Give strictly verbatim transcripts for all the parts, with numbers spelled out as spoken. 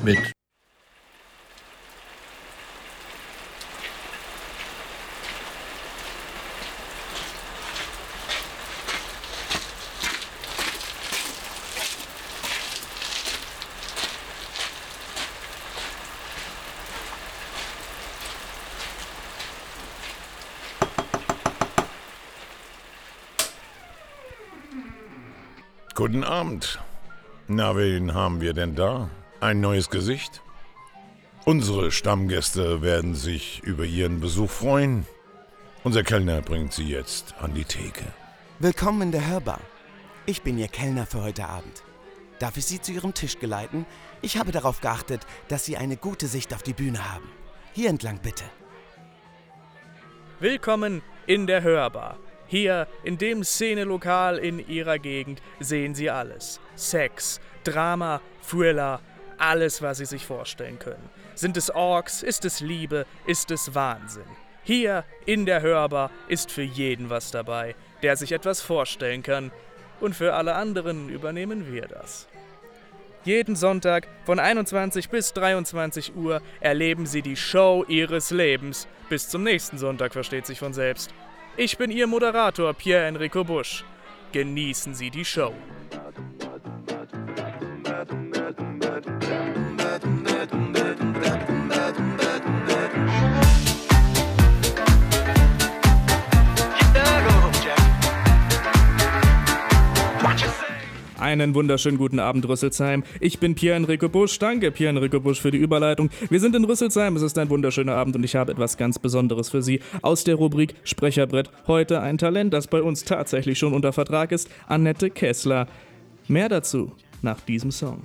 mit Guten Abend. Na, wen haben wir denn da? Ein neues Gesicht? Unsere Stammgäste werden sich über Ihren Besuch freuen. Unser Kellner bringt Sie jetzt an die Theke. Willkommen in der Hörbar. Ich bin Ihr Kellner für heute Abend. Darf ich Sie zu Ihrem Tisch geleiten? Ich habe darauf geachtet, dass Sie eine gute Sicht auf die Bühne haben. Hier entlang bitte. Willkommen in der Hörbar. Hier, in dem Szenelokal in Ihrer Gegend, sehen Sie alles. Sex, Drama, Thriller, alles, was Sie sich vorstellen können. Sind es Orks, ist es Liebe, ist es Wahnsinn. Hier, in der Hörbar, ist für jeden was dabei, der sich etwas vorstellen kann. Und für alle anderen übernehmen wir das. Jeden Sonntag von einundzwanzig bis dreiundzwanzig Uhr erleben Sie die Show Ihres Lebens. Bis zum nächsten Sonntag, versteht sich von selbst. Ich bin Ihr Moderator Pierre-Enrico Busch. Genießen Sie die Show. Einen wunderschönen guten Abend, Rüsselsheim. Ich bin Pierre-Enrico Busch. Danke, Pierre-Enrico Busch, für die Überleitung. Wir sind in Rüsselsheim, es ist ein wunderschöner Abend und ich habe etwas ganz Besonderes für Sie aus der Rubrik Sprecherbrett. Heute ein Talent, das bei uns tatsächlich schon unter Vertrag ist, Annette Kessler. Mehr dazu nach diesem Song.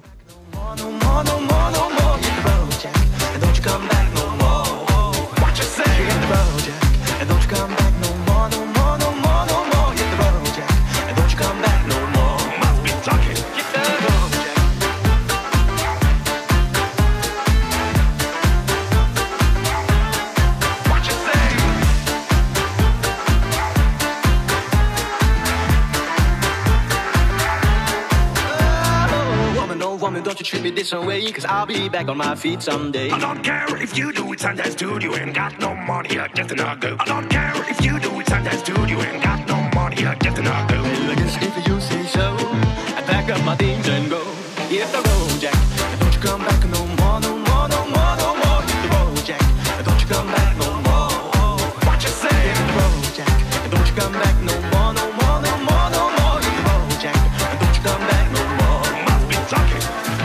Don't you treat me this way, cause I'll be back on my feet someday. I don't care if you do it sometimes too, you ain't got no money, I just not go. I don't care if you do it sometimes too, you ain't got no money, I just not go. Well, I guess if you say so, I pack up my things and go. Hit the road, Jack, don't you come back no more, no more, no more, no more. Hit the road, Jack, don't you come back no more. What you say? Hit the road, Jack, don't you come back no more, no more, no more, no more. Hit the road, Jack, don't you come back no more. Must be talking.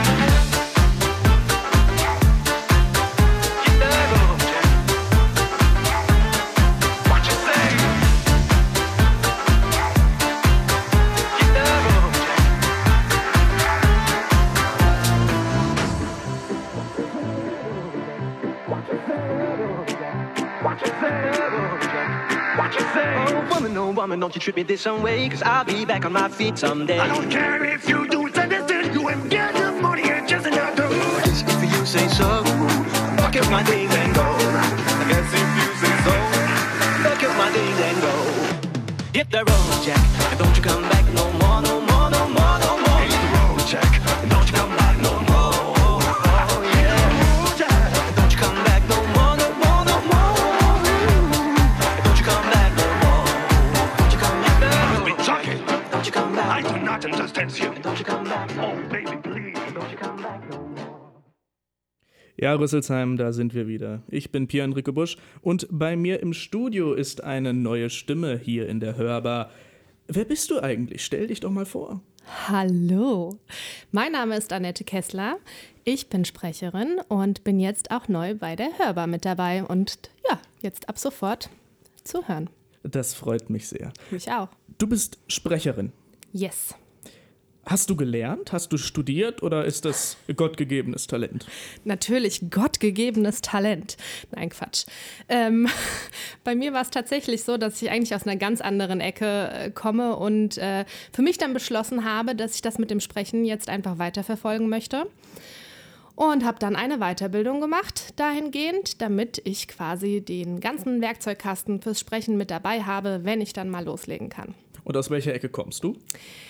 Woman, don't you treat me this some way, cause I'll be back on my feet someday. I don't care if you do it understand, you ain't got no money, and just not do. Just if you say so, pack up my things and go. I guess if you say so, pack up my things and go. Hit the road, Jack, and don't you come back no more, no more, no more, no more. Hit the road, Jack, and don't you come back no more. Oh yeah, Jack, don't you come back no more, no more, no more. Don't you come back no more. Don't you come back no more. Must be talking. Don't you come back. I do not understand you. Don't you come back. Oh, baby, please. Don't you come back no more. Ja, Rüsselsheim, da sind wir wieder. Ich bin Pierre-Enrico Busch und bei mir im Studio ist eine neue Stimme hier in der Hörbar. Wer bist du eigentlich? Stell dich doch mal vor. Hallo, mein Name ist Annette Kessler. Ich bin Sprecherin und bin jetzt auch neu bei der Hörbar mit dabei und ja, jetzt ab sofort zu hören. Das freut mich sehr. Mich auch. Du bist Sprecherin. Yes. Hast du gelernt? Hast du studiert oder ist das gottgegebenes Talent? Natürlich gottgegebenes Talent. Nein, Quatsch. Ähm, bei mir war es tatsächlich so, dass ich eigentlich aus einer ganz anderen Ecke äh, komme und äh, für mich dann beschlossen habe, dass ich das mit dem Sprechen jetzt einfach weiterverfolgen möchte. Und habe dann eine Weiterbildung gemacht dahingehend, damit ich quasi den ganzen Werkzeugkasten fürs Sprechen mit dabei habe, wenn ich dann mal loslegen kann. Und aus welcher Ecke kommst du?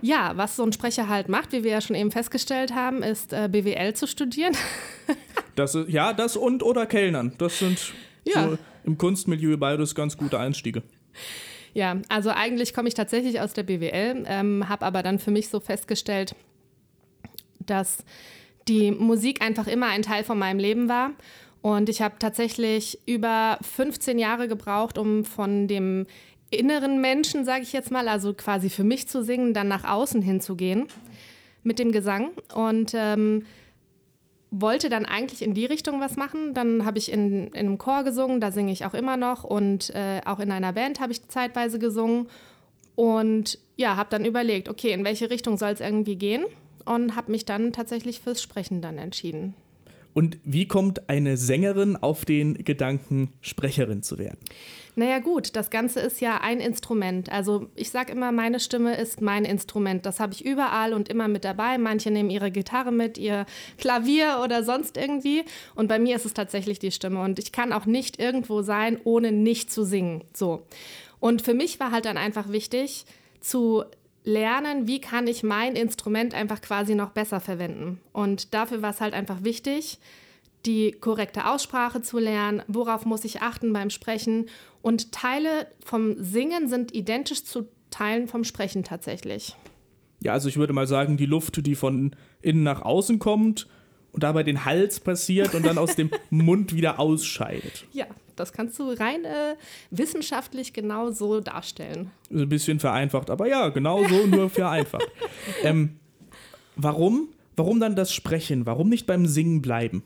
Ja, was so ein Sprecher halt macht, wie wir ja schon eben festgestellt haben, ist äh, B W L zu studieren. Das ist, ja, das und oder Kellnern. Das sind Ja. so im Kunstmilieu beides ganz gute Einstiege. Ja, also eigentlich komme ich tatsächlich aus der B W L, ähm, habe aber dann für mich so festgestellt, dass die Musik einfach immer ein Teil von meinem Leben war. Und ich habe tatsächlich über fünfzehn Jahre gebraucht, um von dem inneren Menschen, sage ich jetzt mal, also quasi für mich zu singen, dann nach außen hinzugehen mit dem Gesang. Und ähm, wollte dann eigentlich in die Richtung was machen. Dann habe ich in, in einem Chor gesungen, da singe ich auch immer noch. Und äh, auch in einer Band habe ich zeitweise gesungen. Und ja, habe dann überlegt, okay, in welche Richtung soll es irgendwie gehen? Und habe mich dann tatsächlich fürs Sprechen dann entschieden. Und wie kommt eine Sängerin auf den Gedanken, Sprecherin zu werden? Naja gut, das Ganze ist ja ein Instrument. Also ich sage immer, meine Stimme ist mein Instrument. Das habe ich überall und immer mit dabei. Manche nehmen ihre Gitarre mit, ihr Klavier oder sonst irgendwie. Und bei mir ist es tatsächlich die Stimme. Und ich kann auch nicht irgendwo sein, ohne nicht zu singen. So. Und für mich war halt dann einfach wichtig, zu lernen, wie kann ich mein Instrument einfach quasi noch besser verwenden. Und dafür war es halt einfach wichtig, die korrekte Aussprache zu lernen, worauf muss ich achten beim Sprechen. Und Teile vom Singen sind identisch zu Teilen vom Sprechen tatsächlich. Ja, also ich würde mal sagen, die Luft, die von innen nach außen kommt und dabei den Hals passiert und dann aus dem Mund wieder ausscheidet. Ja, das kannst du rein äh, wissenschaftlich genau so darstellen. Ein bisschen vereinfacht, aber ja, genau so, nur vereinfacht. ähm, warum? Warum dann das Sprechen? Warum nicht beim Singen bleiben?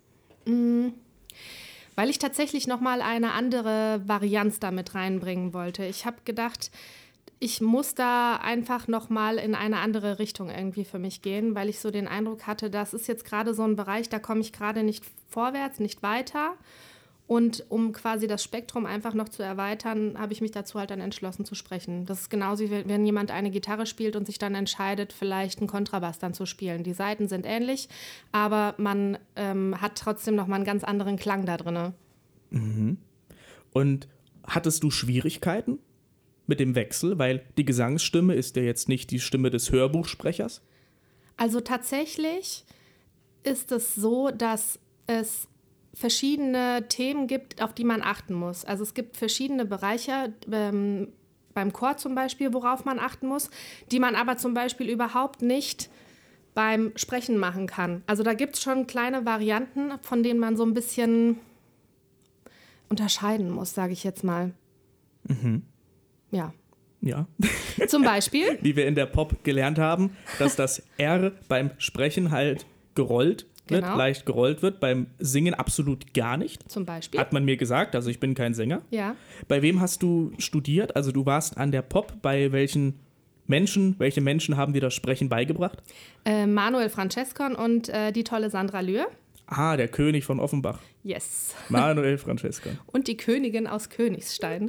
Weil ich tatsächlich nochmal eine andere Varianz damit reinbringen wollte. Ich habe gedacht, ich muss da einfach nochmal in eine andere Richtung irgendwie für mich gehen, weil ich so den Eindruck hatte, das ist jetzt gerade so ein Bereich, da komme ich gerade nicht vorwärts, nicht weiter. Und um quasi das Spektrum einfach noch zu erweitern, habe ich mich dazu halt dann entschlossen zu sprechen. Das ist genauso wie wenn jemand eine Gitarre spielt und sich dann entscheidet, vielleicht einen Kontrabass dann zu spielen. Die Saiten sind ähnlich, aber man ähm, hat trotzdem nochmal einen ganz anderen Klang da drin. Mhm. Und hattest du Schwierigkeiten mit dem Wechsel? Weil die Gesangsstimme ist ja jetzt nicht die Stimme des Hörbuchsprechers. Also tatsächlich ist es so, dass es verschiedene Themen gibt, auf die man achten muss. Also es gibt verschiedene Bereiche, ähm, beim Chor zum Beispiel, worauf man achten muss, die man aber zum Beispiel überhaupt nicht beim Sprechen machen kann. Also da gibt es schon kleine Varianten, von denen man so ein bisschen unterscheiden muss, sage ich jetzt mal. Mhm. Ja. Ja. Zum Beispiel? Wie wir in der Pop gelernt haben, dass das R beim Sprechen halt gerollt wird, Genau. leicht gerollt wird, beim Singen absolut gar nicht. Zum Beispiel. Hat man mir gesagt, also ich bin kein Sänger. Ja. Bei wem hast du studiert? Also du warst an der Pop, bei welchen Menschen, welche Menschen haben dir das Sprechen beigebracht? Äh, Manuel Francescon und äh, die tolle Sandra Lühr. Ah, der König von Offenbach. Yes. Manuel Francescon. Und die Königin aus Königstein.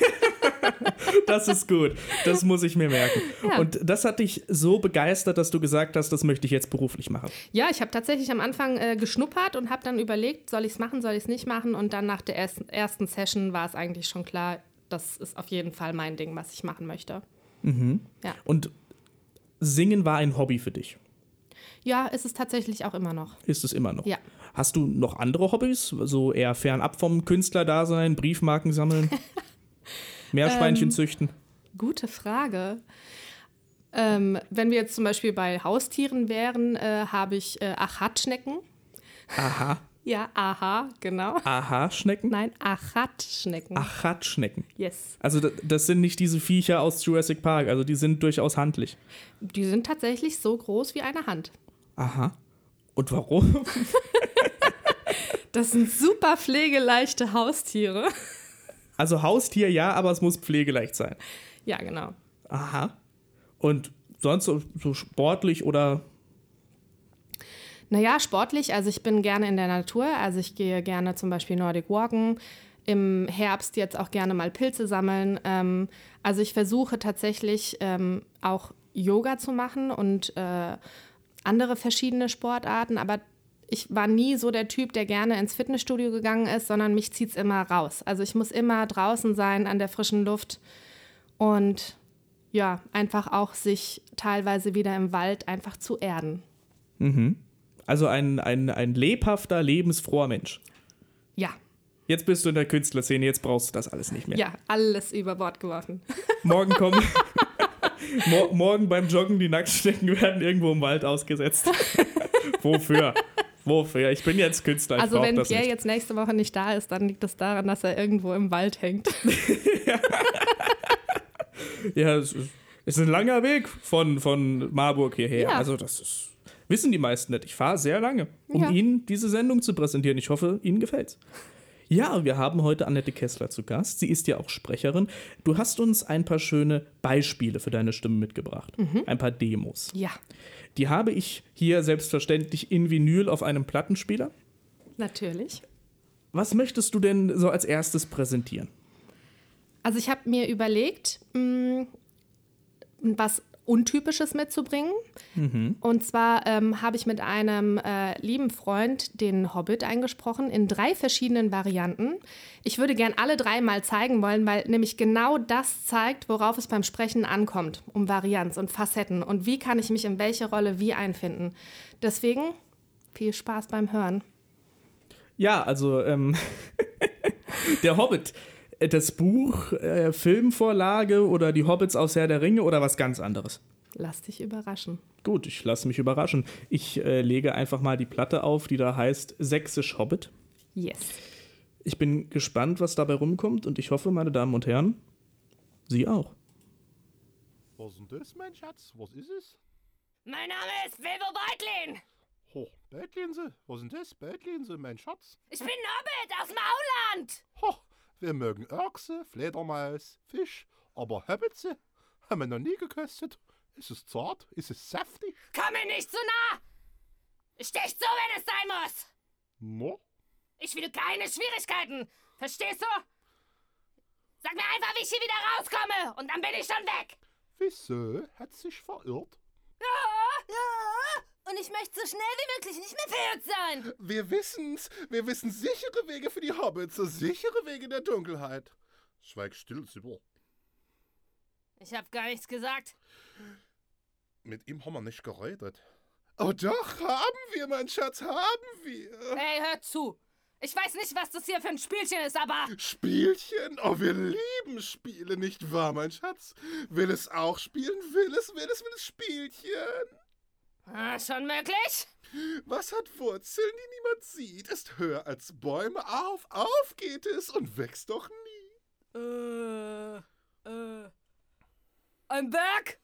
Das ist gut. Das muss ich mir merken. Ja. Und das hat dich so begeistert, dass du gesagt hast, das möchte ich jetzt beruflich machen. Ja, ich habe tatsächlich am Anfang äh, geschnuppert und habe dann überlegt, soll ich es machen, soll ich es nicht machen. Und dann nach der ersten, ersten Session war es eigentlich schon klar, das ist auf jeden Fall mein Ding, was ich machen möchte. Mhm. Ja. Und Singen war ein Hobby für dich. Ja, ist es tatsächlich auch immer noch. Ist es immer noch. Ja. Hast du noch andere Hobbys? So eher fernab vom Künstlerdasein, Briefmarken sammeln, Meerschweinchen Ähm, züchten? Gute Frage. Ähm, wenn wir jetzt zum Beispiel bei Haustieren wären, äh, habe ich äh, Achatschnecken. Aha. Ja, aha, genau. Aha-Schnecken? Nein, Achatschnecken. Achatschnecken. Yes. Also das, das sind nicht diese Viecher aus Jurassic Park, also die sind durchaus handlich. Die sind tatsächlich so groß wie eine Hand. Aha. Und warum? Das sind super pflegeleichte Haustiere. Also Haustier ja, aber es muss pflegeleicht sein. Ja, genau. Aha. Und sonst so, so sportlich oder? Naja, sportlich, also ich bin gerne in der Natur, also ich gehe gerne zum Beispiel Nordic Walken, im Herbst jetzt auch gerne mal Pilze sammeln. Ähm, also ich versuche tatsächlich ähm, auch Yoga zu machen und äh, andere verschiedene Sportarten, aber ich war nie so der Typ, der gerne ins Fitnessstudio gegangen ist, sondern mich zieht es immer raus. Also ich muss immer draußen sein, an der frischen Luft und ja, einfach auch sich teilweise wieder im Wald einfach zu erden. Mhm. Also ein, ein, ein lebhafter, lebensfroher Mensch. Ja, Jetzt bist du in der Künstlerszene, jetzt brauchst du das alles nicht mehr. ja, alles über Bord geworfen. Morgen kommen. Mor- morgen beim Joggen, die Nacktschnecken werden irgendwo im Wald ausgesetzt. Wofür? Wofür? Ich bin jetzt Künstler, ich Also brauch wenn das Pierre nicht. jetzt nächste Woche nicht da ist, dann liegt es daran, dass er irgendwo im Wald hängt. Ja, es ist, es ist ein langer Weg von, von Marburg hierher. Ja. Also das ist, wissen die meisten nicht. Ich fahre sehr lange, um Ja. Ihnen diese Sendung zu präsentieren. Ich hoffe, Ihnen gefällt's. Ja, wir haben heute Annette Kessler zu Gast. Sie ist ja auch Sprecherin. Du hast uns ein paar schöne Beispiele für deine Stimme mitgebracht. Ein paar Demos. Ja, Die habe ich hier selbstverständlich in Vinyl auf einem Plattenspieler. natürlich. Was möchtest du denn so als erstes präsentieren? Also ich habe mir überlegt, mh, was Untypisches mitzubringen. Und zwar ähm, habe ich mit einem äh, lieben Freund den Hobbit eingesprochen in drei verschiedenen Varianten. Ich würde gern alle drei mal zeigen wollen, weil nämlich genau das zeigt, worauf es beim Sprechen ankommt, um Varianz und Facetten und wie kann ich mich in welche Rolle wie einfinden. Deswegen viel Spaß beim Hören. Ja, also ähm, der Hobbit. Das Buch, äh, Filmvorlage oder die Hobbits aus Herr der Ringe oder was ganz anderes? Lass dich überraschen. Gut, ich lasse mich überraschen. Ich äh, lege einfach mal die Platte auf, die da heißt Sächsisch Hobbit. Yes. Ich bin gespannt, was dabei rumkommt und ich hoffe, meine Damen und Herren, Sie auch. Was ist denn das, mein Schatz? Was ist es? Mein Name ist Wilbur Beutlin. Ho, Bettlinse. Was ist denn das, Bettlinse, mein Schatz? Ich bin Hobbit aus dem Auland. Ho, wir mögen Ochse, Fledermaus, Fisch, aber Hobbitze haben wir noch nie gekostet. Ist es zart? Ist es saftig? Komm mir nicht zu nah. Sticht so, wenn es sein muss. No? Ich will keine Schwierigkeiten. Verstehst du? Sag mir einfach, wie ich hier wieder rauskomme und dann bin ich schon weg. Wieso? Hat sich verirrt? Ja, ja. Und ich möchte so schnell wie möglich nicht mehr verirrt sein. Wir wissen's. Wir wissen sichere Wege für die Hobbits, so sichere Wege der Dunkelheit. Schweig still, Sybil. Ich hab gar nichts gesagt. Mit ihm haben wir nicht geredet. Oh doch, haben wir, mein Schatz, haben wir. Hey, hör zu. Ich weiß nicht, was das hier für ein Spielchen ist, aber... Spielchen? Oh, wir lieben Spiele, nicht wahr, mein Schatz? Will es auch spielen? Will es, will es, will es Spielchen? Ah, schon möglich? Was hat Wurzeln, die niemand sieht, ist höher als Bäume. Auf, auf geht es und wächst doch nie. Äh, äh... Ein Berg?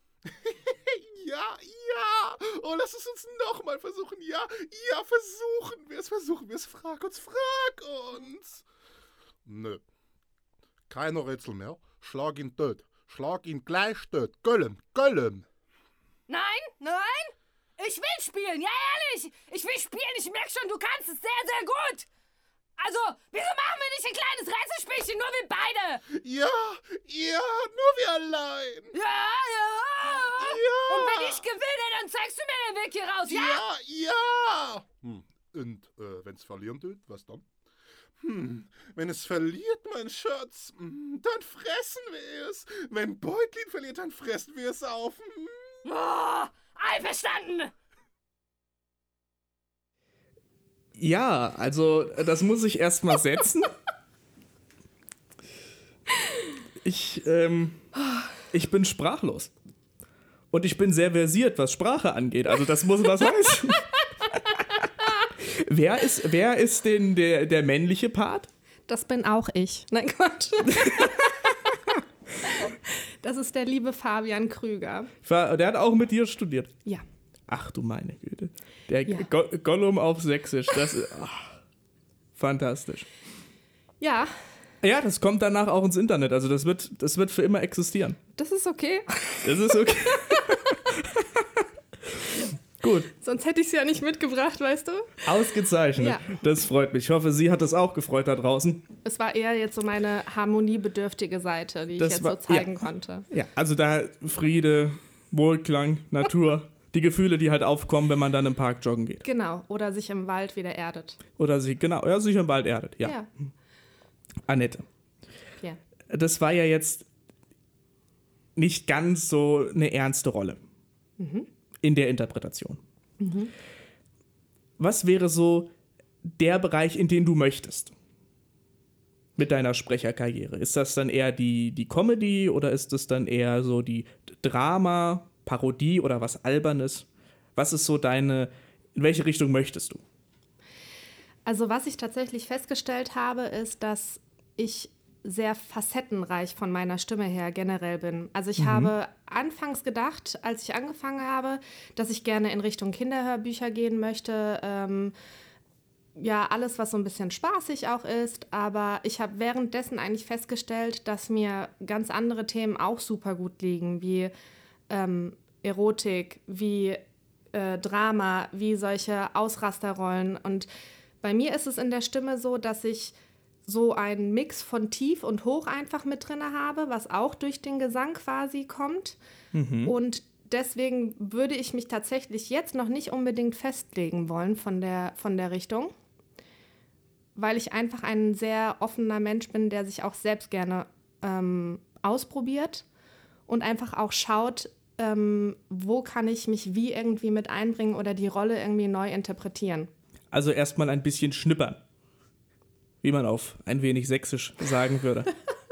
Ja, ja. Oh, lass es uns nochmal versuchen. Ja, ja, versuchen wir es, versuchen wir es. Frag uns, frag uns. Nö. Keine Rätsel mehr. Schlag ihn tot. Schlag ihn gleich tot. Göllem, Göllem. Nein, nein. Ich will spielen, ja ehrlich. Ich will spielen, ich merke schon, du kannst es sehr, sehr gut. Also, wieso machen wir nicht ein kleines Rätselspielchen, nur wir beide? Ja, ja, nur wir allein. Ja, ja. Ja. Und wenn ich gewinne, dann zeigst du mir den Weg hier raus, ja? Ja, ja. Hm. Und äh, wenn es verlieren tut, was dann? Hm, wenn es verliert, mein Schatz, hm, dann fressen wir es. Wenn Beutlin verliert, dann fressen wir es auf. Hm. Oh, einverstanden. Ja, also das muss ich erst mal setzen. Ich, ähm, ich bin sprachlos. Und ich bin sehr versiert, was Sprache angeht. Also das muss was heißen. wer ist, wer ist denn der, der männliche Part? Das bin auch ich. Nein, Quatsch. Das ist der liebe Fabian Krüger. Der hat auch mit dir studiert. Ja. Ach du meine Güte. Der Ja. Go Gollum auf Sächsisch. Das ist ach, fantastisch. Ja, Ja, das kommt danach auch ins Internet. Also das wird, das wird für immer existieren. das ist okay. Das ist okay. Gut, Sonst hätte ich es ja nicht mitgebracht, weißt du? ausgezeichnet. Ja. Das freut mich. Ich hoffe, Sie hat das auch gefreut da draußen. Es war eher jetzt so meine harmoniebedürftige Seite, die ich Das jetzt war- so zeigen ja. konnte. Ja, also da Friede, Wohlklang, Natur. Die Gefühle, die halt aufkommen, wenn man dann im Park joggen geht. Genau, oder sich im Wald wieder erdet. Oder sie, genau, ja, sich im Wald erdet. Ja. Ja. Annette, Ja. das war ja jetzt nicht ganz so eine ernste Rolle mhm. in der Interpretation. Mhm. Was wäre so der Bereich, in den du möchtest mit deiner Sprecherkarriere? Ist das dann eher die, die Comedy oder ist das dann eher so die Drama, Parodie oder was Albernes? Was ist so deine, in welche Richtung möchtest du? Also was ich tatsächlich festgestellt habe, ist, dass ich sehr facettenreich von meiner Stimme her generell bin. Also ich mhm. habe anfangs gedacht, als ich angefangen habe, dass ich gerne in Richtung Kinderhörbücher gehen möchte. Ähm, ja, alles, was so ein bisschen spaßig auch ist. Aber ich habe währenddessen eigentlich festgestellt, dass mir ganz andere Themen auch super gut liegen, wie ähm, Erotik, wie äh, Drama, wie solche Ausrasterrollen. Und bei mir ist es in der Stimme so, dass ich so einen Mix von tief und hoch einfach mit drin habe, was auch durch den Gesang quasi kommt. Mhm. Und deswegen würde ich mich tatsächlich jetzt noch nicht unbedingt festlegen wollen von der, von der Richtung, weil ich einfach ein sehr offener Mensch bin, der sich auch selbst gerne ähm, ausprobiert und einfach auch schaut, ähm, wo kann ich mich wie irgendwie mit einbringen oder die Rolle irgendwie neu interpretieren. Also erstmal ein bisschen schnippern, wie man auf ein wenig sächsisch sagen würde.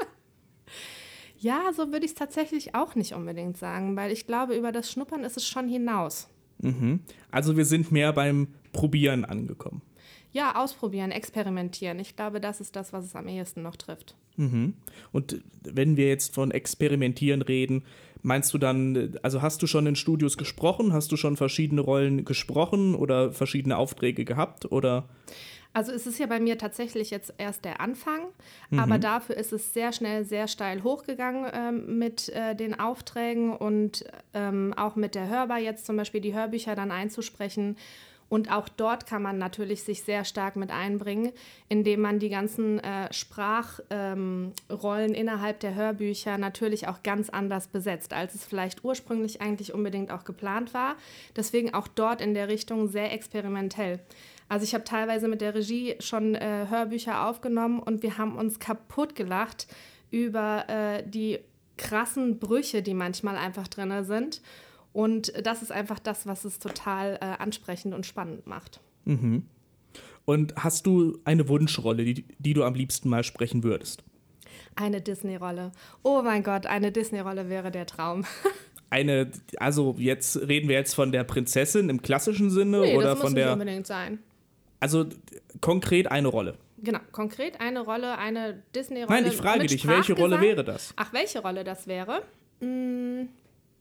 Ja, so würde ich es tatsächlich auch nicht unbedingt sagen, weil ich glaube, über das Schnuppern ist es schon hinaus. Mhm. Also wir sind mehr beim Probieren angekommen. Ja, ausprobieren, experimentieren. Ich glaube, das ist das, was es am ehesten noch trifft. Mhm. Und wenn wir jetzt von Experimentieren reden, meinst du dann, also hast du schon in Studios gesprochen? Hast du schon verschiedene Rollen gesprochen oder verschiedene Aufträge gehabt? Oder? Also es ist ja bei mir tatsächlich jetzt erst der Anfang, Mhm. aber dafür ist es sehr schnell, sehr steil hochgegangen ähm, mit äh, den Aufträgen und ähm, auch mit der Hörbar jetzt zum Beispiel die Hörbücher dann einzusprechen. Und auch dort kann man natürlich sich sehr stark mit einbringen, indem man die ganzen äh, Sprachrollen ähm, innerhalb der Hörbücher natürlich auch ganz anders besetzt, als es vielleicht ursprünglich eigentlich unbedingt auch geplant war. Deswegen auch dort in der Richtung sehr experimentell. Also ich habe teilweise mit der Regie schon äh, Hörbücher aufgenommen und wir haben uns kaputt gelacht über äh, die krassen Brüche, die manchmal einfach drin sind. Und das ist einfach das, was es total äh, ansprechend und spannend macht. Mhm. Und hast du eine Wunschrolle, die, die du am liebsten mal sprechen würdest? Eine Disney-Rolle. Oh mein Gott, eine Disney-Rolle wäre der Traum. Eine, also jetzt reden wir jetzt von der Prinzessin im klassischen Sinne nee, oder das muss von nicht der. Unbedingt sein. Also konkret eine Rolle. Genau, konkret eine Rolle, eine Disney-Rolle. Nein, ich frage mit dich, welche Rolle wäre das? Ach, welche Rolle das wäre? Hm.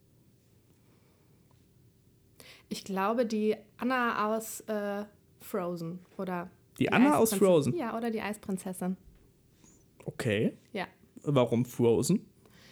Ich glaube, die Anna aus äh, Frozen. Oder die, die Anna aus Frozen? Ja, oder die Eisprinzessin. Okay. Ja. Warum Frozen?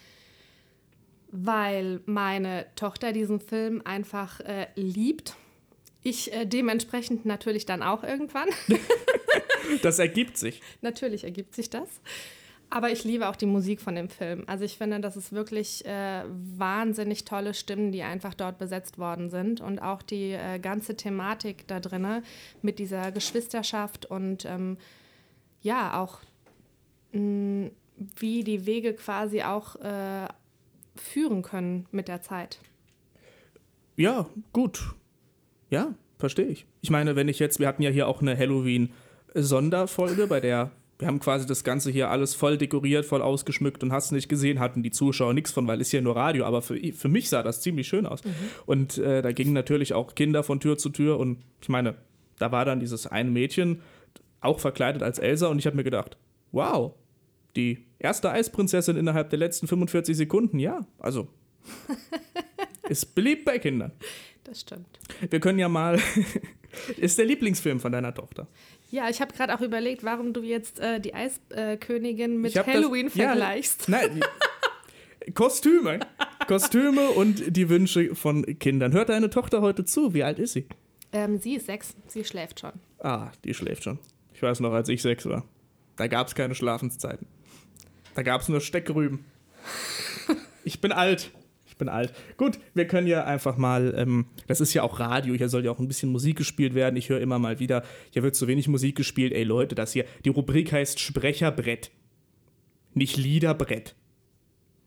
Weil meine Tochter diesen Film einfach äh, liebt. Ich äh, dementsprechend natürlich dann auch irgendwann. Das ergibt sich. Natürlich ergibt sich das. Aber ich liebe auch die Musik von dem Film. Also ich finde, das ist wirklich äh, wahnsinnig tolle Stimmen, die einfach dort besetzt worden sind. Und auch die äh, ganze Thematik da drin mit dieser Geschwisterschaft und ähm, ja, auch mh, wie die Wege quasi auch äh, führen können mit der Zeit. Ja, gut. Ja, verstehe ich. Ich meine, wenn ich jetzt, wir hatten ja hier auch eine Halloween-Sonderfolge, bei der wir haben quasi das Ganze hier alles voll dekoriert, voll ausgeschmückt und hast nicht gesehen, hatten die Zuschauer nichts von, weil ist ja nur Radio, aber für, für mich sah das ziemlich schön aus. Mhm. Und äh, da gingen natürlich auch Kinder von Tür zu Tür und ich meine, da war dann dieses eine Mädchen, auch verkleidet als Elsa und ich habe mir gedacht, wow, die erste Eisprinzessin innerhalb der letzten fünfundvierzig Sekunden, ja, also ist beliebt bei Kindern. Das stimmt. Wir können ja mal, ist der Lieblingsfilm von deiner Tochter? Ja, ich habe gerade auch überlegt, warum du jetzt äh, die Eiskönigin mit Halloween das, vergleichst. Ja, nein, Kostüme. Kostüme und die Wünsche von Kindern. Hört deine Tochter heute zu? Wie alt ist sie? Ähm, sie ist sechs. Sie schläft schon. Ah, die schläft schon. Ich weiß noch, als ich sechs war. Da gab es keine Schlafenszeiten. Da gab es nur Steckrüben. Ich bin alt. Ich bin alt. Gut, wir können ja einfach mal, ähm, das ist ja auch Radio, hier soll ja auch ein bisschen Musik gespielt werden. Ich höre immer mal wieder, hier wird zu wenig Musik gespielt. Ey Leute, das hier, die Rubrik heißt Sprecherbrett, nicht Liederbrett.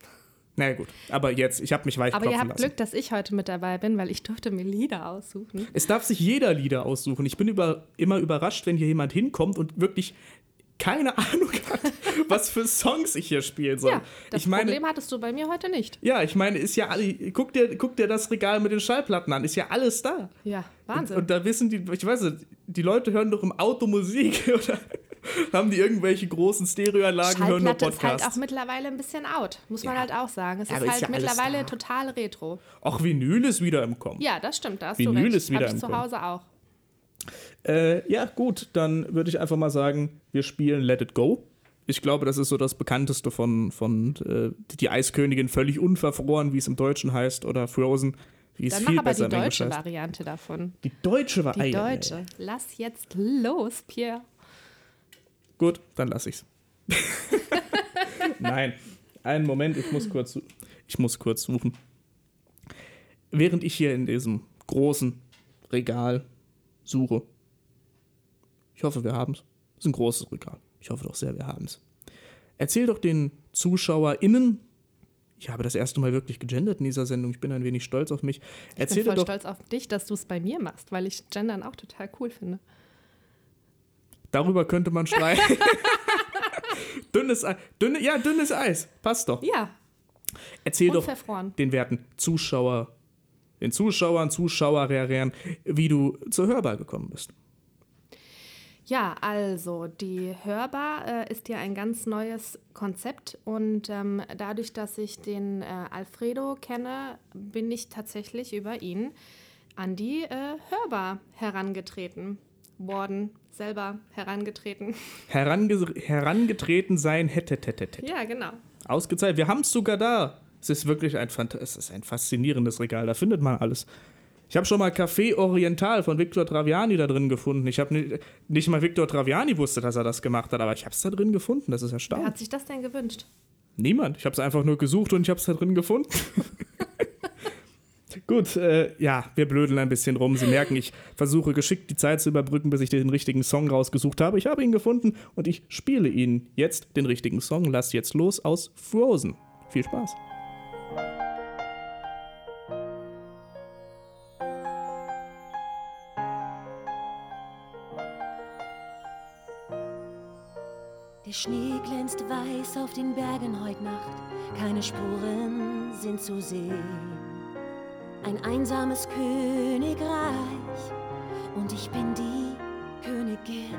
Na ja, gut, aber jetzt, ich habe mich weich Aber ihr klopfen habt lassen. Glück, dass ich heute mit dabei bin, weil ich durfte mir Lieder aussuchen. Es darf sich jeder Lieder aussuchen. Ich bin über, immer überrascht, wenn hier jemand hinkommt und wirklich keine Ahnung hat, was für Songs ich hier spielen soll. Ja, das ich meine, Problem hattest du bei mir heute nicht. Ja, ich meine, ist ja alle, guck dir, guck dir das Regal mit den Schallplatten an, ist ja alles da. Ja, Wahnsinn. Und, und da wissen die, ich weiß nicht, die Leute hören doch im Auto Musik oder haben die irgendwelche großen Stereoanlagen, hören nur Schallplatte ist Podcasts. halt auch mittlerweile ein bisschen out, muss man Ja. halt auch sagen. Es Ja, ist aber ist halt ja alles mittlerweile da. total retro. Auch Vinyl ist wieder im Kommen. Ja, das stimmt, da hast Vinyl du recht. ist wieder Hab ich im zu Kommen. Hause auch. Äh, ja, gut, dann würde ich einfach mal sagen, wir spielen Let It Go. Ich glaube, das ist so das bekannteste von, von äh, die Eiskönigin völlig unverfroren, wie es im Deutschen heißt, oder Frozen, wie es Dann viel mach aber besser die im Englisch deutsche heißt. Variante davon. Die deutsche war Die ei, ei, ei. deutsche. Lass jetzt los, Pierre. Gut, dann lass ich's. Nein, einen Moment, ich muss kurz, su- ich muss kurz suchen. Während ich hier in diesem großen Regal suche, ich hoffe, wir haben's. Das ist ein großes Regal. Ich hoffe doch sehr, wir haben's. Erzähl doch den ZuschauerInnen, ich habe das erste Mal wirklich gegendert in dieser Sendung, ich bin ein wenig stolz auf mich. Ich Erzähl bin voll doch, stolz auf dich, dass du es bei mir machst, weil ich Gendern auch total cool finde. darüber könnte man streiten. dünnes Eis, dünne, ja, dünnes Eis, passt doch. Ja, Erzähl doch unverfroren. den werten Zuschauer, den Zuschauern, Zuschauerinnen, wie du zur Hörbar gekommen bist. Ja, also die Hörbar äh, ist ja ein ganz neues Konzept und ähm, dadurch, dass ich den äh, Alfredo kenne, bin ich tatsächlich über ihn an die äh, Hörbar herangetreten worden, selber herangetreten. Herange herangetreten sein hätte, hätte, hätte. Ja, genau. Ausgezeichnet. Wir haben es sogar da. Es ist wirklich ein, Phant- es ist ein faszinierendes Regal. Da findet man alles. Ich habe schon mal Café Oriental von Victor Traviani da drin gefunden. Ich habe nicht, nicht mal Victor Traviani wusste, dass er das gemacht hat, aber ich habe es da drin gefunden. Das ist Wer erstaunlich. hat sich das denn gewünscht? Niemand. Ich habe es einfach nur gesucht und ich habe es da drin gefunden. Gut, äh, ja, wir blödeln ein bisschen rum. Sie merken, ich versuche geschickt die Zeit zu überbrücken, bis ich den richtigen Song rausgesucht habe. Ich habe ihn gefunden und ich spiele Ihnen jetzt den richtigen Song. Lass jetzt los aus Frozen. Viel Spaß. Der Schnee glänzt weiß auf den Bergen heut Nacht, keine Spuren sind zu sehen. Ein einsames Königreich und ich bin die Königin.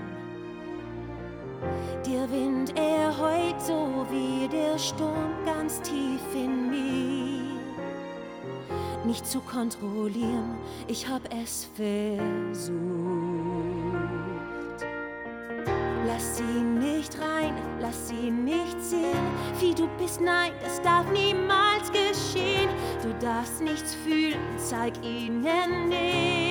Der Wind, er heult so wie der Sturm ganz tief in mir. Nicht zu kontrollieren, ich hab es versucht. Lass sie nicht rein, lass sie nicht sehen, wie du bist, nein, das darf niemals geschehen. Du darfst nichts fühlen, zeig ihnen nicht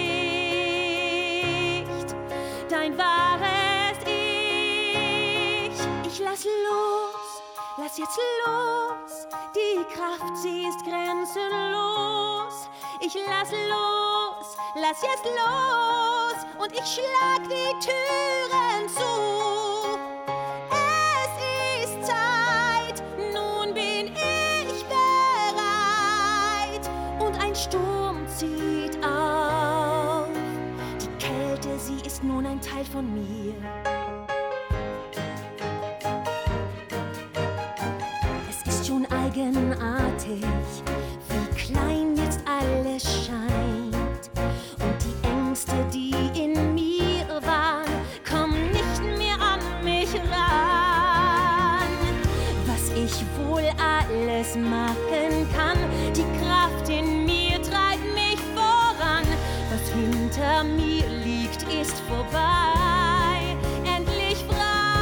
dein wahres Ich. Ich lass los, lass jetzt los, die Kraft, sie ist grenzenlos. Ich lass los, lass jetzt los und ich schlag die Türen zu. Es ist Zeit, nun bin ich bereit und ein Sturm zieht auf. Die Kälte, sie ist nun ein Teil von mir. Es ist schon eigenartig, wie klein jetzt alles scheint. Und die Ängste, die in mir waren, kommen nicht mehr an mich ran. Was ich wohl alles machen kann, die Kraft in mir treibt mich voran. Was hinter mir liegt, ist vorbei, endlich frei.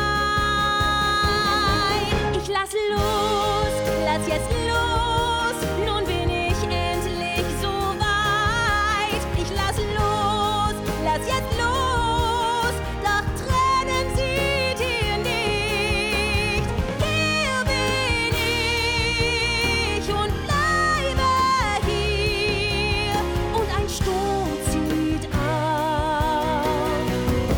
Ich lass los, lass jetzt los, nun bin ich endlich so weit. Ich lass los, lass jetzt los, doch trennen sie dir nicht. Hier bin ich und bleibe hier und ein Sturm zieht auf.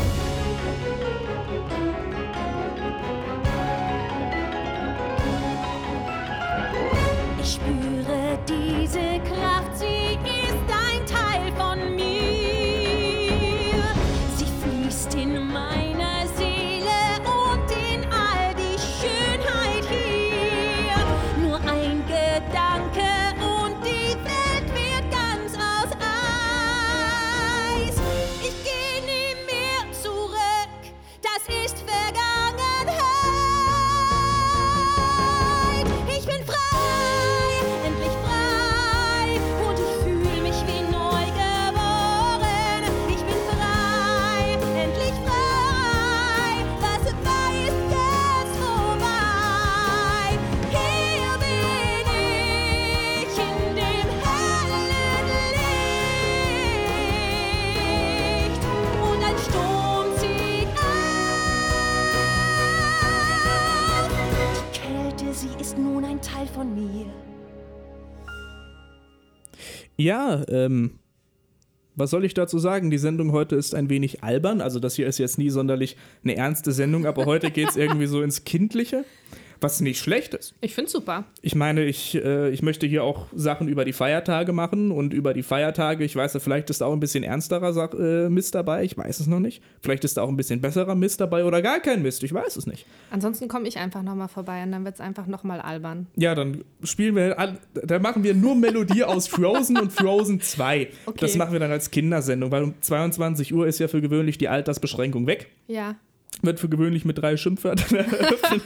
Ja, ähm, was soll ich dazu sagen? Die Sendung heute ist ein wenig albern. Also das hier ist jetzt nie sonderlich eine ernste Sendung, aber heute geht es irgendwie so ins Kindliche, was nicht schlecht ist. Ich find's super. Ich meine, ich, äh, ich möchte hier auch Sachen über die Feiertage machen und über die Feiertage, ich weiß ja, vielleicht ist da auch ein bisschen ernsterer Sa- äh, Mist dabei, ich weiß es noch nicht. Vielleicht ist da auch ein bisschen besserer Mist dabei oder gar kein Mist, ich weiß es nicht. Ansonsten komme ich einfach nochmal vorbei und dann wird's einfach nochmal albern. Ja, dann spielen wir, an, dann machen wir nur Melodie aus Frozen und Frozen zwei. Okay. Das machen wir dann als Kindersendung, weil um zweiundzwanzig Uhr ist ja für gewöhnlich die Altersbeschränkung weg. Ja. Wird für gewöhnlich mit drei Schimpfwörtern eröffnet.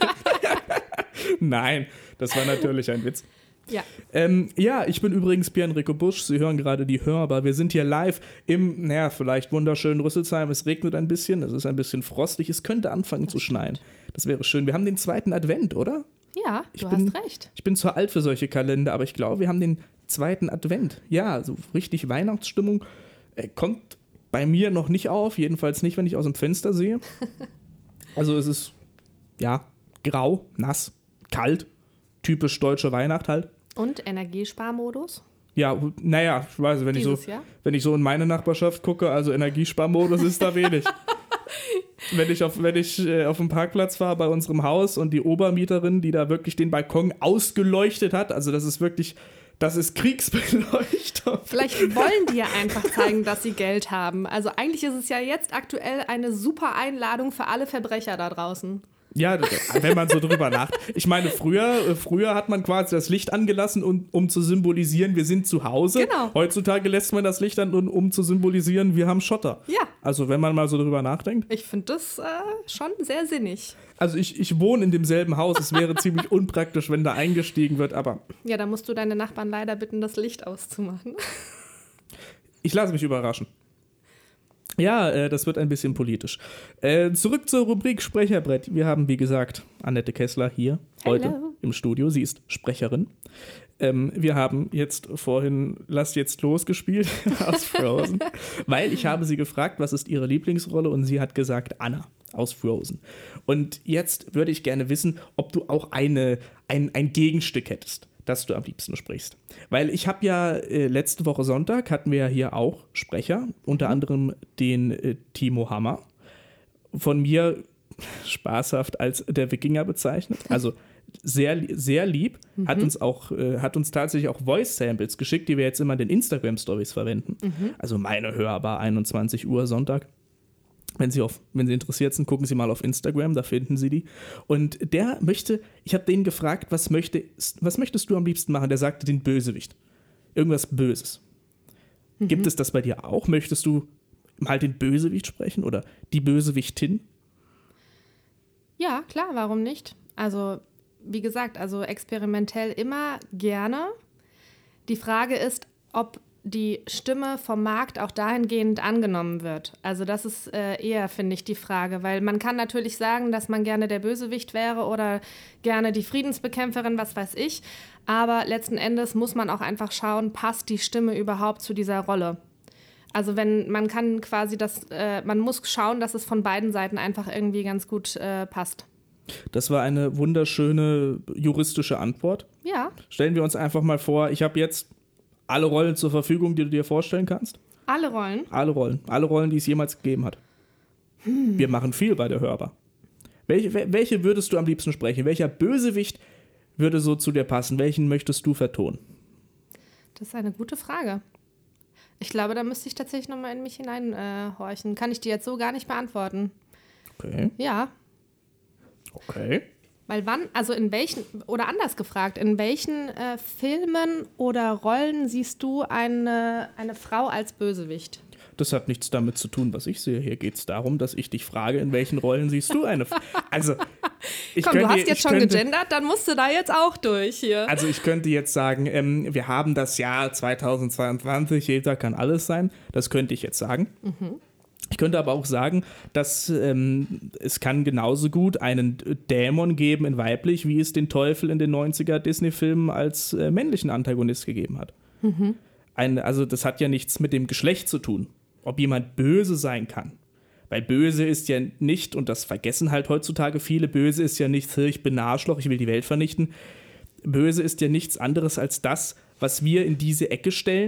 Nein, das war natürlich ein Witz. Ja. Ähm, ja, ich bin übrigens Pierre-Enrico Busch. Sie hören gerade die Hörbar. Wir sind hier live im, naja, vielleicht wunderschönen Rüsselsheim. Es regnet ein bisschen, es ist ein bisschen frostig. Es könnte anfangen zu schneien. Das wäre schön. Wir haben den zweiten Advent, oder? Ja, du Ich hast bin- recht. Ich bin zu alt für solche Kalender, aber ich glaube, wir haben den zweiten Advent. Ja, so richtig Weihnachtsstimmung äh, kommt bei mir noch nicht auf. Jedenfalls nicht, wenn ich aus dem Fenster sehe. Also es ist, ja, grau, nass, kalt. Typisch deutsche Weihnacht halt. Und Energiesparmodus? Ja, naja, ich weiß, wenn ich, so, Dieses Jahr? wenn ich so in meine Nachbarschaft gucke, also Energiesparmodus ist da wenig. Wenn ich, auf, wenn ich äh, auf dem Parkplatz war bei unserem Haus und die Obermieterin, die da wirklich den Balkon ausgeleuchtet hat, also das ist wirklich, das ist Kriegsbeleuchtung. Vielleicht wollen die ja einfach zeigen, dass sie Geld haben. Also eigentlich ist es ja jetzt aktuell eine super Einladung für alle Verbrecher da draußen. Ja, wenn man so drüber nachdenkt. Ich meine, früher, früher hat man quasi das Licht angelassen, um, um zu symbolisieren, wir sind zu Hause. Genau. Heutzutage lässt man das Licht an, um, um zu symbolisieren, wir haben Schotter. Ja. Also wenn man mal so drüber nachdenkt. Ich finde das äh, schon sehr sinnig. Also ich, ich wohne in demselben Haus, es wäre ziemlich unpraktisch, wenn da eingestiegen wird, aber Ja, da musst du deine Nachbarn leider bitten, das Licht auszumachen. ich lasse mich überraschen. Ja, äh, das wird ein bisschen politisch. Äh, zurück zur Rubrik Sprecherbrett. Wir haben, wie gesagt, Annette Kessler hier heute Hello. im Studio. Sie ist Sprecherin. Ähm, wir haben jetzt vorhin Lass jetzt los gespielt aus Frozen, weil ich habe sie gefragt, was ist ihre Lieblingsrolle, und sie hat gesagt Anna aus Frozen. Und jetzt würde ich gerne wissen, ob du auch eine, ein, ein Gegenstück hättest, das du am liebsten sprichst. Weil ich habe ja äh, letzte Woche Sonntag hatten wir ja hier auch Sprecher, unter anderem den äh, Timo Hammer, von mir spaßhaft als der Wikinger bezeichnet, also sehr, sehr lieb, Mhm. hat uns auch, äh, hat uns tatsächlich auch Voice-Samples geschickt, die wir jetzt immer in den Instagram-Stories verwenden. Mhm. Also meine Hörbar, einundzwanzig Uhr Sonntag. Wenn Sie, auf, wenn Sie interessiert sind, gucken Sie mal auf Instagram, da finden Sie die. Und der möchte, ich habe den gefragt, was, möchte, was möchtest du am liebsten machen? Der sagte den Bösewicht. Irgendwas Böses. Mhm. Gibt es das bei dir auch? Möchtest du mal den Bösewicht sprechen oder die Bösewichtin? Ja, klar, warum nicht? Also, wie gesagt, also experimentell immer gerne. Die Frage ist, ob die Stimme vom Markt auch dahingehend angenommen wird. Also das ist äh, eher, finde ich, die Frage, weil man kann natürlich sagen, dass man gerne der Bösewicht wäre oder gerne die Friedensbekämpferin, was weiß ich, aber letzten Endes muss man auch einfach schauen, passt die Stimme überhaupt zu dieser Rolle? Also wenn, man kann quasi das, äh, man muss schauen, dass es von beiden Seiten einfach irgendwie ganz gut äh, passt. Das war eine wunderschöne juristische Antwort. Ja, Stellen wir uns einfach mal vor, ich habe jetzt alle Rollen zur Verfügung, die du dir vorstellen kannst. alle Rollen. Alle Rollen. Alle Rollen, die es jemals gegeben hat. Hm. Wir machen viel bei der Hörbar. Welche, wel- welche würdest du am liebsten sprechen? Welcher Bösewicht würde so zu dir passen? Welchen möchtest du vertonen? Das ist eine gute Frage. Ich glaube, da müsste ich tatsächlich nochmal in mich hineinhorchen. Kann ich dir jetzt so gar nicht beantworten. Okay, Ja, okay. weil wann, also in welchen, oder anders gefragt, in welchen äh, Filmen oder Rollen siehst du eine, eine Frau als Bösewicht? Das hat nichts damit zu tun, was ich sehe. Hier geht es darum, dass ich dich frage, in welchen Rollen siehst du eine Frau? Also, ich Komm, könnte, du hast ich jetzt schon könnte, gegendert, dann musst du da jetzt auch durch hier. Also ich könnte jetzt sagen, ähm, wir haben das Jahr zweitausendzweiundzwanzig, jeder kann alles sein. Das könnte ich jetzt sagen. Mhm. Ich könnte aber auch sagen, dass ähm, es kann genauso gut einen Dämon geben in weiblich, wie es den Teufel in den neunziger Disney-Filmen als äh, männlichen Antagonist gegeben hat. Mhm. Ein, also das hat ja nichts mit dem Geschlecht zu tun, ob jemand böse sein kann. Weil böse ist ja nicht, und das vergessen halt heutzutage viele, böse ist ja nicht, ich bin ein Arschloch, ich will die Welt vernichten. Böse ist ja nichts anderes als das, was wir in diese Ecke stellen,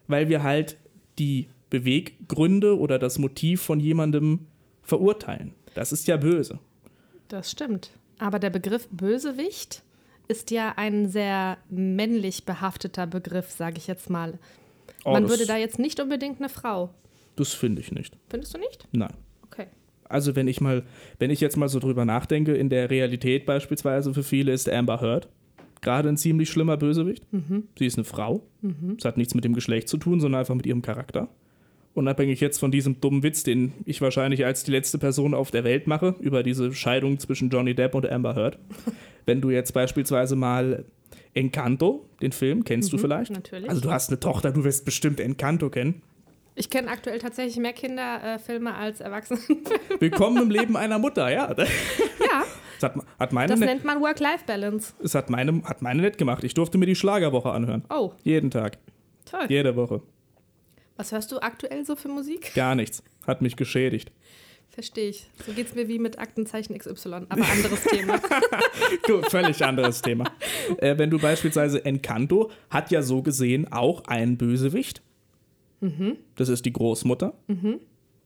weil wir halt die Beweggründe oder das Motiv von jemandem verurteilen. Das ist ja böse. Das stimmt. Aber der Begriff Bösewicht ist ja ein sehr männlich behafteter Begriff, sage ich jetzt mal. Oh, Man das- würde da jetzt nicht unbedingt eine Frau. Das finde ich nicht. Findest du nicht? Nein. Okay. Also wenn ich mal, wenn ich jetzt mal so drüber nachdenke, in der Realität beispielsweise für viele ist Amber Heard gerade ein ziemlich schlimmer Bösewicht. Mhm. Sie ist eine Frau. Mhm. Das hat nichts mit dem Geschlecht zu tun, sondern einfach mit ihrem Charakter. Unabhängig jetzt von diesem dummen Witz, den ich wahrscheinlich als die letzte Person auf der Welt mache, über diese Scheidung zwischen Johnny Depp und Amber Heard. Wenn du jetzt beispielsweise mal Encanto, den Film, kennst du Mhm, vielleicht? natürlich. Also du hast eine Tochter, du wirst bestimmt Encanto kennen. Ich kenne aktuell tatsächlich mehr Kinderfilme als Erwachsene. Willkommen im Leben einer Mutter, ja. Ja, Das hat, hat meine das net- nennt man Work-Life-Balance. Es hat meine, hat meine nett gemacht. Ich durfte mir die Schlagerwoche anhören. Oh, Jeden Tag. toll. Jede Woche. Was hörst du aktuell so für Musik? Gar nichts. Hat mich geschädigt. Verstehe ich. So geht's mir wie mit Aktenzeichen X Y, aber anderes Thema. Gut, völlig anderes Thema. Äh, wenn du beispielsweise Encanto hat ja so gesehen auch einen Bösewicht. Mhm. Das ist die Großmutter. Mhm.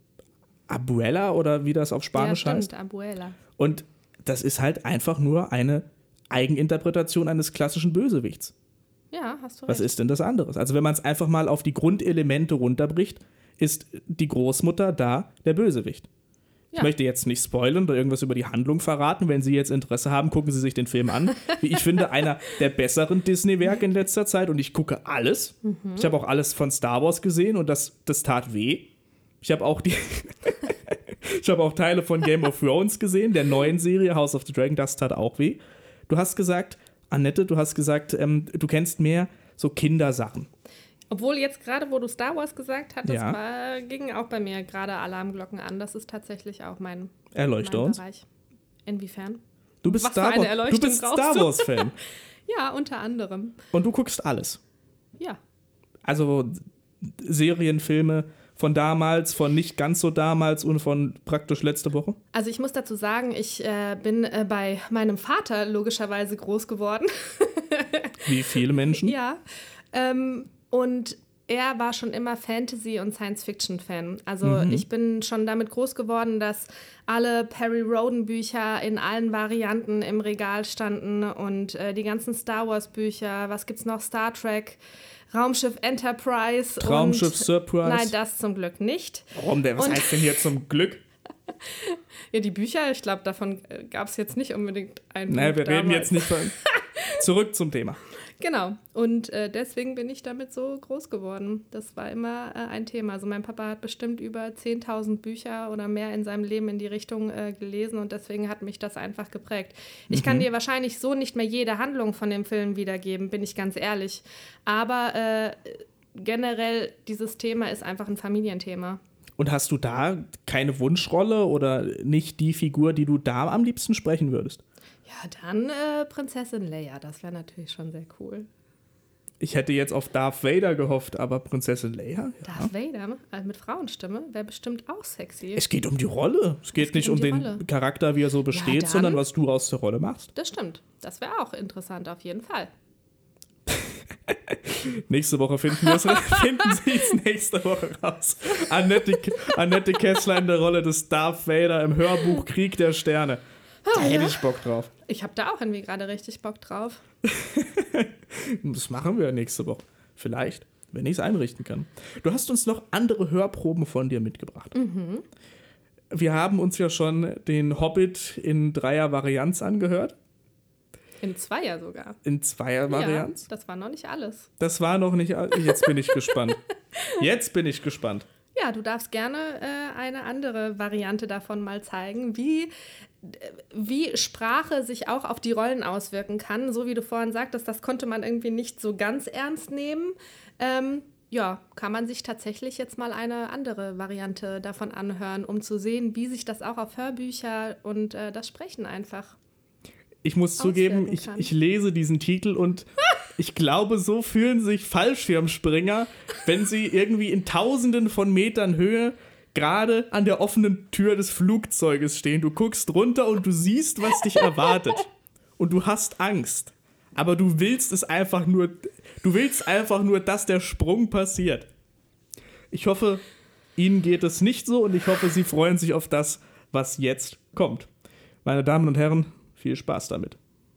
Abuela oder wie das auf Ja, Spanisch stimmt, heißt. Abuela. Und das ist halt einfach nur eine Eigeninterpretation eines klassischen Bösewichts. Ja, hast du recht. Was ist denn das anderes? Also wenn man es einfach mal auf die Grundelemente runterbricht, ist die Großmutter da der Bösewicht. Ich Ja. möchte jetzt nicht spoilern oder irgendwas über die Handlung verraten. Wenn Sie jetzt Interesse haben, gucken Sie sich den Film an. Wie ich finde, einer der besseren Disney-Werke in letzter Zeit. Und ich gucke alles. Mhm. Ich habe auch alles von Star Wars gesehen und das, das tat weh. Ich habe auch die... ich habe auch Teile von Game of Thrones gesehen, der neuen Serie House of the Dragon. Das tat auch weh. Du hast gesagt, Annette, du hast gesagt, ähm, du kennst mehr so Kindersachen. Obwohl jetzt gerade, wo du Star Wars gesagt hattest, Ja. war, gingen auch bei mir gerade Alarmglocken an. Das ist tatsächlich auch mein, Erleuchte mein uns. Bereich. Inwiefern? Du bist Was für Star eine Wars, du Erleuchtung bist brauchst Star du? Wars-Fan. Ja, unter anderem. Und du guckst alles. Ja. Also Serien, Filme von damals, von nicht ganz so damals und von praktisch letzte Woche. Also ich muss dazu sagen, ich äh, bin äh, bei meinem Vater logischerweise groß geworden. Wie viele Menschen. Ja. Ähm, und er war schon immer Fantasy- und Science-Fiction-Fan. Also Mhm. ich bin schon damit groß geworden, dass alle Perry Rhodan-Bücher in allen Varianten im Regal standen und äh, die ganzen Star Wars-Bücher, was gibt's noch? Star Trek, Raumschiff Enterprise. Traumschiff und, Surprise. Nein, das zum Glück nicht. Warum denn? Was Und- heißt denn hier zum Glück? Ja, die Bücher, ich glaube, davon gab es jetzt nicht unbedingt ein Nein, Buch wir reden damals. jetzt nicht von... Zurück zum Thema. Genau. Und äh, deswegen bin ich damit so groß geworden. Das war immer äh, ein Thema. Also mein Papa hat bestimmt über zehntausend Bücher oder mehr in seinem Leben in die Richtung äh, gelesen und deswegen hat mich das einfach geprägt. Ich Mhm. kann dir wahrscheinlich so nicht mehr jede Handlung von dem Film wiedergeben, bin ich ganz ehrlich. Aber äh, generell, dieses Thema ist einfach ein Familienthema. Und hast du da keine Wunschrolle oder nicht die Figur, die du da am liebsten sprechen würdest? Ja, dann äh, Prinzessin Leia. Das wäre natürlich schon sehr cool. Ich hätte jetzt auf Darth Vader gehofft, aber Prinzessin Leia? Ja. Darth Vader äh, mit Frauenstimme wäre bestimmt auch sexy. Es geht um die Rolle. Es geht geht nicht um um die den Rolle. Charakter, wie er so besteht, dann- sondern was du aus der Rolle machst. Das stimmt. Das wäre auch interessant, auf jeden Fall. Nächste Woche finden wir es finden Sie es nächste Woche raus. Annette, Annette Kessler in der Rolle des Darth Vader im Hörbuch Krieg der Sterne. Da hätte ich Bock drauf. Ich habe da auch irgendwie gerade richtig Bock drauf. Das machen wir nächste Woche. Vielleicht, wenn ich es einrichten kann. Du hast uns noch andere Hörproben von dir mitgebracht. Mhm. Wir haben uns ja schon den Hobbit in Dreier-Varianz angehört. In Zweier sogar. In Zweier-Varianz. Ja, das war noch nicht alles. Das war noch nicht. all- Jetzt bin ich gespannt. Jetzt bin ich gespannt. Ja, du darfst gerne äh, eine andere Variante davon mal zeigen, wie, wie Sprache sich auch auf die Rollen auswirken kann. So wie du vorhin sagtest, das konnte man irgendwie nicht so ganz ernst nehmen. Ähm, ja, kann man sich tatsächlich jetzt mal eine andere Variante davon anhören, um zu sehen, wie sich das auch auf Hörbücher und äh, das Sprechen einfach. Ich muss zugeben, auswirken ich, kann. ich lese diesen Titel und ich glaube, so fühlen sich Fallschirmspringer, wenn sie irgendwie in Tausenden von Metern Höhe gerade an der offenen Tür des Flugzeuges stehen. Du guckst runter und du siehst, was dich erwartet. Und du hast Angst. Aber du willst es einfach nur, du willst einfach nur, dass der Sprung passiert. Ich hoffe, Ihnen geht es nicht so und ich hoffe, Sie freuen sich auf das, was jetzt kommt. Meine Damen und Herren, viel Spaß damit.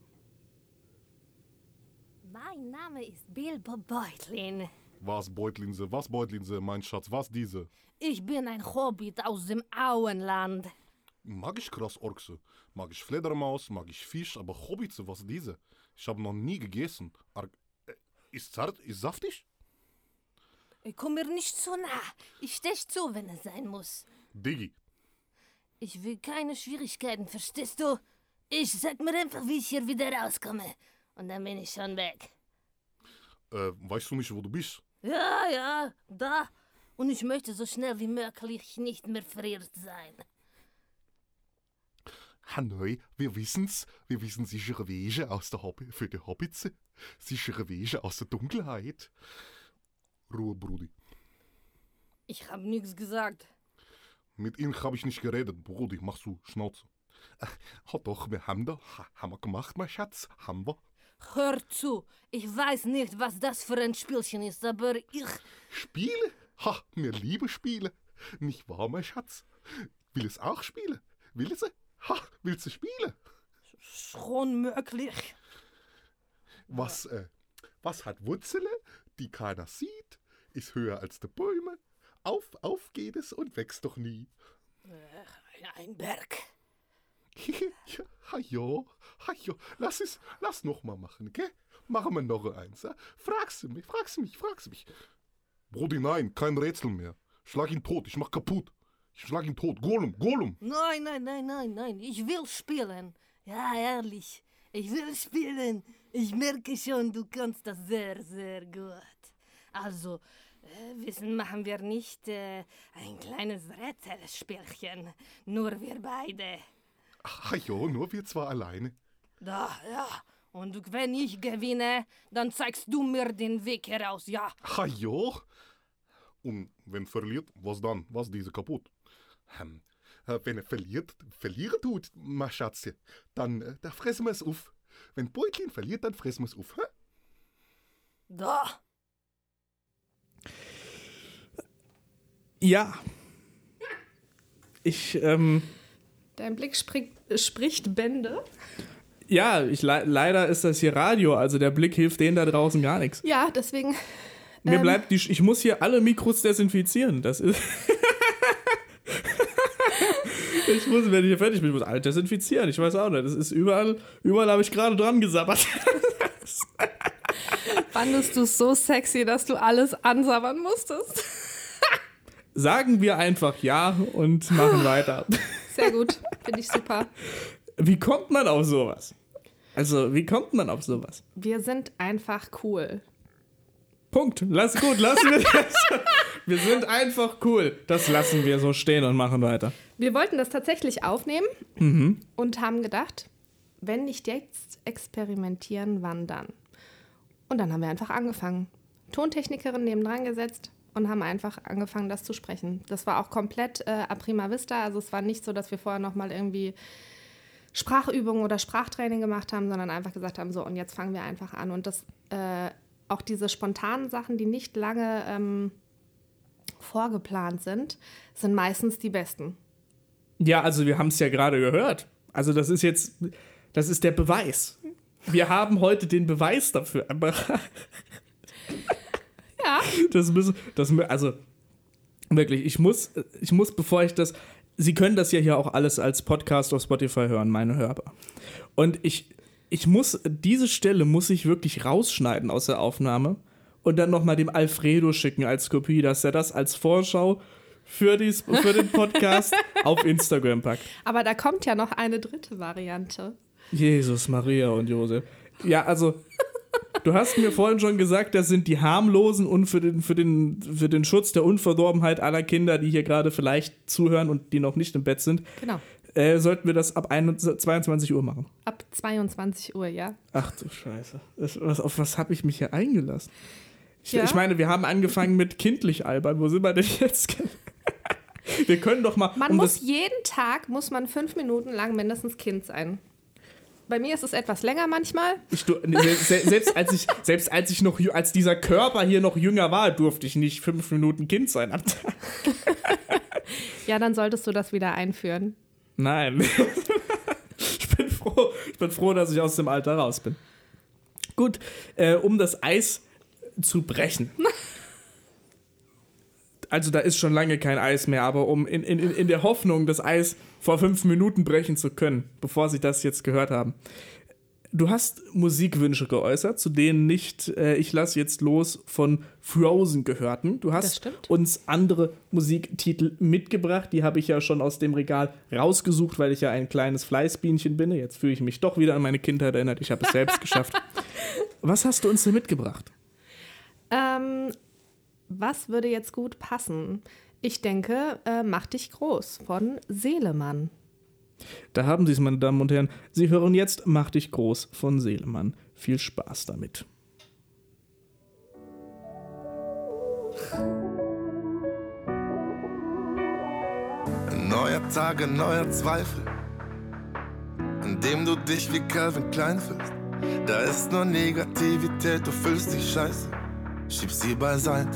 Mein Name ist Bilbo Beutlin. Was Beutlinse, was Beutlinse, mein Schatz, was diese? Ich bin ein Hobbit aus dem Auenland. Mag ich krass Orkse, mag ich Fledermaus, mag ich Fisch, aber Hobbitze, was diese? Ich habe noch nie gegessen. Ar äh, ist zart, ist saftig? Komm mir nicht so nah. Ich stech zu, wenn es sein muss. Diggi. Ich will keine Schwierigkeiten, verstehst du? Ich sag mir einfach, wie ich hier wieder rauskomme. Und dann bin ich schon weg. Äh, weißt du nicht, wo du bist? Ja, ja, da. Und ich möchte so schnell wie möglich nicht mehr verirrt sein. Hanoi, wir wissen's. Wir wissen sichere Wege aus der Hobby für die Hobbitze. Sichere Wege aus der Dunkelheit. Ruhe, Brudi. Ich hab nichts gesagt. Mit Ihnen hab ich nicht geredet, Brudi. Machst du Schnauze. Ach, doch, wir haben da. Haben wir gemacht, mein Schatz? Haben wir. Hör zu. Ich weiß nicht, was das für ein Spielchen ist, aber ich... Spiele? Ha, mir liebe Spiele. Nicht wahr, mein Schatz? Will es auch spielen? Will sie? Ha, willst du spielen? Schon möglich. Was, äh, was hat Wurzeln, die keiner sieht, ist höher als die Bäume. Auf, auf geht es und wächst doch nie. Äh, ein Berg. Ja, ha jo, ha jo. Lass es, lass noch mal machen, gell? Machen wir noch eins. Ja? Fragst du mich, fragst du mich, fragst du mich. Brudi, nein, kein Rätsel mehr. Schlag ihn tot, ich mach kaputt. Ich schlag ihn tot. Gollum, Gollum. Nein, nein, nein, nein, nein. Ich will spielen. Ja, ehrlich. Ich will spielen. Ich merke schon, du kannst das sehr, sehr gut. Also, äh, wissen machen wir nicht äh, ein kleines Rätselspielchen. Nur wir beide. Ach jo, nur wir zwei alleine. Da, ja. Und wenn ich gewinne, dann zeigst du mir den Weg heraus, ja. Ach jo. Und wenn verliert, was dann? Was diese kaputt? Hm. Wenn er verliert, verlieren tut, mein Schatzchen, dann äh, da fressen wir es auf. Wenn Beutlin verliert, dann fressen wir es auf. Hä? Da. Ja. Ich, ähm... Dein Blick spricht, spricht Bände. Ja, ich, le- leider ist das hier Radio, also der Blick hilft denen da draußen gar nichts. Ja, deswegen... Mir ähm, bleibt die... Sch- ich muss hier alle Mikros desinfizieren. Das ist... Ich muss, wenn ich hier fertig bin, ich muss alle desinfizieren. Ich weiß auch nicht. Das ist überall, überall habe ich gerade dran gesabbert. Fandest du es so sexy, dass du alles ansabbern musstest? Sagen wir einfach ja und machen weiter. Sehr gut, finde ich super. Wie kommt man auf sowas? Also, wie kommt man auf sowas? Wir sind einfach cool. Punkt. Lass gut, lassen wir das. Wir sind einfach cool. Das lassen wir so stehen und machen weiter. Wir wollten das tatsächlich aufnehmen Mhm. und haben gedacht, wenn nicht jetzt experimentieren, wann dann? Und dann haben wir einfach angefangen. Tontechnikerin nebendran gesetzt und haben einfach angefangen, das zu sprechen. Das war auch komplett äh, a prima vista. Also es war nicht so, dass wir vorher nochmal irgendwie Sprachübungen oder Sprachtraining gemacht haben, sondern einfach gesagt haben, so und jetzt fangen wir einfach an. Und das äh, auch diese spontanen Sachen, die nicht lange ähm, vorgeplant sind, sind meistens die besten. Ja, also wir haben es ja gerade gehört. Also das ist jetzt, das ist der Beweis. Wir haben heute den Beweis dafür. Aber ja. Das müssen, das, also wirklich, ich muss, ich muss, bevor ich das, Sie können das ja hier auch alles als Podcast auf Spotify hören, meine Hörbar. Und ich, ich muss, diese Stelle muss ich wirklich rausschneiden aus der Aufnahme und dann nochmal dem Alfredo schicken als Kopie, dass er das als Vorschau für, dies, für den Podcast auf Instagram packt. Aber da kommt ja noch eine dritte Variante. Jesus, Maria und Josef. Ja, also, du hast mir vorhin schon gesagt, das sind die harmlosen und für den, für den, für den Schutz der Unverdorbenheit aller Kinder, die hier gerade vielleicht zuhören und die noch nicht im Bett sind. Genau. Äh, sollten wir das ab zweiundzwanzig Uhr machen. Ab zweiundzwanzig Uhr, ja. Ach du Scheiße. Das, was, auf was habe ich mich hier eingelassen? Ich, Ja? ich meine, wir haben angefangen mit kindlich albern. Wo sind wir denn jetzt? Wir können doch mal... Man um muss das, jeden Tag, muss man fünf Minuten lang mindestens Kind sein. bei mir ist es etwas länger manchmal. Ich, du, se, selbst, als ich, selbst als ich noch, als dieser Körper hier noch jünger war, durfte ich nicht fünf Minuten Kind sein am Tag. Ja, dann solltest du das wieder einführen. Nein. Ich bin froh, ich bin froh, dass ich aus dem Alter raus bin. Gut, äh, um das Eis zu brechen. Also da ist schon lange kein Eis mehr, aber um in, in, in der Hoffnung, das Eis vor fünf Minuten brechen zu können, bevor Sie das jetzt gehört haben. Du hast Musikwünsche geäußert, zu denen nicht äh, Ich lass jetzt los von Frozen gehörten. Du hast uns andere Musiktitel mitgebracht, die habe ich ja schon aus dem Regal rausgesucht, weil ich ja ein kleines Fleißbienchen bin. Jetzt fühle ich mich doch wieder an meine Kindheit erinnert, ich habe es selbst geschafft. Was hast du uns denn mitgebracht? Ähm, was würde jetzt gut passen? Ich denke, äh, Mach dich groß von Seelemann. Da haben Sie es, meine Damen und Herren. Sie hören jetzt Mach dich groß von Seelemann. Viel Spaß damit. Ein neuer Tag, ein neuer Zweifel, in dem du dich wie Calvin Klein fühlst. Da ist nur Negativität, du fühlst dich scheiße, schieb sie beiseite.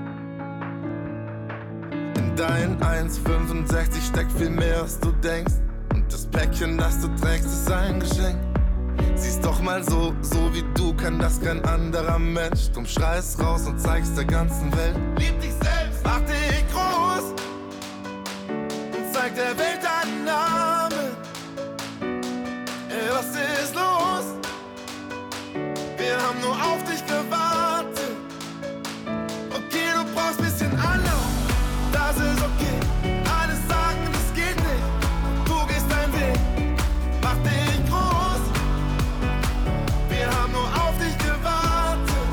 In deinen eins Komma fünfundsechzig steckt viel mehr, als du denkst. Und das Päckchen, das du trägst, ist ein Geschenk. Siehst doch mal so, so wie du, kann das kein anderer Mensch. Drum schreist raus und zeigst der ganzen Welt. Lieb dich selbst, mach dich groß und zeig der Welt deinen Namen. Ey, was ist los? Wir haben nur auf dich gewartet. Okay, du brauchst bisschen Anlauf, das ist okay. Alle sagen, das geht nicht. Du gehst deinen Weg, mach dich groß. Wir haben nur auf dich gewartet.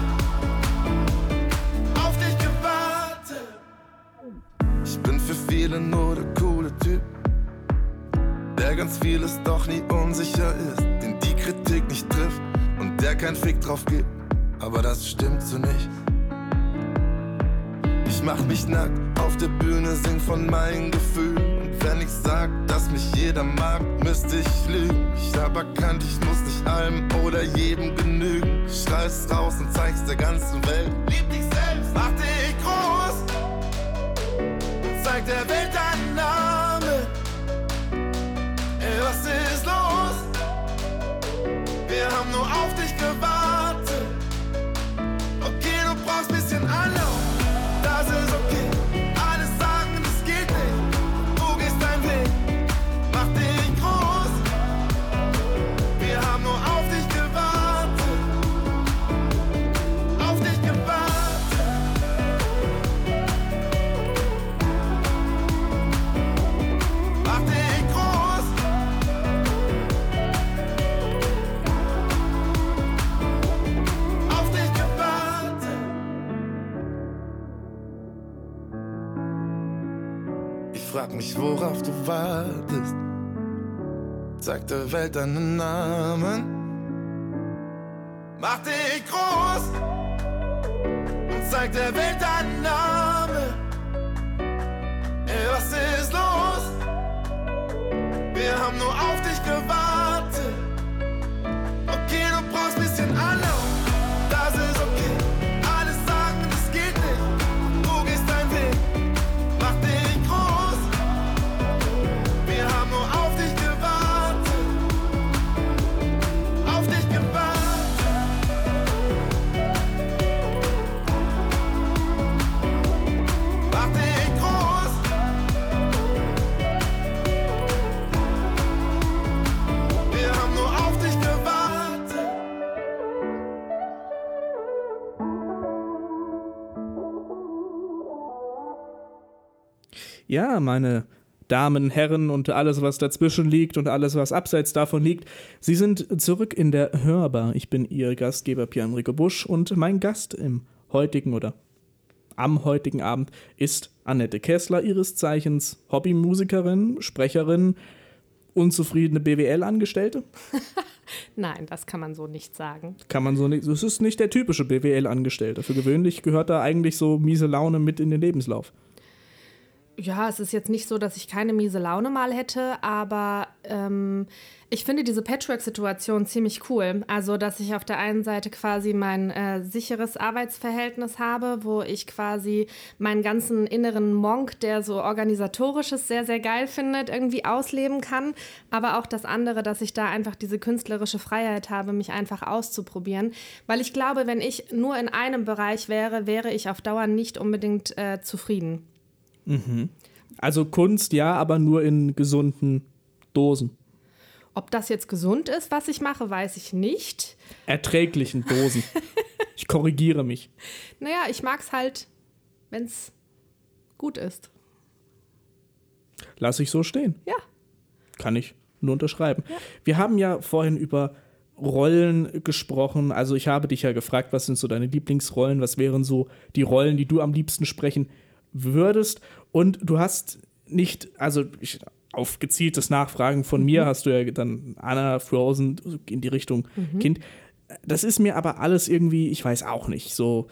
Auf dich gewartet. Ich bin für viele nur der coole Typ, der ganz vieles doch nie unsicher ist, den die Kritik nicht trifft und der kein Fick drauf gibt, aber das stimmt so nicht. Ich mach mich nackt auf der Bühne, sing von meinen Gefühlen. Und wenn ich sag, dass mich jeder mag, müsste ich lügen. Ich hab erkannt, ich muss nicht allem oder jedem genügen. Ich schrei's raus und zeig's der ganzen Welt. Lieb dich selbst, mach dich groß und zeig der Welt deinen Namen. Ey, was ist los? Wir haben nur auf dich gewartet. Okay, du brauchst bisschen Anlauf, das ist okay. Alle sagen, das geht nicht. Du gehst deinen Weg, mach dich groß. Wir haben nur auf dich gewartet. Auf dich gewartet. Mach dich groß. Auf dich gewartet. Ich frag mich, worauf du wartest. Zeig der Welt deinen Namen. Mach dich groß und zeig der Welt deinen Namen. Ey, was ist los? Wir haben nur auf dich gewartet. Okay, du brauchst bisschen Anlauf, das ist okay. Alle sagen, das geht nicht. Du gehst deinen Weg, mach dich groß. Wir haben nur auf dich gewartet. Auf dich gewartet. Mach dich groß. Wir haben nur auf dich gewartet. Ja, meine Damen, Herren und alles, was dazwischen liegt und alles, was abseits davon liegt. Sie sind zurück in der Hörbar. Ich bin Ihr Gastgeber Pierre-Enrico Busch und mein Gast im heutigen oder am heutigen Abend ist Annette Kessler, ihres Zeichens Hobbymusikerin, Sprecherin, unzufriedene B W L-Angestellte. Nein, das kann man so nicht sagen. Kann man so nicht. Das ist nicht der typische B W L-Angestellte. Für gewöhnlich gehört da eigentlich so miese Laune mit in den Lebenslauf. Ja, es ist jetzt nicht so, dass ich keine miese Laune mal hätte, aber ähm, ich finde diese Patchwork-Situation ziemlich cool. Also, dass ich auf der einen Seite quasi mein äh, sicheres Arbeitsverhältnis habe, wo ich quasi meinen ganzen inneren Monk, der so organisatorisches sehr, sehr geil findet, irgendwie ausleben kann. Aber auch das andere, dass ich da einfach diese künstlerische Freiheit habe, mich einfach auszuprobieren. Weil ich glaube, wenn ich nur in einem Bereich wäre, wäre ich auf Dauer nicht unbedingt äh, zufrieden. Mhm. Also Kunst, ja, aber nur in gesunden Dosen. Ob das jetzt gesund ist, was ich mache, weiß ich nicht. Erträglichen Dosen. Ich korrigiere mich. Naja, ich mag es halt, wenn es gut ist. Lass ich so stehen. Ja. Kann ich nur unterschreiben. Ja. Wir haben ja vorhin über Rollen gesprochen. Also ich habe dich ja gefragt, was sind so deine Lieblingsrollen? Was wären so die Rollen, die du am liebsten sprechen würdest? Und du hast nicht, also ich, auf gezieltes Nachfragen von mhm. mir hast du ja dann Anna, Frozen in die Richtung mhm. Kind. Das ist mir aber alles irgendwie, ich weiß auch nicht, so,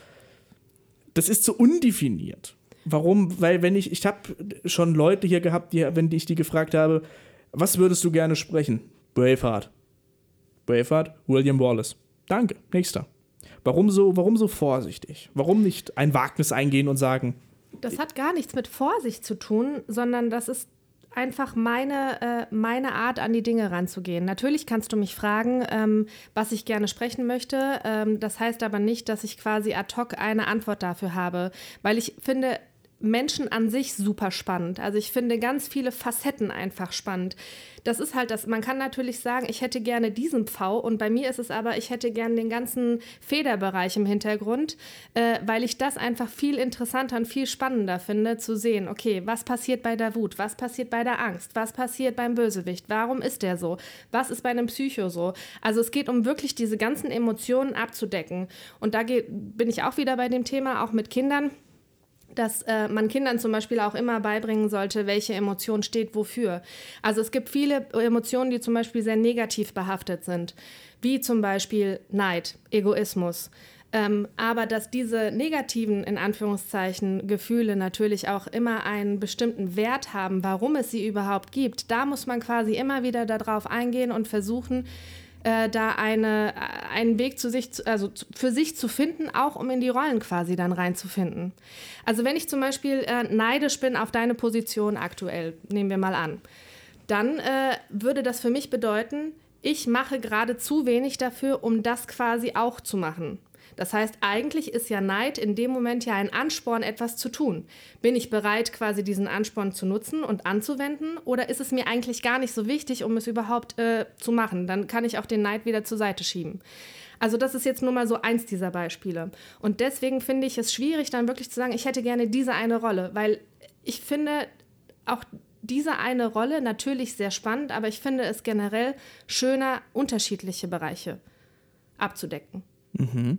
das ist so undefiniert. Warum? Weil wenn ich, ich habe schon Leute hier gehabt, die, wenn ich die gefragt habe, was würdest du gerne sprechen? Braveheart. Braveheart, William Wallace. Danke, nächster. Warum so, warum so vorsichtig? Warum nicht ein Wagnis eingehen und sagen, das hat gar nichts mit Vorsicht zu tun, sondern das ist einfach meine, äh, meine Art, an die Dinge ranzugehen. Natürlich kannst du mich fragen, ähm, was ich gerne sprechen möchte. Ähm, das heißt aber nicht, dass ich quasi ad hoc eine Antwort dafür habe, weil ich finde Menschen an sich super spannend. Also ich finde ganz viele Facetten einfach spannend. Das ist halt das, man kann natürlich sagen, ich hätte gerne diesen Pfau und bei mir ist es aber, ich hätte gerne den ganzen Federbereich im Hintergrund, äh, weil ich das einfach viel interessanter und viel spannender finde, zu sehen, okay, was passiert bei der Wut, was passiert bei der Angst, was passiert beim Bösewicht, warum ist der so, was ist bei einem Psycho so. Also es geht um wirklich diese ganzen Emotionen abzudecken und da geht, bin ich auch wieder bei dem Thema, auch mit Kindern, dass äh, man Kindern zum Beispiel auch immer beibringen sollte, welche Emotion steht wofür. Also es gibt viele Emotionen, die zum Beispiel sehr negativ behaftet sind, wie zum Beispiel Neid, Egoismus. Ähm, aber dass diese negativen, in Anführungszeichen, Gefühle natürlich auch immer einen bestimmten Wert haben, warum es sie überhaupt gibt, da muss man quasi immer wieder darauf eingehen und versuchen, Äh, da eine, einen Weg zu sich, zu, also für sich zu finden, auch um in die Rollen quasi dann reinzufinden. Also wenn ich zum Beispiel äh, neidisch bin auf deine Position aktuell, nehmen wir mal an, dann äh, würde das für mich bedeuten, ich mache gerade zu wenig dafür, um das quasi auch zu machen. Das heißt, eigentlich ist ja Neid in dem Moment ja ein Ansporn, etwas zu tun. Bin ich bereit, quasi diesen Ansporn zu nutzen und anzuwenden? Oder ist es mir eigentlich gar nicht so wichtig, um es überhaupt äh, zu machen? Dann kann ich auch den Neid wieder zur Seite schieben. Also das ist jetzt nur mal so eins dieser Beispiele. Und deswegen finde ich es schwierig, dann wirklich zu sagen, ich hätte gerne diese eine Rolle. Weil ich finde auch diese eine Rolle natürlich sehr spannend, aber ich finde es generell schöner, unterschiedliche Bereiche abzudecken. Mhm.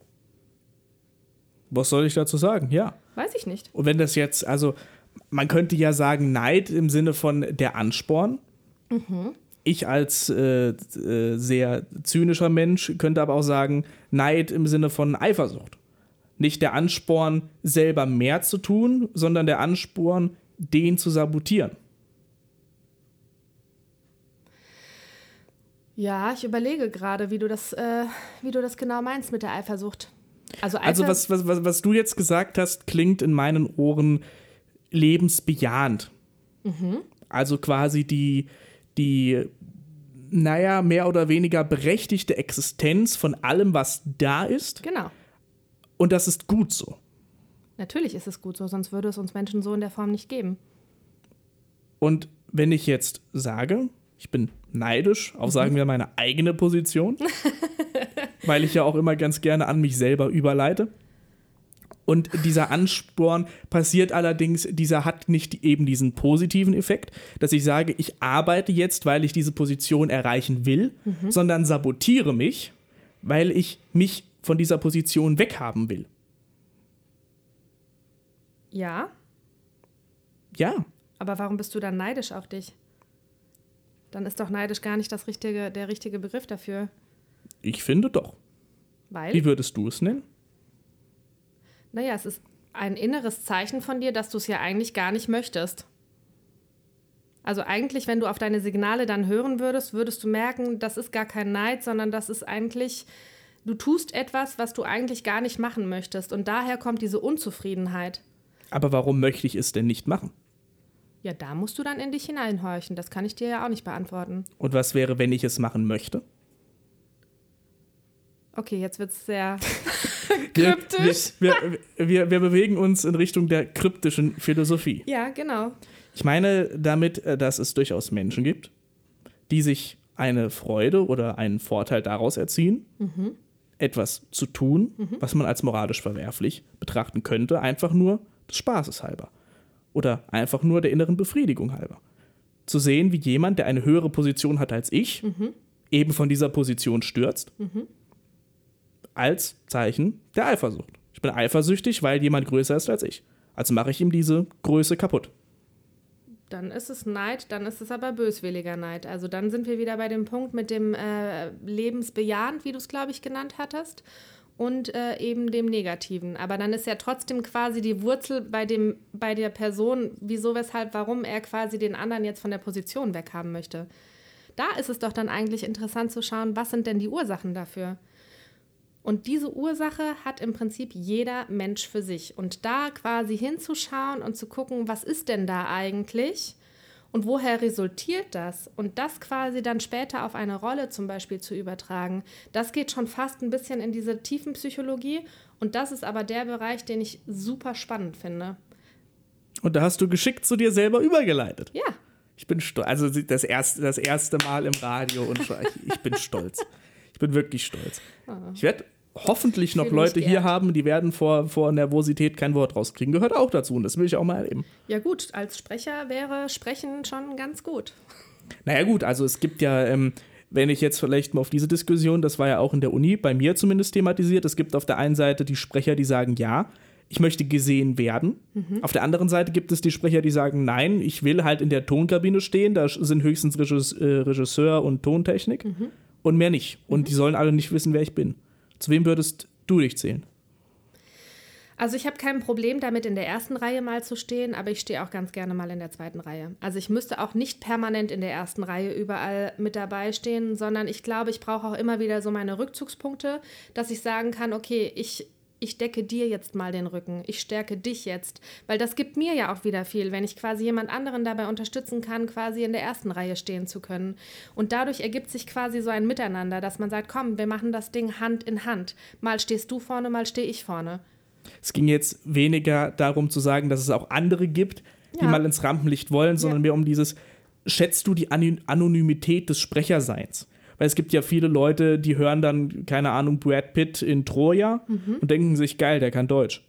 Was soll ich dazu sagen? Ja. Weiß ich nicht. Und wenn das jetzt, also man könnte ja sagen, Neid im Sinne von der Ansporn. Mhm. Ich als äh, äh, sehr zynischer Mensch könnte aber auch sagen, Neid im Sinne von Eifersucht. Nicht der Ansporn, selber mehr zu tun, sondern der Ansporn, den zu sabotieren. Ja, ich überlege gerade, wie du das, äh, wie du das genau meinst mit der Eifersucht. Also, also was, was, was, was du jetzt gesagt hast, klingt in meinen Ohren lebensbejahend. Mhm. Also quasi die, die, naja, mehr oder weniger berechtigte Existenz von allem, was da ist. Genau. Und das ist gut so. Natürlich ist es gut so, sonst würde es uns Menschen so in der Form nicht geben. Und wenn ich jetzt sage, ich bin neidisch auf, sagen wir, meine eigene Position, weil ich ja auch immer ganz gerne an mich selber überleite. Und dieser Ansporn passiert allerdings, dieser hat nicht eben diesen positiven Effekt, dass ich sage, ich arbeite jetzt, weil ich diese Position erreichen will, mhm. sondern sabotiere mich, weil ich mich von dieser Position weghaben will. Ja. Ja. Aber warum bist du dann neidisch auf dich? Dann ist doch neidisch gar nicht das richtige, der richtige Begriff dafür. Ich finde doch. Weil? Wie würdest du es nennen? Naja, es ist ein inneres Zeichen von dir, dass du es ja eigentlich gar nicht möchtest. Also eigentlich, wenn du auf deine Signale dann hören würdest, würdest du merken, das ist gar kein Neid, sondern das ist eigentlich, du tust etwas, was du eigentlich gar nicht machen möchtest. Und daher kommt diese Unzufriedenheit. Aber warum möchte ich es denn nicht machen? Ja, da musst du dann in dich hineinhorchen. Das kann ich dir ja auch nicht beantworten. Und was wäre, wenn ich es machen möchte? Okay, jetzt wird es sehr kryptisch. Wir, wir, wir, wir bewegen uns in Richtung der kryptischen Philosophie. Ja, genau. Ich meine damit, dass es durchaus Menschen gibt, die sich eine Freude oder einen Vorteil daraus erziehen, mhm. etwas zu tun, mhm. was man als moralisch verwerflich betrachten könnte, einfach nur des Spaßes halber. Oder einfach nur der inneren Befriedigung halber. Zu sehen, wie jemand, der eine höhere Position hat als ich, mhm. eben von dieser Position stürzt, mhm. als Zeichen der Eifersucht. Ich bin eifersüchtig, weil jemand größer ist als ich. Also mache ich ihm diese Größe kaputt. Dann ist es Neid, dann ist es aber böswilliger Neid. Also dann sind wir wieder bei dem Punkt mit dem äh, lebensbejahend, wie du es, glaube ich, genannt hattest, und äh, eben dem Negativen. Aber dann ist ja trotzdem quasi die Wurzel bei, dem, bei der Person, wieso, weshalb, warum er quasi den anderen jetzt von der Position weghaben möchte. Da ist es doch dann eigentlich interessant zu schauen, was sind denn die Ursachen dafür? Und diese Ursache hat im Prinzip jeder Mensch für sich. Und da quasi hinzuschauen und zu gucken, was ist denn da eigentlich und woher resultiert das? Und das quasi dann später auf eine Rolle zum Beispiel zu übertragen, das geht schon fast ein bisschen in diese Tiefenpsychologie. Und das ist aber der Bereich, den ich super spannend finde. Und da hast du geschickt zu dir selber übergeleitet. Ja. Ich bin stolz. Also das erste, das erste Mal im Radio und ich, ich bin stolz. Ich bin wirklich stolz. Oh. Ich werde hoffentlich noch Leute hier haben, die werden vor, vor Nervosität kein Wort rauskriegen. Gehört auch dazu und das will ich auch mal erleben. Ja gut, als Sprecher wäre Sprechen schon ganz gut. Naja gut, also es gibt ja, ähm, wenn ich jetzt vielleicht mal auf diese Diskussion, das war ja auch in der Uni, bei mir zumindest thematisiert, es gibt auf der einen Seite die Sprecher, die sagen, ja, ich möchte gesehen werden. Mhm. Auf der anderen Seite gibt es die Sprecher, die sagen, nein, ich will halt in der Tonkabine stehen, da sind höchstens Regisseur und Tontechnik. Mhm. Und mehr nicht. Und mhm. die sollen alle nicht wissen, wer ich bin. Zu wem würdest du dich zählen? Also ich habe kein Problem damit, in der ersten Reihe mal zu stehen, aber ich stehe auch ganz gerne mal in der zweiten Reihe. Also ich müsste auch nicht permanent in der ersten Reihe überall mit dabei stehen, sondern ich glaube, ich brauche auch immer wieder so meine Rückzugspunkte, dass ich sagen kann, okay, ich ich decke dir jetzt mal den Rücken, ich stärke dich jetzt, weil das gibt mir ja auch wieder viel, wenn ich quasi jemand anderen dabei unterstützen kann, quasi in der ersten Reihe stehen zu können. Und dadurch ergibt sich quasi so ein Miteinander, dass man sagt, komm, wir machen das Ding Hand in Hand. Mal stehst du vorne, mal stehe ich vorne. Es ging jetzt weniger darum zu sagen, dass es auch andere gibt, die ja. mal ins Rampenlicht wollen, sondern ja. mehr um dieses, schätzt du die Anonymität des Sprecherseins? Weil es gibt ja viele Leute, die hören dann, keine Ahnung, Brad Pitt in Troja mhm. und denken sich, geil, der kann Deutsch.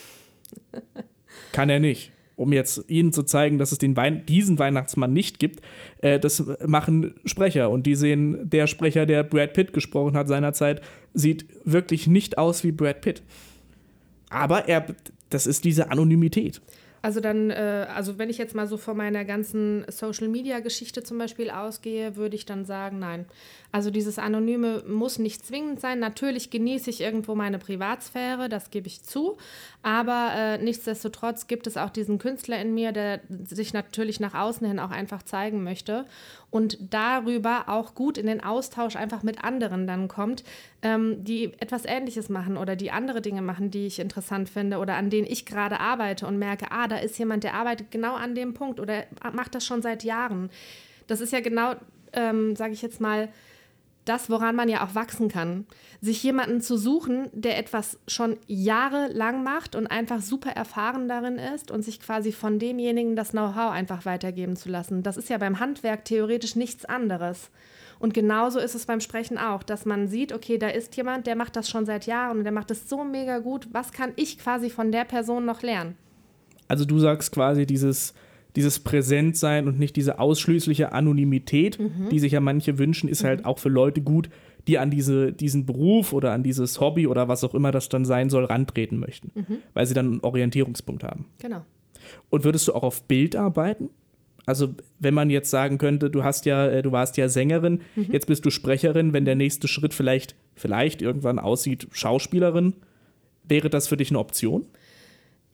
Kann er nicht. Um jetzt ihnen zu zeigen, dass es den Wein- diesen Weihnachtsmann nicht gibt, äh, das machen Sprecher. Und die sehen, der Sprecher, der Brad Pitt gesprochen hat seinerzeit, sieht wirklich nicht aus wie Brad Pitt. Aber er, das ist diese Anonymität. Also dann, äh, also wenn ich jetzt mal so von meiner ganzen Social-Media-Geschichte zum Beispiel ausgehe, würde ich dann sagen, nein. Also dieses Anonyme muss nicht zwingend sein. Natürlich genieße ich irgendwo meine Privatsphäre, das gebe ich zu. Aber äh, nichtsdestotrotz gibt es auch diesen Künstler in mir, der sich natürlich nach außen hin auch einfach zeigen möchte und darüber auch gut in den Austausch einfach mit anderen dann kommt, ähm, die etwas Ähnliches machen oder die andere Dinge machen, die ich interessant finde oder an denen ich gerade arbeite und merke, ah, da ist jemand, der arbeitet genau an dem Punkt oder macht das schon seit Jahren. Das ist ja genau, ähm, sage ich jetzt mal, das, woran man ja auch wachsen kann. Sich jemanden zu suchen, der etwas schon jahrelang macht und einfach super erfahren darin ist und sich quasi von demjenigen das Know-how einfach weitergeben zu lassen. Das ist ja beim Handwerk theoretisch nichts anderes. Und genauso ist es beim Sprechen auch, dass man sieht, okay, da ist jemand, der macht das schon seit Jahren und der macht das so mega gut. Was kann ich quasi von der Person noch lernen? Also du sagst quasi dieses... dieses Präsentsein und nicht diese ausschließliche Anonymität, mhm. die sich ja manche wünschen, ist mhm. halt auch für Leute gut, die an diese, diesen Beruf oder an dieses Hobby oder was auch immer das dann sein soll, rantreten möchten, mhm. weil sie dann einen Orientierungspunkt haben. Genau. Und würdest du auch auf Bild arbeiten? Also wenn man jetzt sagen könnte, du hast ja, du warst ja Sängerin, mhm. jetzt bist du Sprecherin, wenn der nächste Schritt vielleicht, vielleicht irgendwann aussieht, Schauspielerin, wäre das für dich eine Option?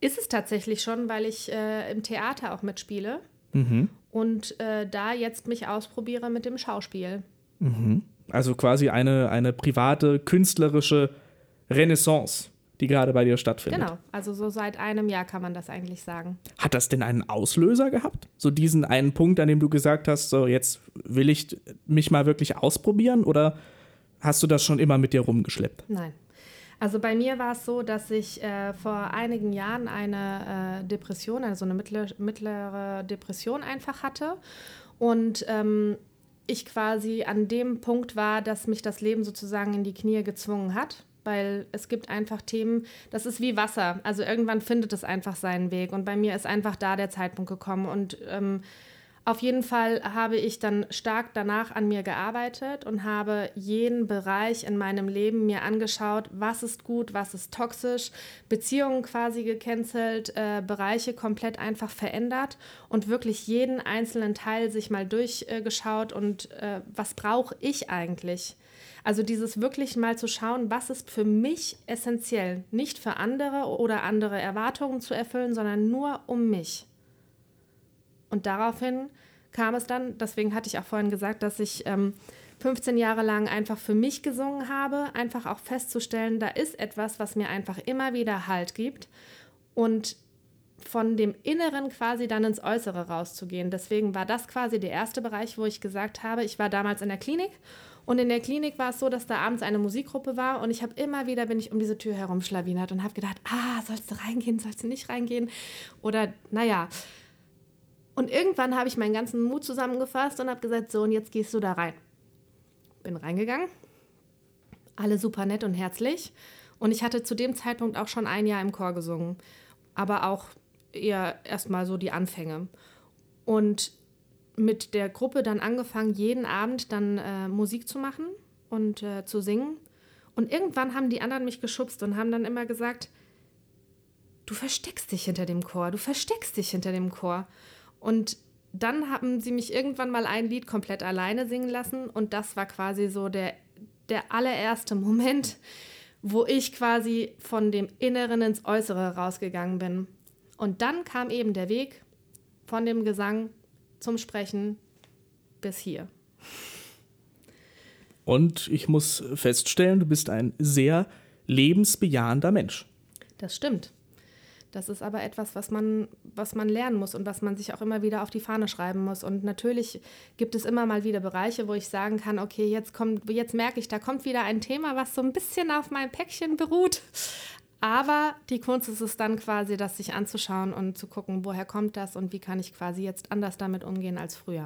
Ist es tatsächlich schon, weil ich äh, im Theater auch mitspiele Mhm. und äh, da jetzt mich ausprobiere mit dem Schauspiel. Mhm. Also quasi eine, eine private, künstlerische Renaissance, die gerade bei dir stattfindet. Genau, also so seit einem Jahr kann man das eigentlich sagen. Hat das denn einen Auslöser gehabt? So diesen einen Punkt, an dem du gesagt hast, so jetzt will ich mich mal wirklich ausprobieren, oder hast du das schon immer mit dir rumgeschleppt? Nein. Also bei mir war es so, dass ich äh, vor einigen Jahren eine äh, Depression, also eine mittlere, mittlere Depression einfach hatte und ähm, ich quasi an dem Punkt war, dass mich das Leben sozusagen in die Knie gezwungen hat, weil es gibt einfach Themen, das ist wie Wasser, also irgendwann findet es einfach seinen Weg und bei mir ist einfach da der Zeitpunkt gekommen und ähm, auf jeden Fall habe ich dann stark danach an mir gearbeitet und habe jeden Bereich in meinem Leben mir angeschaut, was ist gut, was ist toxisch, Beziehungen quasi gecancelt, äh, Bereiche komplett einfach verändert und wirklich jeden einzelnen Teil sich mal durchgeschaut äh, und äh, was brauche ich eigentlich? Also dieses wirklich mal zu schauen, was ist für mich essentiell, nicht für andere oder andere Erwartungen zu erfüllen, sondern nur um mich. Und daraufhin kam es dann, deswegen hatte ich auch vorhin gesagt, dass ich ähm, fünfzehn Jahre lang einfach für mich gesungen habe, einfach auch festzustellen, da ist etwas, was mir einfach immer wieder Halt gibt und von dem Inneren quasi dann ins Äußere rauszugehen. Deswegen war das quasi der erste Bereich, wo ich gesagt habe, ich war damals in der Klinik und in der Klinik war es so, dass da abends eine Musikgruppe war und ich habe immer wieder, bin ich um diese Tür herumschlawinert und habe gedacht, ah, sollst du reingehen, sollst du nicht reingehen oder naja. Und irgendwann habe ich meinen ganzen Mut zusammengefasst und habe gesagt, so, und jetzt gehst du da rein. Bin reingegangen, alle super nett und herzlich. Und ich hatte zu dem Zeitpunkt auch schon ein Jahr im Chor gesungen, aber auch eher erstmal so die Anfänge. Und mit der Gruppe dann angefangen, jeden Abend dann äh, Musik zu machen und äh, zu singen. Und irgendwann haben die anderen mich geschubst und haben dann immer gesagt, du versteckst dich hinter dem Chor, du versteckst dich hinter dem Chor. Und dann haben sie mich irgendwann mal ein Lied komplett alleine singen lassen und das war quasi so der, der allererste Moment, wo ich quasi von dem Inneren ins Äußere rausgegangen bin. Und dann kam eben der Weg von dem Gesang zum Sprechen bis hier. Und ich muss feststellen, du bist ein sehr lebensbejahender Mensch. Das stimmt. Das ist aber etwas, was man, was man lernen muss und was man sich auch immer wieder auf die Fahne schreiben muss. Und natürlich gibt es immer mal wieder Bereiche, wo ich sagen kann, okay, jetzt kommt, jetzt merke ich, da kommt wieder ein Thema, was so ein bisschen auf meinem Päckchen beruht. Aber die Kunst ist es dann quasi, das sich anzuschauen und zu gucken, woher kommt das und wie kann ich quasi jetzt anders damit umgehen als früher.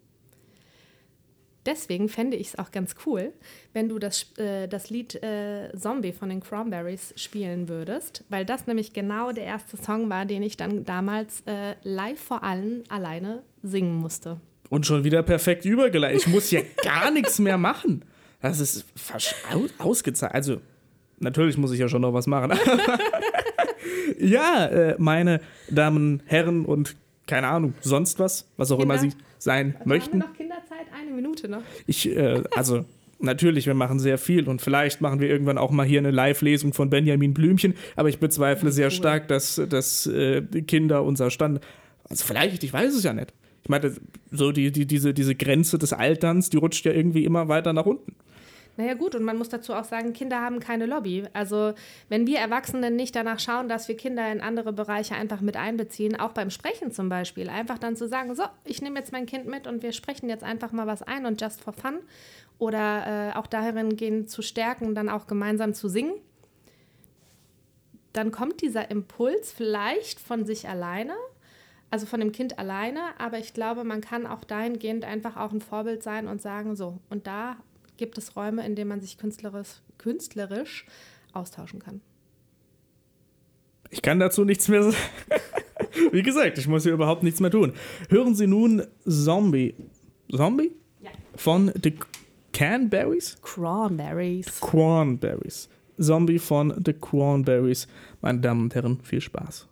Deswegen fände ich es auch ganz cool, wenn du das, äh, das Lied äh, Zombie von den Cranberries spielen würdest, weil das nämlich genau der erste Song war, den ich dann damals äh, live vor allen alleine singen musste. Und schon wieder perfekt übergeleitet. Ich muss ja gar nichts mehr machen. Das ist ausgezeichnet. Also, natürlich muss ich ja schon noch was machen. Ja, äh, meine Damen, Herren und keine Ahnung, sonst was, was auch Kinder. immer sie sein Also möchten. Haben wir noch Kinderzeit? Eine Minute noch. Ich, äh, also natürlich, wir machen sehr viel und vielleicht machen wir irgendwann auch mal hier eine Live-Lesung von Benjamin Blümchen, aber ich bezweifle sehr cool. stark, dass, dass äh, Kinder unser Stand, also vielleicht, ich weiß es ja nicht. Ich meine, so die, die, diese, diese Grenze des Alterns, die rutscht ja irgendwie immer weiter nach unten. Naja gut, und man muss dazu auch sagen, Kinder haben keine Lobby. Also wenn wir Erwachsenen nicht danach schauen, dass wir Kinder in andere Bereiche einfach mit einbeziehen, auch beim Sprechen zum Beispiel, einfach dann zu sagen, so, ich nehme jetzt mein Kind mit und wir sprechen jetzt einfach mal was ein und just for fun. Oder äh, auch darin gehen zu stärken, dann auch gemeinsam zu singen. Dann kommt dieser Impuls vielleicht von sich alleine, also von dem Kind alleine, aber ich glaube, man kann auch dahingehend einfach auch ein Vorbild sein und sagen, so, und da gibt es Räume, in denen man sich künstlerisch, künstlerisch austauschen kann. Ich kann dazu nichts mehr sagen. Wie gesagt, ich muss hier überhaupt nichts mehr tun. Hören Sie nun Zombie. Zombie? Ja. Von The Cranberries? Cranberries. Cranberries. Zombie von The Cranberries. Meine Damen und Herren, viel Spaß.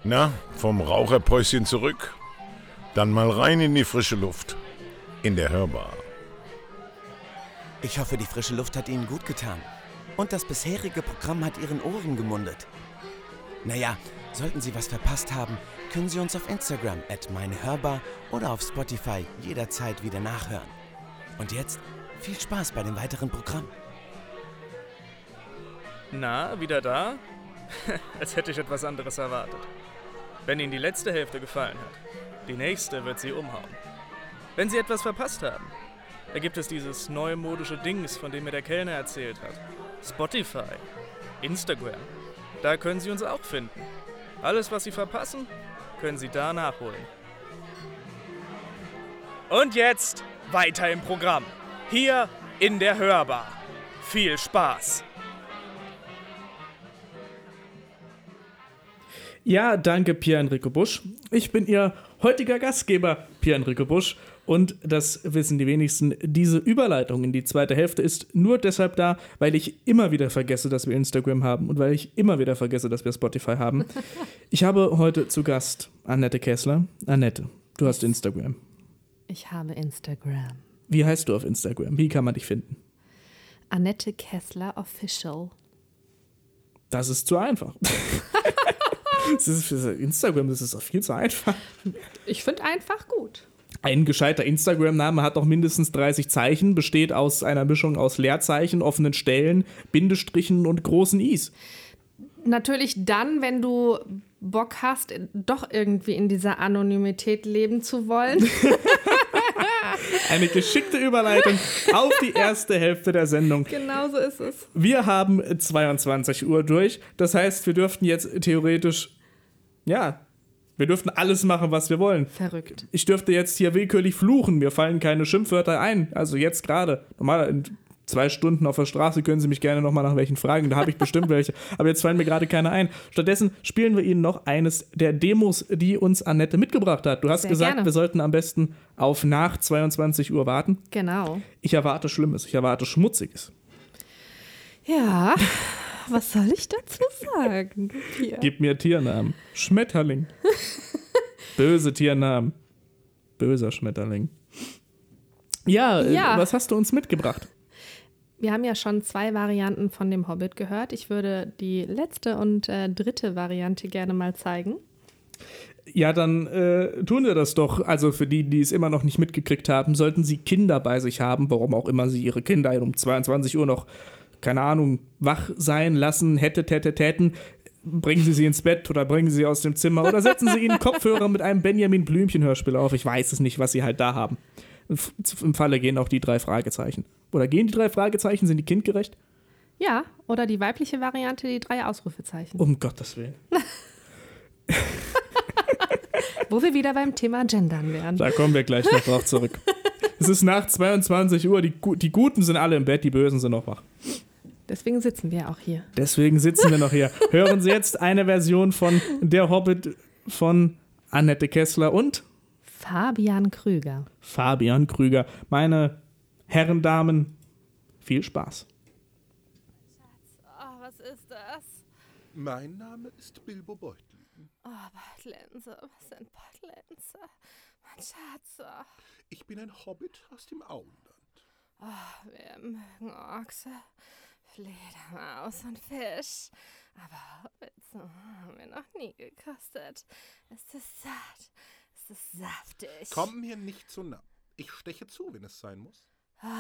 Na, vom Raucherpäuschen zurück? Dann mal rein in die frische Luft. In der Hörbar. Ich hoffe, die frische Luft hat Ihnen gut getan. Und das bisherige Programm hat Ihren Ohren gemundet. Naja, sollten Sie was verpasst haben, können Sie uns auf Instagram at meinehörbar oder auf Spotify jederzeit wieder nachhören. Und jetzt viel Spaß bei dem weiteren Programm. Na, wieder da? Als hätte ich etwas anderes erwartet. Wenn Ihnen die letzte Hälfte gefallen hat, die nächste wird Sie umhauen. Wenn Sie etwas verpasst haben, da gibt es dieses neumodische Dings, von dem mir der Kellner erzählt hat. Spotify, Instagram. Da können Sie uns auch finden. Alles, was Sie verpassen, können Sie da nachholen. Und jetzt weiter im Programm. Hier in der Hörbar. Viel Spaß! Ja, danke Pierre-Enrico Busch. Ich bin Ihr heutiger Gastgeber, Pierre-Enrico Busch. Und das wissen die wenigsten, diese Überleitung in die zweite Hälfte ist nur deshalb da, weil ich immer wieder vergesse, dass wir Instagram haben und weil ich immer wieder vergesse, dass wir Spotify haben. Ich habe heute zu Gast Annette Kessler. Annette, du hast Instagram. Ich habe Instagram. Wie heißt du auf Instagram? Wie kann man dich finden? Annette Kessler Official. Das ist zu einfach. Das ist für Instagram, das ist auch viel zu einfach. Ich finde einfach gut. Ein gescheiter Instagram-Name hat doch mindestens dreißig Zeichen, besteht aus einer Mischung aus Leerzeichen, offenen Stellen, Bindestrichen und großen Is. Natürlich dann, wenn du Bock hast, doch irgendwie in dieser Anonymität leben zu wollen. Eine geschickte Überleitung auf die erste Hälfte der Sendung. Genau so ist es. Wir haben zweiundzwanzig Uhr durch. Das heißt, wir dürften jetzt theoretisch, ja, wir dürften alles machen, was wir wollen. Verrückt. Ich dürfte jetzt hier willkürlich fluchen. Mir fallen keine Schimpfwörter ein. Also jetzt gerade. Normal in zwei Stunden auf der Straße können Sie mich gerne nochmal nach welchen fragen. Da habe ich bestimmt welche. Aber jetzt fallen mir gerade keine ein. Stattdessen spielen wir Ihnen noch eines der Demos, die uns Annette mitgebracht hat. Du hast Sehr gesagt, gerne. wir sollten am besten auf nach zweiundzwanzig Uhr warten. Genau. Ich erwarte Schlimmes. Ich erwarte Schmutziges. Ja, was soll ich dazu sagen? Hier. Gib mir Tiernamen. Schmetterling. Böse Tiernamen. Böser Schmetterling. Ja, Ja. Äh, was hast du uns mitgebracht? Wir haben ja schon zwei Varianten von dem Hobbit gehört. Ich würde die letzte und äh, dritte Variante gerne mal zeigen. Ja, dann äh, tun wir das doch. Also für die, die es immer noch nicht mitgekriegt haben, sollten sie Kinder bei sich haben, warum auch immer sie ihre Kinder um zweiundzwanzig Uhr noch, keine Ahnung, wach sein lassen, hätte, täte, täten, bringen sie sie ins Bett oder bringen sie sie aus dem Zimmer oder setzen sie ihnen Kopfhörer mit einem Benjamin Blümchen-Hörspiel auf. Ich weiß es nicht, was sie halt da haben. Im Falle gehen auch die drei Fragezeichen. Oder gehen die drei Fragezeichen? Sind die kindgerecht? Ja, oder die weibliche Variante, die drei Ausrufezeichen. Um Gottes Willen. Wo wir wieder beim Thema Gendern wären. Da kommen wir gleich noch drauf zurück. Es ist nach zweiundzwanzig Uhr, die, die Guten sind alle im Bett, die Bösen sind noch wach. Deswegen sitzen wir auch hier. Deswegen sitzen wir noch hier. Hören Sie jetzt eine Version von Der Hobbit von Annette Kessler und Fabian Krüger. Fabian Krüger. Meine Herren, Damen, viel Spaß. Oh, was ist das? Mein Name ist Bilbo Beutlin. Oh, Bartlense, was sind Bartlense? Mein Schatz. Oh. Ich bin ein Hobbit aus dem Auenland. Oh, wir mögen Ochse, Fledermaus und Fisch. Aber Hobbits oh, haben wir noch nie gekostet. Es ist satt, es ist saftig. Komm mir nicht zu nah. Ich steche zu, wenn es sein muss.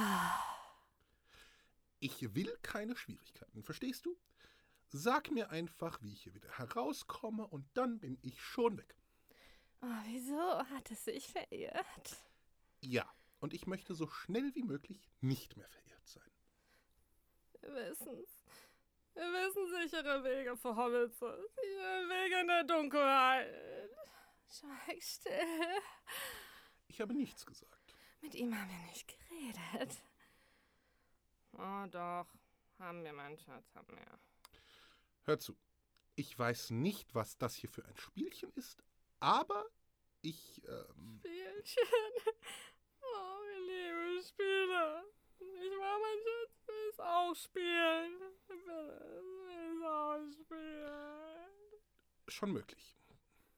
Ich will keine Schwierigkeiten, verstehst du? Sag mir einfach, wie ich hier wieder herauskomme und dann bin ich schon weg. Oh, wieso hat es sich verirrt? Ja, und ich möchte so schnell wie möglich nicht mehr verirrt sein. Wir wissen's. Wir wissen sichere Wege für Hobbits. Sichere Wege in der Dunkelheit. Schweig still. Ich habe nichts gesagt. Mit ihm haben wir nicht geredet. Oh doch, haben wir, mein Schatz, haben wir. Hör zu, ich weiß nicht, was das hier für ein Spielchen ist, aber ich, ähm... Spielchen? Oh, wir lieben Spiele. Ich war, mein Schatz, will es auch spielen. Ich will es auch spielen. Schon möglich.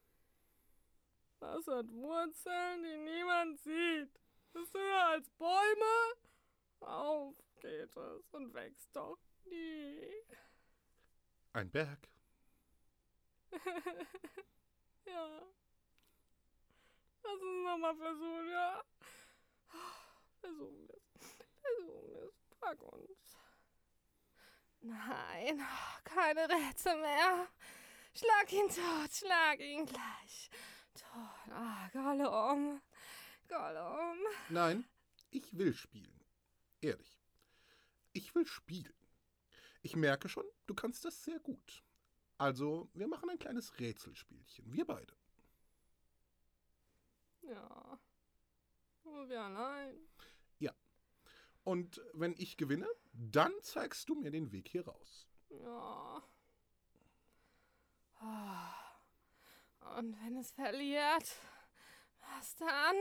Das hat Wurzeln, die niemand sieht. Ist höher als Bäume. Auf geht es und wächst doch nie. Ein Berg. Ja. Lass uns nochmal versuchen, ja? Versuchen wir es. Versuchen wir es. Frag uns. Nein, keine Rätsel mehr. Schlag ihn tot, schlag ihn gleich. Tot. Ah, Gollum. Gollum. Nein, ich will spielen. Ehrlich. Ich will spielen. Ich merke schon, du kannst das sehr gut. Also, wir machen ein kleines Rätselspielchen. Wir beide. Ja. Nur wir allein. Ja. Und wenn ich gewinne, dann zeigst du mir den Weg hier raus. Ja. Und wenn es verliert, was dann?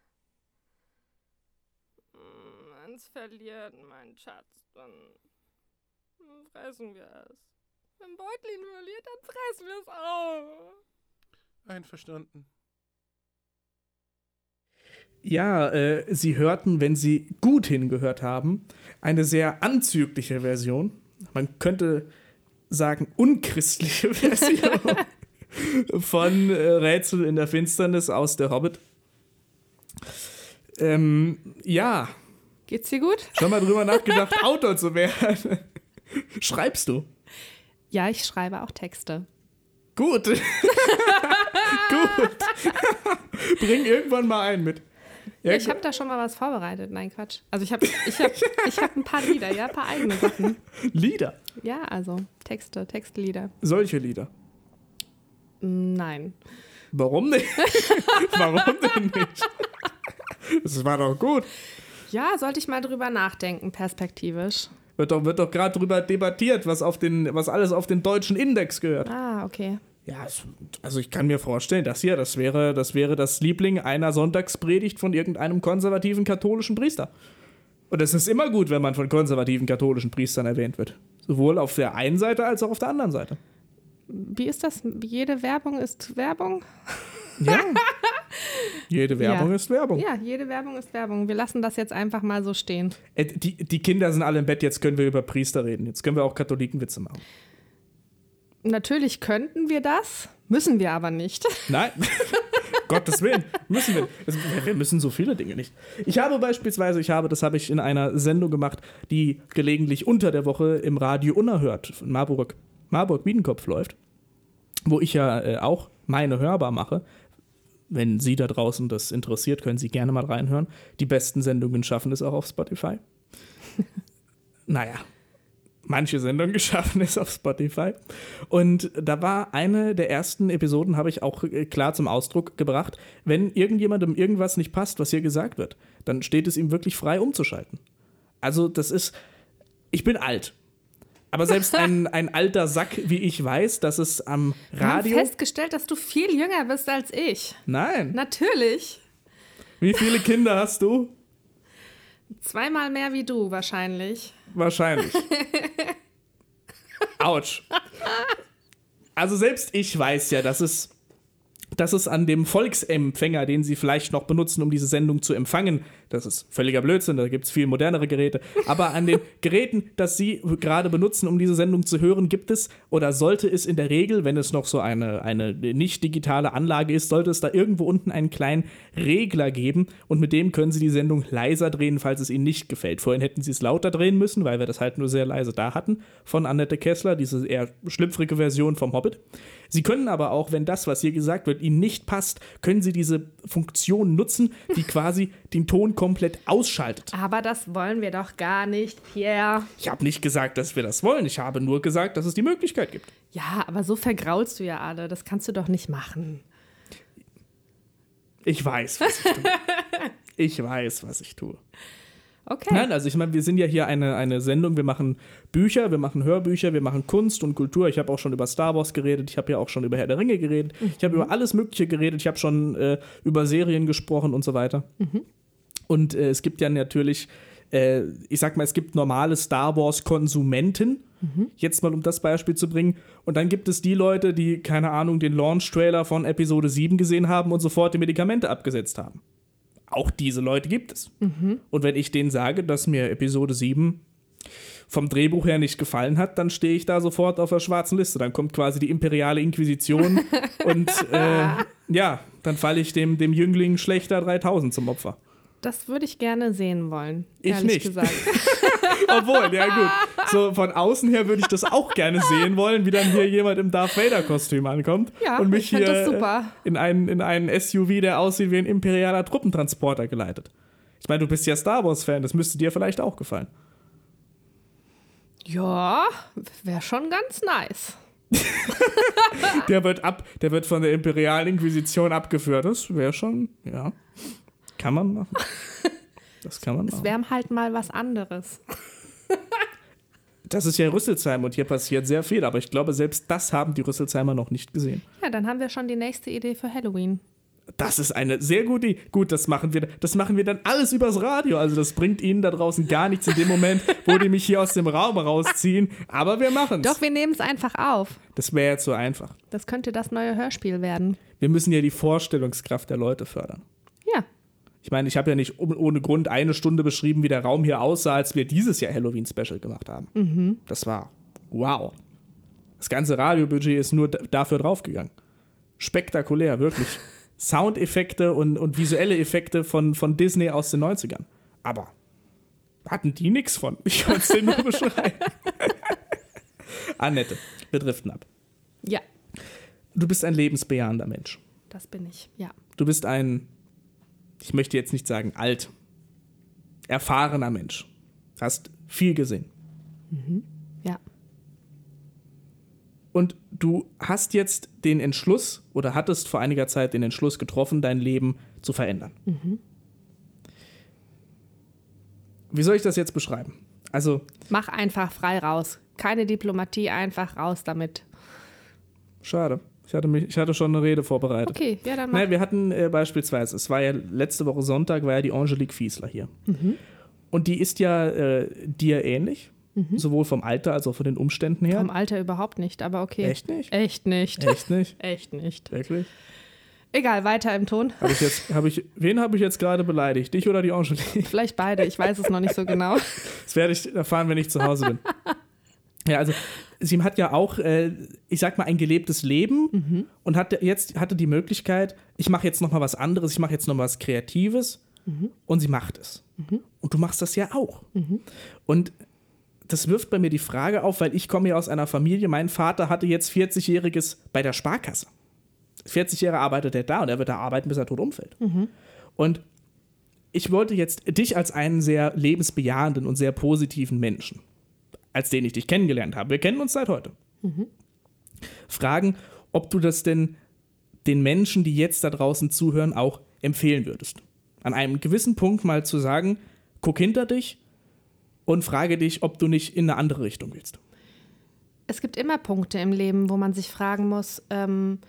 Wenn es verliert, mein Schatz, dann fressen wir es. Wenn Beutlin verliert, dann fressen wir es auch. Einverstanden. Ja, äh, Sie hörten, wenn Sie gut hingehört haben, eine sehr anzügliche Version. Man könnte sagen, unchristliche Version von äh, Rätsel in der Finsternis aus der Hobbit. Ähm, ja. Geht's dir gut? Schon mal drüber nachgedacht, Autor zu werden. Schreibst du? Ja, ich schreibe auch Texte. Gut. Gut. Bring irgendwann mal einen mit. Ja, ich habe da schon mal was vorbereitet. Nein, Quatsch. Also ich habe ich hab, ich hab ein paar Lieder, ja, ein paar eigene Sachen. Lieder? Ja, also Texte, Textlieder. Solche Lieder? Nein. Warum nicht? Warum denn nicht? Das war doch gut. Ja, sollte ich mal drüber nachdenken, perspektivisch. Wird doch, wird doch gerade drüber debattiert, was, auf den, was alles auf den deutschen Index gehört. Ah, okay. Ja, also ich kann mir vorstellen, das hier, das wäre, das wäre das Liebling einer Sonntagspredigt von irgendeinem konservativen katholischen Priester. Und es ist immer gut, wenn man von konservativen katholischen Priestern erwähnt wird. Sowohl auf der einen Seite als auch auf der anderen Seite. Wie ist das? Jede Werbung ist Werbung? Ja. Jede Werbung ja. ist Werbung. Ja, jede Werbung ist Werbung. Wir lassen das jetzt einfach mal so stehen. Äh, die, die Kinder sind alle im Bett, jetzt können wir über Priester reden. Jetzt können wir auch Katholikenwitze machen. Natürlich könnten wir das, müssen wir aber nicht. Nein, Gottes Willen, müssen wir. Also, wir müssen so viele Dinge nicht. Ich habe beispielsweise, ich habe, das habe ich in einer Sendung gemacht, die gelegentlich unter der Woche im Radio unerhört von Marburg, Marburg-Biedenkopf läuft, wo ich ja äh, auch meine Hörbar mache. Wenn Sie da draußen das interessiert, können Sie gerne mal reinhören. Die besten Sendungen schaffen es auch auf Spotify. Naja. Manche Sendungen schaffen es auf Spotify. Und da war eine der ersten Episoden, habe ich auch klar zum Ausdruck gebracht, wenn irgendjemandem irgendwas nicht passt, was hier gesagt wird, dann steht es ihm wirklich frei, umzuschalten. Also das ist, ich bin alt. Aber selbst ein, ein alter Sack wie ich weiß, dass es am Radio... Wir haben festgestellt, dass du viel jünger bist als ich. Nein. Natürlich. Wie viele Kinder hast du? Zweimal mehr wie du wahrscheinlich. Wahrscheinlich. Autsch. Also selbst ich weiß ja, dass es, dass es an dem Volksempfänger, den Sie vielleicht noch benutzen, um diese Sendung zu empfangen, das ist völliger Blödsinn, da gibt es viel modernere Geräte, aber an den Geräten, das Sie gerade benutzen, um diese Sendung zu hören, gibt es oder sollte es in der Regel, wenn es noch so eine, eine nicht digitale Anlage ist, sollte es da irgendwo unten einen kleinen Regler geben und mit dem können Sie die Sendung leiser drehen, falls es Ihnen nicht gefällt. Vorhin hätten Sie es lauter drehen müssen, weil wir das halt nur sehr leise da hatten, von Annette Kessler, diese eher schlüpfrige Version vom Hobbit. Sie können aber auch, wenn das, was hier gesagt wird, Ihnen nicht passt, können Sie diese Funktion nutzen, die quasi den Ton komplett ausschaltet. Aber das wollen wir doch gar nicht, Pierre. Ich habe nicht gesagt, dass wir das wollen. Ich habe nur gesagt, dass es die Möglichkeit gibt. Ja, aber so vergraulst du ja alle. Das kannst du doch nicht machen. Ich weiß, was ich tue. Ich weiß, was ich tue. Okay. Nein, also ich meine, wir sind ja hier eine, eine Sendung, wir machen Bücher, wir machen Hörbücher, wir machen Kunst und Kultur. Ich habe auch schon über Star Wars geredet, ich habe ja auch schon über Herr der Ringe geredet, mhm. ich habe über alles Mögliche geredet, ich habe schon äh, über Serien gesprochen und so weiter. Mhm. Und äh, es gibt ja natürlich äh, ich sag mal, es gibt normale Star Wars-Konsumenten, mhm. jetzt mal um das Beispiel zu bringen. Und dann gibt es die Leute, die, keine Ahnung, den Launch-Trailer von Episode sieben gesehen haben und sofort die Medikamente abgesetzt haben. Auch diese Leute gibt es. Mhm. Und wenn ich denen sage, dass mir Episode sieben vom Drehbuch her nicht gefallen hat, dann stehe ich da sofort auf der schwarzen Liste. Dann kommt quasi die imperiale Inquisition und äh, ja, dann falle ich dem, dem Jüngling Schlechter dreitausend zum Opfer. Das würde ich gerne sehen wollen, ich ehrlich nicht. gesagt. Obwohl, ja gut, so von außen her würde ich das auch gerne sehen wollen, wie dann hier jemand im Darth Vader-Kostüm ankommt Ja, und mich ich find hier das super. in einen, in einen S U V, der aussieht wie ein imperialer Truppentransporter, geleitet. Ich meine, du bist ja Star Wars-Fan, das müsste dir vielleicht auch gefallen. Ja, wäre schon ganz nice. Der wird ab, der wird von der imperialen Inquisition abgeführt. Das wäre schon, ja, kann man machen. Das kann man machen. Es wäre halt mal was anderes. Das ist ja Rüsselsheim und hier passiert sehr viel, aber ich glaube, selbst das haben die Rüsselsheimer noch nicht gesehen. Ja, dann haben wir schon die nächste Idee für Halloween. Das ist eine sehr gute Idee. Gut, das machen wir, das machen wir dann alles übers Radio. Also das bringt Ihnen da draußen gar nichts in dem Moment, wo die mich hier aus dem Raum rausziehen. Aber wir machen es. Doch, wir nehmen es einfach auf. Das wäre ja zu einfach. Das könnte das neue Hörspiel werden. Wir müssen ja die Vorstellungskraft der Leute fördern. Ja. Ich meine, ich habe ja nicht ohne Grund eine Stunde beschrieben, wie der Raum hier aussah, als wir dieses Jahr Halloween-Special gemacht haben. Mhm. Das war wow. Das ganze Radiobudget ist nur d- dafür draufgegangen. Spektakulär, wirklich. Soundeffekte und, und visuelle Effekte von, von Disney aus den neunzigern. Aber hatten die nichts von. Ich konnte es dir nur beschreiben. Annette, wir driften ab. Ja. Du bist ein lebensbejahender Mensch. Das bin ich, ja. Du bist ein, ich möchte jetzt nicht sagen alt, erfahrener Mensch. Hast viel gesehen. Mhm. Ja. Und du hast jetzt den Entschluss oder hattest vor einiger Zeit den Entschluss getroffen, dein Leben zu verändern. Mhm. Wie soll ich das jetzt beschreiben? Also, mach einfach frei raus. Keine Diplomatie, einfach raus damit. Schade. Ich hatte, mich, ich hatte schon eine Rede vorbereitet. Okay, ja, dann mach. Nein, wir hatten äh, beispielsweise, es war ja letzte Woche Sonntag, war ja die Angelique Fiesler hier. Mhm. Und die ist ja äh, dir ähnlich. Mhm. Sowohl vom Alter als auch von den Umständen her. Vom Alter überhaupt nicht, aber okay. Echt nicht? Echt nicht. Echt nicht? Echt nicht. Wirklich? Egal, weiter im Ton. Hab ich jetzt, hab ich, wen habe ich jetzt gerade beleidigt? Dich oder die Angelique? Vielleicht beide, ich weiß es noch nicht so genau. Das werde ich erfahren, wenn ich zu Hause bin. Ja, also sie hat ja auch, äh, ich sag mal, ein gelebtes Leben mhm. und hatte jetzt hatte die Möglichkeit, ich mache jetzt noch mal was anderes, ich mache jetzt noch mal was Kreatives mhm. und sie macht es. Mhm. Und du machst das ja auch. Mhm. Und das wirft bei mir die Frage auf, weil ich komme ja aus einer Familie, mein Vater hatte jetzt vierzigjähriges bei der Sparkasse. vierzig Jahre arbeitet er da und er wird da arbeiten, bis er tot umfällt. Mhm. Und ich wollte jetzt dich als einen sehr lebensbejahenden und sehr positiven Menschen, als den ich dich kennengelernt habe, wir kennen uns seit heute, mhm. fragen, ob du das denn den Menschen, die jetzt da draußen zuhören, auch empfehlen würdest. An einem gewissen Punkt mal zu sagen, guck hinter dich und frage dich, ob du nicht in eine andere Richtung willst. Es gibt immer Punkte im Leben, wo man sich fragen muss, ähm,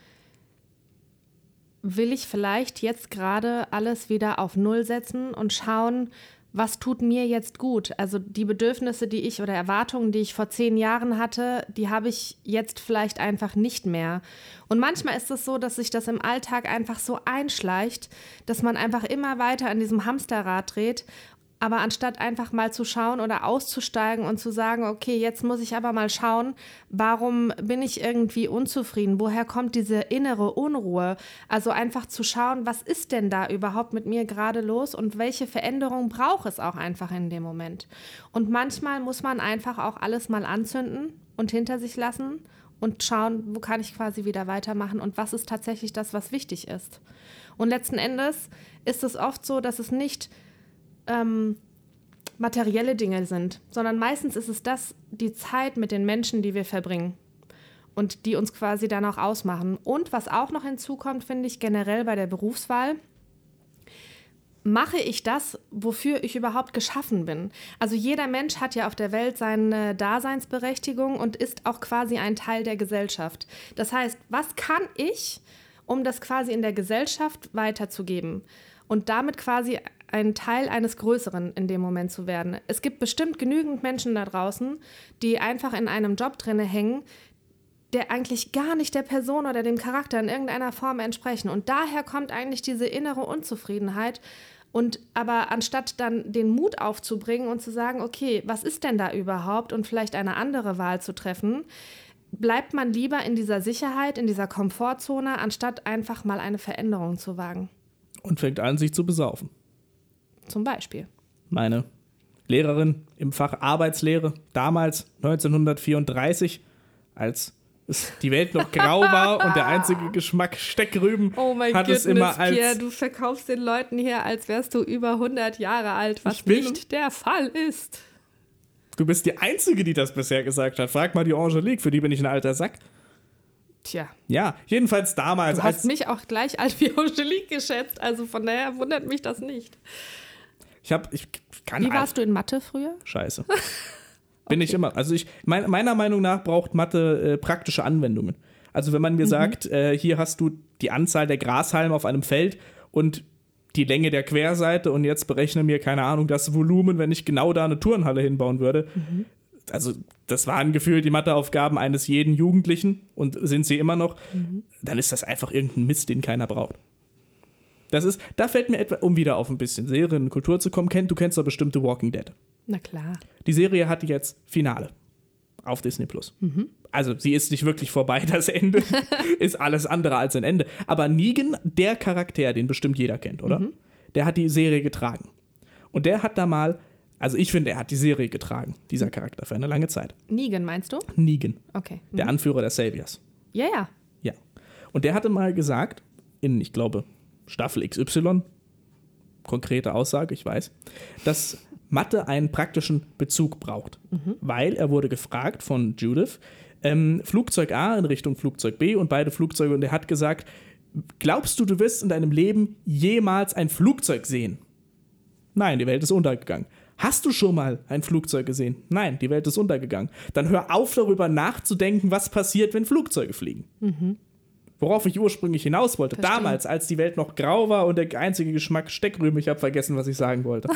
will ich vielleicht jetzt gerade alles wieder auf Null setzen und schauen, was tut mir jetzt gut? Also die Bedürfnisse, die ich oder Erwartungen, die ich vor zehn Jahren hatte, die habe ich jetzt vielleicht einfach nicht mehr. Und manchmal ist es so, dass sich das im Alltag einfach so einschleicht, dass man einfach immer weiter an diesem Hamsterrad dreht. Aber anstatt einfach mal zu schauen oder auszusteigen und zu sagen, okay, jetzt muss ich aber mal schauen, warum bin ich irgendwie unzufrieden? Woher kommt diese innere Unruhe? Also einfach zu schauen, was ist denn da überhaupt mit mir gerade los und welche Veränderung braucht es auch einfach in dem Moment? Und manchmal muss man einfach auch alles mal anzünden und hinter sich lassen und schauen, wo kann ich quasi wieder weitermachen und was ist tatsächlich das, was wichtig ist. Und letzten Endes ist es oft so, dass es nicht Ähm, materielle Dinge sind, sondern meistens ist es das, die Zeit mit den Menschen, die wir verbringen und die uns quasi dann auch ausmachen. Und was auch noch hinzukommt, finde ich generell bei der Berufswahl, mache ich das, wofür ich überhaupt geschaffen bin? Also jeder Mensch hat ja auf der Welt seine Daseinsberechtigung und ist auch quasi ein Teil der Gesellschaft. Das heißt, was kann ich, um das quasi in der Gesellschaft weiterzugeben? Und damit quasi ein Teil eines Größeren in dem Moment zu werden. Es gibt bestimmt genügend Menschen da draußen, die einfach in einem Job drinne hängen, der eigentlich gar nicht der Person oder dem Charakter in irgendeiner Form entsprechen. Und daher kommt eigentlich diese innere Unzufriedenheit. Und aber anstatt dann den Mut aufzubringen und zu sagen, okay, was ist denn da überhaupt und vielleicht eine andere Wahl zu treffen, bleibt man lieber in dieser Sicherheit, in dieser Komfortzone, anstatt einfach mal eine Veränderung zu wagen. Und fängt an, sich zu besaufen. Zum Beispiel. Meine Lehrerin im Fach Arbeitslehre, damals neunzehnhundertvierunddreißig, als es die Welt noch grau war und der einzige Geschmack Steckrüben, oh mein hat goodness, es immer als... Pierre, du verkaufst den Leuten hier, als wärst du über hundert Jahre alt, was bin, nicht der Fall ist. Du bist die Einzige, die das bisher gesagt hat. Frag mal die Angelique, für die bin ich ein alter Sack. Tja. Ja, jedenfalls damals. Du hast als mich auch gleich alt wie Angelique geschätzt, also von daher wundert mich das nicht. Ich hab, ich kann Wie warst du in Mathe früher? Scheiße. Bin okay. ich immer. Also ich, mein, meiner Meinung nach braucht Mathe äh, praktische Anwendungen. Also wenn man mir mhm. sagt, äh, hier hast du die Anzahl der Grashalme auf einem Feld und die Länge der Querseite und jetzt berechne mir, keine Ahnung, das Volumen, wenn ich genau da eine Turnhalle hinbauen würde. Mhm. Also das waren gefühlt die Matheaufgaben eines jeden Jugendlichen und sind sie immer noch. Mhm. Dann ist das einfach irgendein Mist, den keiner braucht. Das ist, da fällt mir etwa, um wieder auf ein bisschen Serienkultur zu kommen, du kennst doch bestimmt The Walking Dead. Na klar. Die Serie hatte jetzt Finale auf Disney Plus. Mhm. Also sie ist nicht wirklich vorbei, das Ende ist alles andere als ein Ende. Aber Negan, der Charakter, den bestimmt jeder kennt, oder? Mhm. Der hat die Serie getragen. Und der hat da mal, also ich finde, er hat die Serie getragen, dieser Charakter, für eine lange Zeit. Negan meinst du? Negan. Okay. Mhm. Der Anführer der Saviors. Ja, ja. Ja. Und der hatte mal gesagt, in, ich glaube, Staffel X Y, konkrete Aussage, ich weiß, dass Mathe einen praktischen Bezug braucht. Mhm. Weil er wurde gefragt von Judith, ähm, Flugzeug A in Richtung Flugzeug B und beide Flugzeuge, und er hat gesagt, glaubst du, du wirst in deinem Leben jemals ein Flugzeug sehen? Nein, die Welt ist untergegangen. Hast du schon mal ein Flugzeug gesehen? Nein, die Welt ist untergegangen. Dann hör auf, darüber nachzudenken, was passiert, wenn Flugzeuge fliegen. Mhm. Worauf ich ursprünglich hinaus wollte, Verstehen. damals, als die Welt noch grau war und der einzige Geschmack Steckrüben, ich habe vergessen, was ich sagen wollte.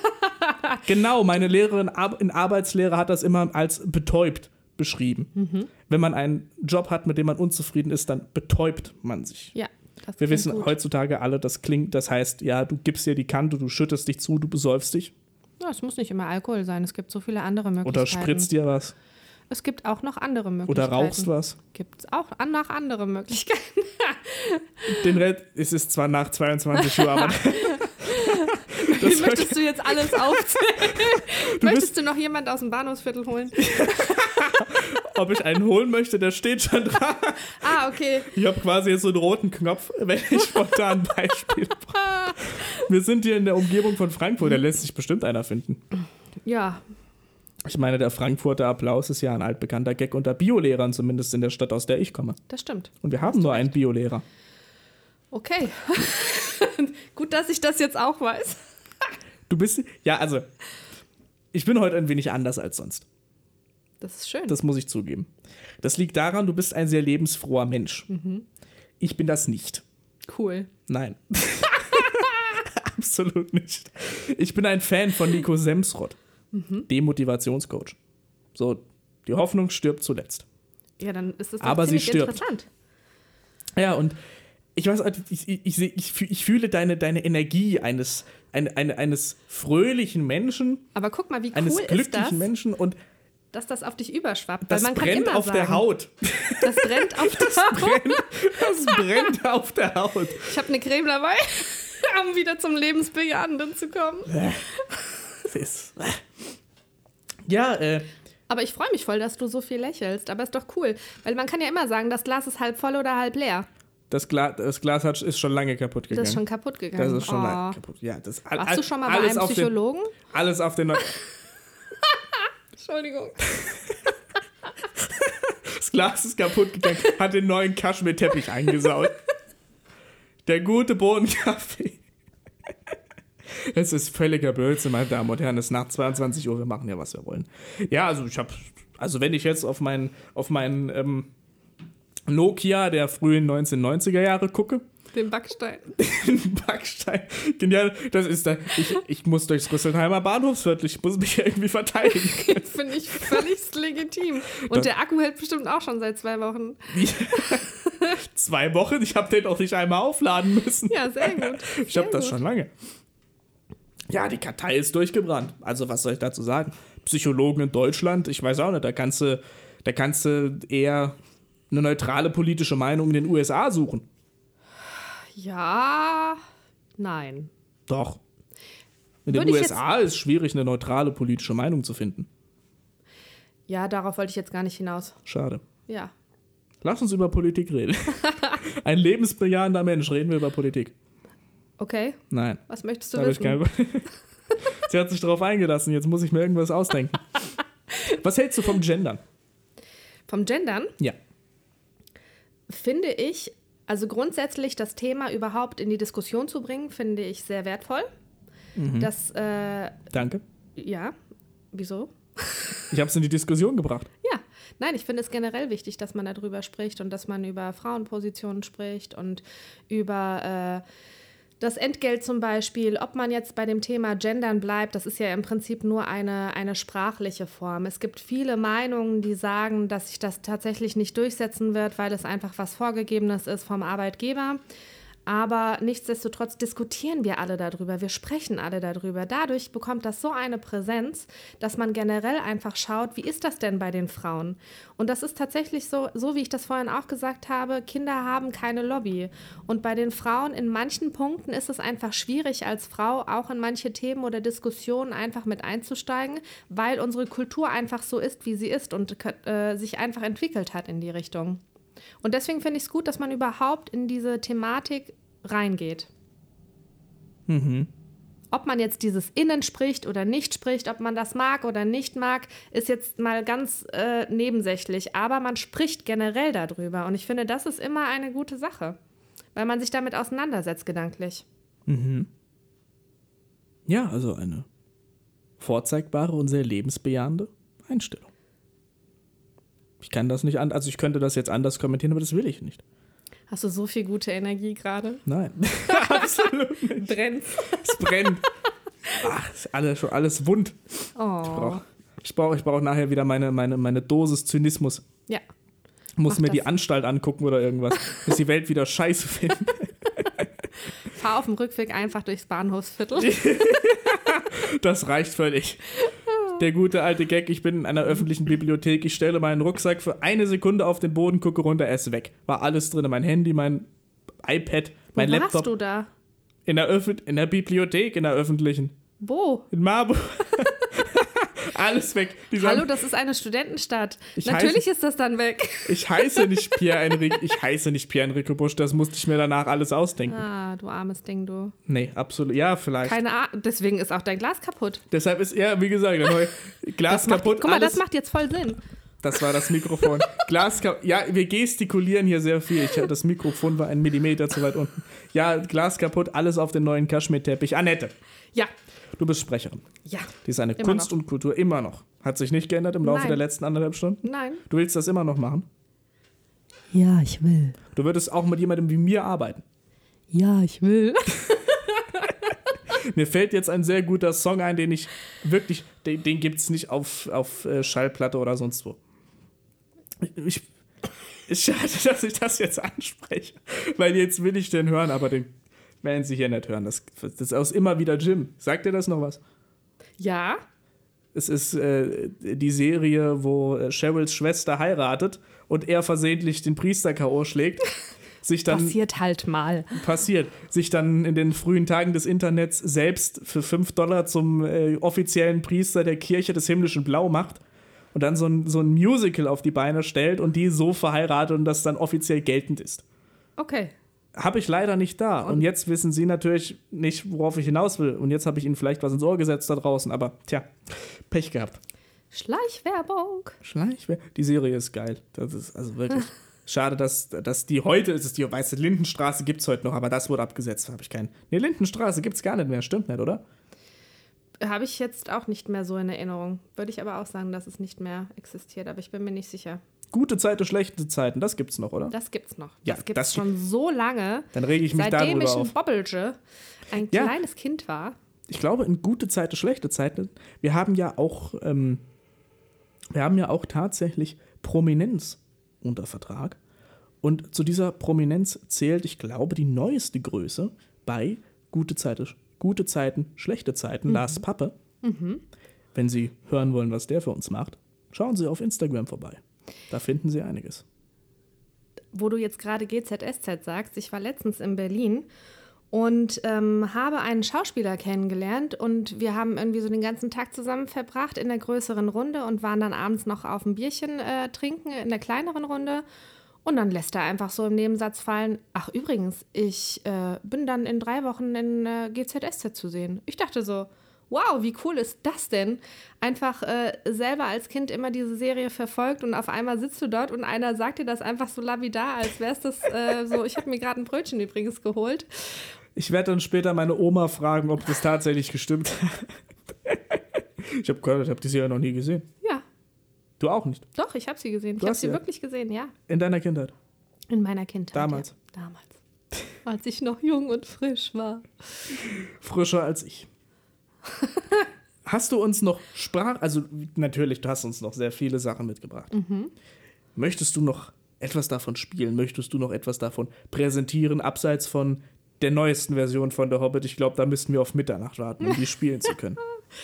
Genau, meine Lehrerin in Arbeitslehre hat das immer als betäubt beschrieben. Mhm. Wenn man einen Job hat, mit dem man unzufrieden ist, dann betäubt man sich. Ja, das Wir wissen gut. heutzutage alle, das klingt, das heißt, ja, du gibst dir die Kante, du schüttest dich zu, du besäufst dich. Ja, es muss nicht immer Alkohol sein, es gibt so viele andere Möglichkeiten. Oder spritzt dir was. Es gibt auch noch andere Möglichkeiten. Oder rauchst was. Gibt es auch noch andere Möglichkeiten. Den Rest, es ist zwar nach zweiundzwanzig Uhr, aber... Wie möchtest du jetzt alles aufzählen? Du Möchtest du noch jemand aus dem Bahnhofsviertel holen? Ob ich einen holen möchte, der steht schon dran. Ah, okay. Ich habe quasi jetzt so einen roten Knopf, wenn ich spontan ein Beispiel brauche. Wir sind hier in der Umgebung von Frankfurt, da lässt sich bestimmt einer finden. Ja. Ich meine, der Frankfurter Applaus ist ja ein altbekannter Gag unter Biolehrern, zumindest in der Stadt, aus der ich komme. Das stimmt. Und wir haben nur einen Biolehrer. Okay. Gut, dass ich das jetzt auch weiß. Du bist, ja, also, ich bin heute ein wenig anders als sonst. Das ist schön. Das muss ich zugeben. Das liegt daran, du bist ein sehr lebensfroher Mensch. Mhm. Ich bin das nicht. Cool. Nein. Absolut nicht. Ich bin ein Fan von Nico Semsrott, mhm. dem Motivationscoach. So, die Hoffnung stirbt zuletzt. Ja, dann ist das doch Aber ziemlich sie stirbt. interessant. Ja, und ich weiß, ich, ich, ich, ich, ich fühle deine, deine Energie eines, eine, eine, eines fröhlichen Menschen. Aber guck mal, wie cool eines ist glücklichen das, Menschen und dass das auf dich überschwappt. Das weil man brennt kann immer auf sagen, der Haut. Das brennt auf der das Haut. Brennt, das brennt auf der Haut. Ich habe eine Creme dabei, um wieder zum Lebensbejahenden zu kommen. Das ist... Ja, äh... Aber ich freue mich voll, dass du so viel lächelst. Aber ist doch cool. Weil man kann ja immer sagen, das Glas ist halb voll oder halb leer. Das, Gla- das Glas hat, ist schon lange kaputt gegangen. Das ist schon kaputt gegangen. Das ist schon oh. lange kaputt. Ja, das, Warst all, du schon mal bei einem Psychologen? Den, alles auf den... Neu- Entschuldigung. Das Glas ist kaputt gegangen, hat den neuen Kaschmir-Teppich eingesaut. Der gute Bohnenkaffee. Es ist völliger Blödsinn, meine Damen und Herren. Es ist nach zweiundzwanzig Uhr, wir machen ja, was wir wollen. Ja, also ich habe, also wenn ich jetzt auf meinen auf meinen ähm, Nokia der frühen neunzehnhundertneunziger Jahre gucke, Den Backstein. Den Backstein. Genial. Das ist da. Ich, ich muss durchs Rüsselheimer Bahnhofsviertel. Ich muss mich irgendwie verteidigen. Finde ich völlig legitim. Und das der Akku hält bestimmt auch schon seit zwei Wochen. Zwei Wochen? Ich habe den auch nicht einmal aufladen müssen. Ja, sehr gut. Sehr ich habe das gut. schon lange. Ja, die Kartei ist durchgebrannt. Also was soll ich dazu sagen? Psychologen in Deutschland, ich weiß auch nicht, da kannst du, da kannst du eher eine neutrale politische Meinung in den U S A suchen. Ja, nein. Doch. In den Würde ich U S A ist es schwierig, eine neutrale politische Meinung zu finden. Ja, darauf wollte ich jetzt gar nicht hinaus. Schade. Ja. Lass uns über Politik reden. Ein lebensbejahender Mensch, reden wir über Politik. Okay. Nein. Was möchtest du Hab wissen? Ich kein... Sie hat sich darauf eingelassen, jetzt muss ich mir irgendwas ausdenken. Was hältst du vom Gendern? Vom Gendern? Ja. Finde ich, also grundsätzlich das Thema überhaupt in die Diskussion zu bringen, finde ich sehr wertvoll. Mhm. Das, äh, Danke. Ja, wieso? Ich habe es in die Diskussion gebracht. Ja, nein, ich finde es generell wichtig, dass man darüber spricht und dass man über Frauenpositionen spricht und über äh, das Entgelt zum Beispiel, ob man jetzt bei dem Thema Gendern bleibt, das ist ja im Prinzip nur eine, eine sprachliche Form. Es gibt viele Meinungen, die sagen, dass sich das tatsächlich nicht durchsetzen wird, weil es einfach was Vorgegebenes ist vom Arbeitgeber. Aber nichtsdestotrotz diskutieren wir alle darüber, wir sprechen alle darüber. Dadurch bekommt das so eine Präsenz, dass man generell einfach schaut, wie ist das denn bei den Frauen? Und das ist tatsächlich so, so wie ich das vorhin auch gesagt habe, Kinder haben keine Lobby. Und bei den Frauen in manchen Punkten ist es einfach schwierig, als Frau auch in manche Themen oder Diskussionen einfach mit einzusteigen, weil unsere Kultur einfach so ist, wie sie ist und äh, sich einfach entwickelt hat in die Richtung. Und deswegen finde ich es gut, dass man überhaupt in diese Thematik reingeht. Mhm. Ob man jetzt dieses Innen spricht oder nicht spricht, ob man das mag oder nicht mag, ist jetzt mal ganz äh, nebensächlich. Aber man spricht generell darüber. Und ich finde, das ist immer eine gute Sache, weil man sich damit auseinandersetzt gedanklich. Mhm. Ja, also eine vorzeigbare und sehr lebensbejahende Einstellung. Ich kann das nicht an, also ich könnte das jetzt anders kommentieren, aber das will ich nicht. Hast du so viel gute Energie gerade? Nein. Absolut nicht. Brennt. Es brennt. Ach, ist alles, schon alles wund. Oh. Ich brauche ich brauch, ich brauch nachher wieder meine, meine, meine Dosis Zynismus. Ja. Muss Mach mir das. die Anstalt angucken oder irgendwas. Muss die Welt wieder scheiße finden. Fahr auf dem Rückweg einfach durchs Bahnhofsviertel. Das reicht völlig. Der gute alte Gag, ich bin in einer öffentlichen Bibliothek, ich stelle meinen Rucksack für eine Sekunde auf den Boden, gucke runter, er ist weg. War alles drin, mein Handy, mein iPad, mein Wo Laptop. warst du da? In der, Öff- in der Bibliothek, in der öffentlichen. Wo? In Marburg. Alles weg. Die Hallo, sagen, das ist eine Studentenstadt. Ich Natürlich heiße- ist das dann weg. ich heiße nicht Pierre-Enrico, ich heiße nicht Pierre-Enrico Busch, das musste ich mir danach alles ausdenken. Ah, du armes Ding, du. Nee, absolut, ja, vielleicht. Keine Ahnung, deswegen ist auch dein Glas kaputt. Deshalb ist, ja, wie gesagt, der neue Glas Das macht, kaputt. guck mal, alles, das macht jetzt voll Sinn. Das war das Mikrofon. Glas kaputt. Ja, wir gestikulieren hier sehr viel. Ich, das Mikrofon war einen Millimeter zu weit unten. Ja, Glas kaputt, alles auf den neuen Kaschmirteppich. Annette, Ja, du bist Sprecherin. ja. Die ist eine Immer Kunst noch. und Kultur immer noch. Hat sich nicht geändert im Laufe Nein. der letzten anderthalb Stunden? Nein. Du willst das immer noch machen? Ja, ich will. Du würdest auch mit jemandem wie mir arbeiten. Ja, ich will. Mir fällt jetzt ein sehr guter Song ein, den ich wirklich, den, den gibt es nicht auf, auf äh, Schallplatte oder sonst wo. Ich, ist schade, dass ich das jetzt anspreche, weil jetzt will ich den hören, aber den werden Sie hier nicht hören. Das, das ist aus Immer wieder Jim. Sagt dir das noch was? Ja. Es ist äh, die Serie, wo äh, Cheryls Schwester heiratet und er versehentlich den Priester K O schlägt. Sich dann Passiert halt mal. passiert, sich dann in den frühen Tagen des Internets selbst für fünf Dollar zum äh, offiziellen Priester der Kirche des himmlischen Blau macht und dann so ein, so ein Musical auf die Beine stellt und die so verheiratet und das dann offiziell geltend ist. Okay. Habe ich leider nicht da. Und jetzt wissen Sie natürlich nicht, worauf ich hinaus will. Und jetzt habe ich Ihnen vielleicht was ins Ohr gesetzt da draußen, aber tja, Pech gehabt. Schleichwerbung. Schleichwerbung. Die Serie ist geil. Das ist also wirklich schade, dass, dass die heute ist. Es die weiße Lindenstraße gibt es heute noch, aber das wurde abgesetzt. Habe ich keinen. Nee, Lindenstraße gibt es gar nicht mehr. Stimmt nicht, oder? Habe ich jetzt auch nicht mehr so in Erinnerung. Würde ich aber auch sagen, dass es nicht mehr existiert, aber ich bin mir nicht sicher. Gute Zeiten, schlechte Zeiten, das gibt's noch, oder? Das gibt's noch. Ja, das gibt's das- schon so lange. Dann rege ich mich seitdem darüber ich ein auf. Bobbelge ein Ja. kleines Kind war. Ich glaube, in gute Zeiten, schlechte Zeiten, wir haben ja auch, ähm, wir haben ja auch tatsächlich Prominenz unter Vertrag. Und zu dieser Prominenz zählt, ich glaube, die neueste Größe bei Gute Zeiten, gute Zeiten, schlechte Zeiten, Mhm. Lars Pappe. Mhm. Wenn Sie hören wollen, was der für uns macht, schauen Sie auf Instagram vorbei. Da finden Sie einiges. Wo du jetzt gerade G Z S Z sagst, ich war letztens in Berlin und ähm, habe einen Schauspieler kennengelernt und wir haben irgendwie so den ganzen Tag zusammen verbracht in der größeren Runde und waren dann abends noch auf ein Bierchen äh, trinken in der kleineren Runde und dann lässt er einfach so im Nebensatz fallen, ach übrigens, ich äh, bin dann in drei Wochen in äh, G Z S Z zu sehen. Ich dachte so, wow, wie cool ist das denn? Einfach äh, selber als Kind immer diese Serie verfolgt und auf einmal sitzt du dort und einer sagt dir das einfach so lapidar, als wär's das äh, so, ich habe mir gerade ein Brötchen übrigens geholt. Ich werde dann später meine Oma fragen, ob das tatsächlich gestimmt hat. Ich habe gehört, ich habe die Serie noch nie gesehen. Ja, Du auch nicht. doch, ich habe sie gesehen. Ich Du habe hast sie sie, ja. wirklich gesehen, ja. In deiner Kindheit. In meiner Kindheit. Damals. Ja. Damals. Als ich noch jung und frisch war. Frischer als ich. Hast du uns noch Sprach... Also natürlich, du hast uns noch sehr viele Sachen mitgebracht. Mhm. Möchtest du noch etwas davon spielen? Möchtest du noch etwas davon präsentieren, abseits von der neuesten Version von The Hobbit? Ich glaube, da müssten wir auf Mitternacht warten, um die spielen zu können.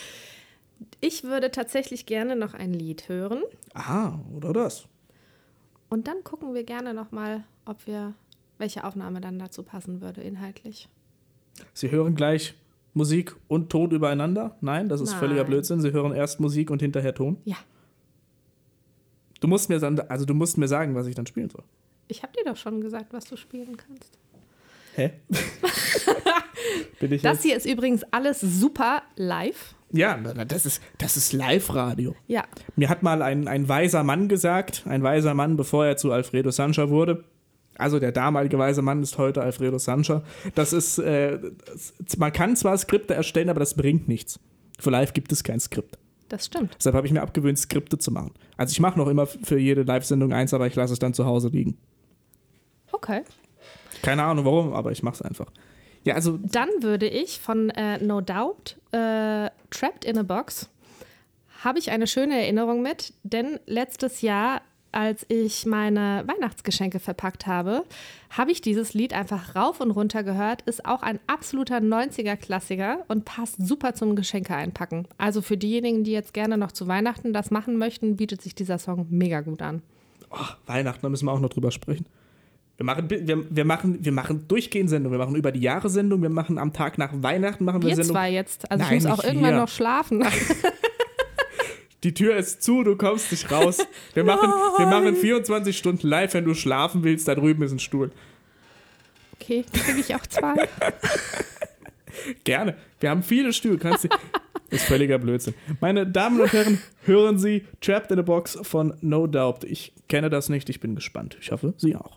Ich würde tatsächlich gerne noch ein Lied hören. Ah, oder das. Und dann gucken wir gerne noch mal, ob wir, welche Aufnahme dann dazu passen würde, inhaltlich. Sie hören gleich Musik und Ton übereinander? Nein, das ist Nein. völliger Blödsinn. Sie hören erst Musik und hinterher Ton? Ja. Du musst mir dann, also du musst mir sagen, was ich dann spielen soll. Ich habe dir doch schon gesagt, was du spielen kannst. Hä? Bin ich Das jetzt? hier ist übrigens alles super live. Ja, das ist, das ist Live-Radio. Ja. Mir hat mal ein, ein weiser Mann gesagt, ein weiser Mann, bevor er zu Alfredo Sancha wurde. Also der damalige weise Mann ist heute Alfredo Sancha. Das ist, äh, das, man kann zwar Skripte erstellen, aber das bringt nichts. Für live gibt es kein Skript. Das stimmt. Deshalb habe ich mir abgewöhnt, Skripte zu machen. Also ich mache noch immer für jede Live-Sendung eins, aber ich lasse es dann zu Hause liegen. Okay. Keine Ahnung warum, aber ich mache es einfach. Ja, also Dann würde ich von äh, No Doubt, äh, Trapped in a Box, habe ich eine schöne Erinnerung mit, denn letztes Jahr, als ich meine Weihnachtsgeschenke verpackt habe, habe ich dieses Lied einfach rauf und runter gehört. Ist auch ein absoluter neunziger-Klassiker und passt super zum Geschenke einpacken. Also für diejenigen, die jetzt gerne noch zu Weihnachten das machen möchten, bietet sich dieser Song mega gut an. oh, Weihnachten, da müssen wir auch noch drüber sprechen. Wir machen, wir, wir machen, wir machen durchgehend Sendung. Wir machen über die Jahre Sendung. Wir machen am Tag nach Weihnachten machen wir Wir Sendung. zwar jetzt, also Nein, ich muss auch nicht irgendwann wir. noch schlafen. Die Tür ist zu, du kommst nicht raus. Wir machen, wir machen vierundzwanzig Stunden live, wenn du schlafen willst. Da drüben ist ein Stuhl. Okay, kriege ich auch zwei. Gerne. Wir haben viele Stühle. Kannst du. Ist völliger Blödsinn. Meine Damen und Herren, hören Sie Trapped in a Box von No Doubt. Ich kenne das nicht. Ich bin gespannt. Ich hoffe, Sie auch.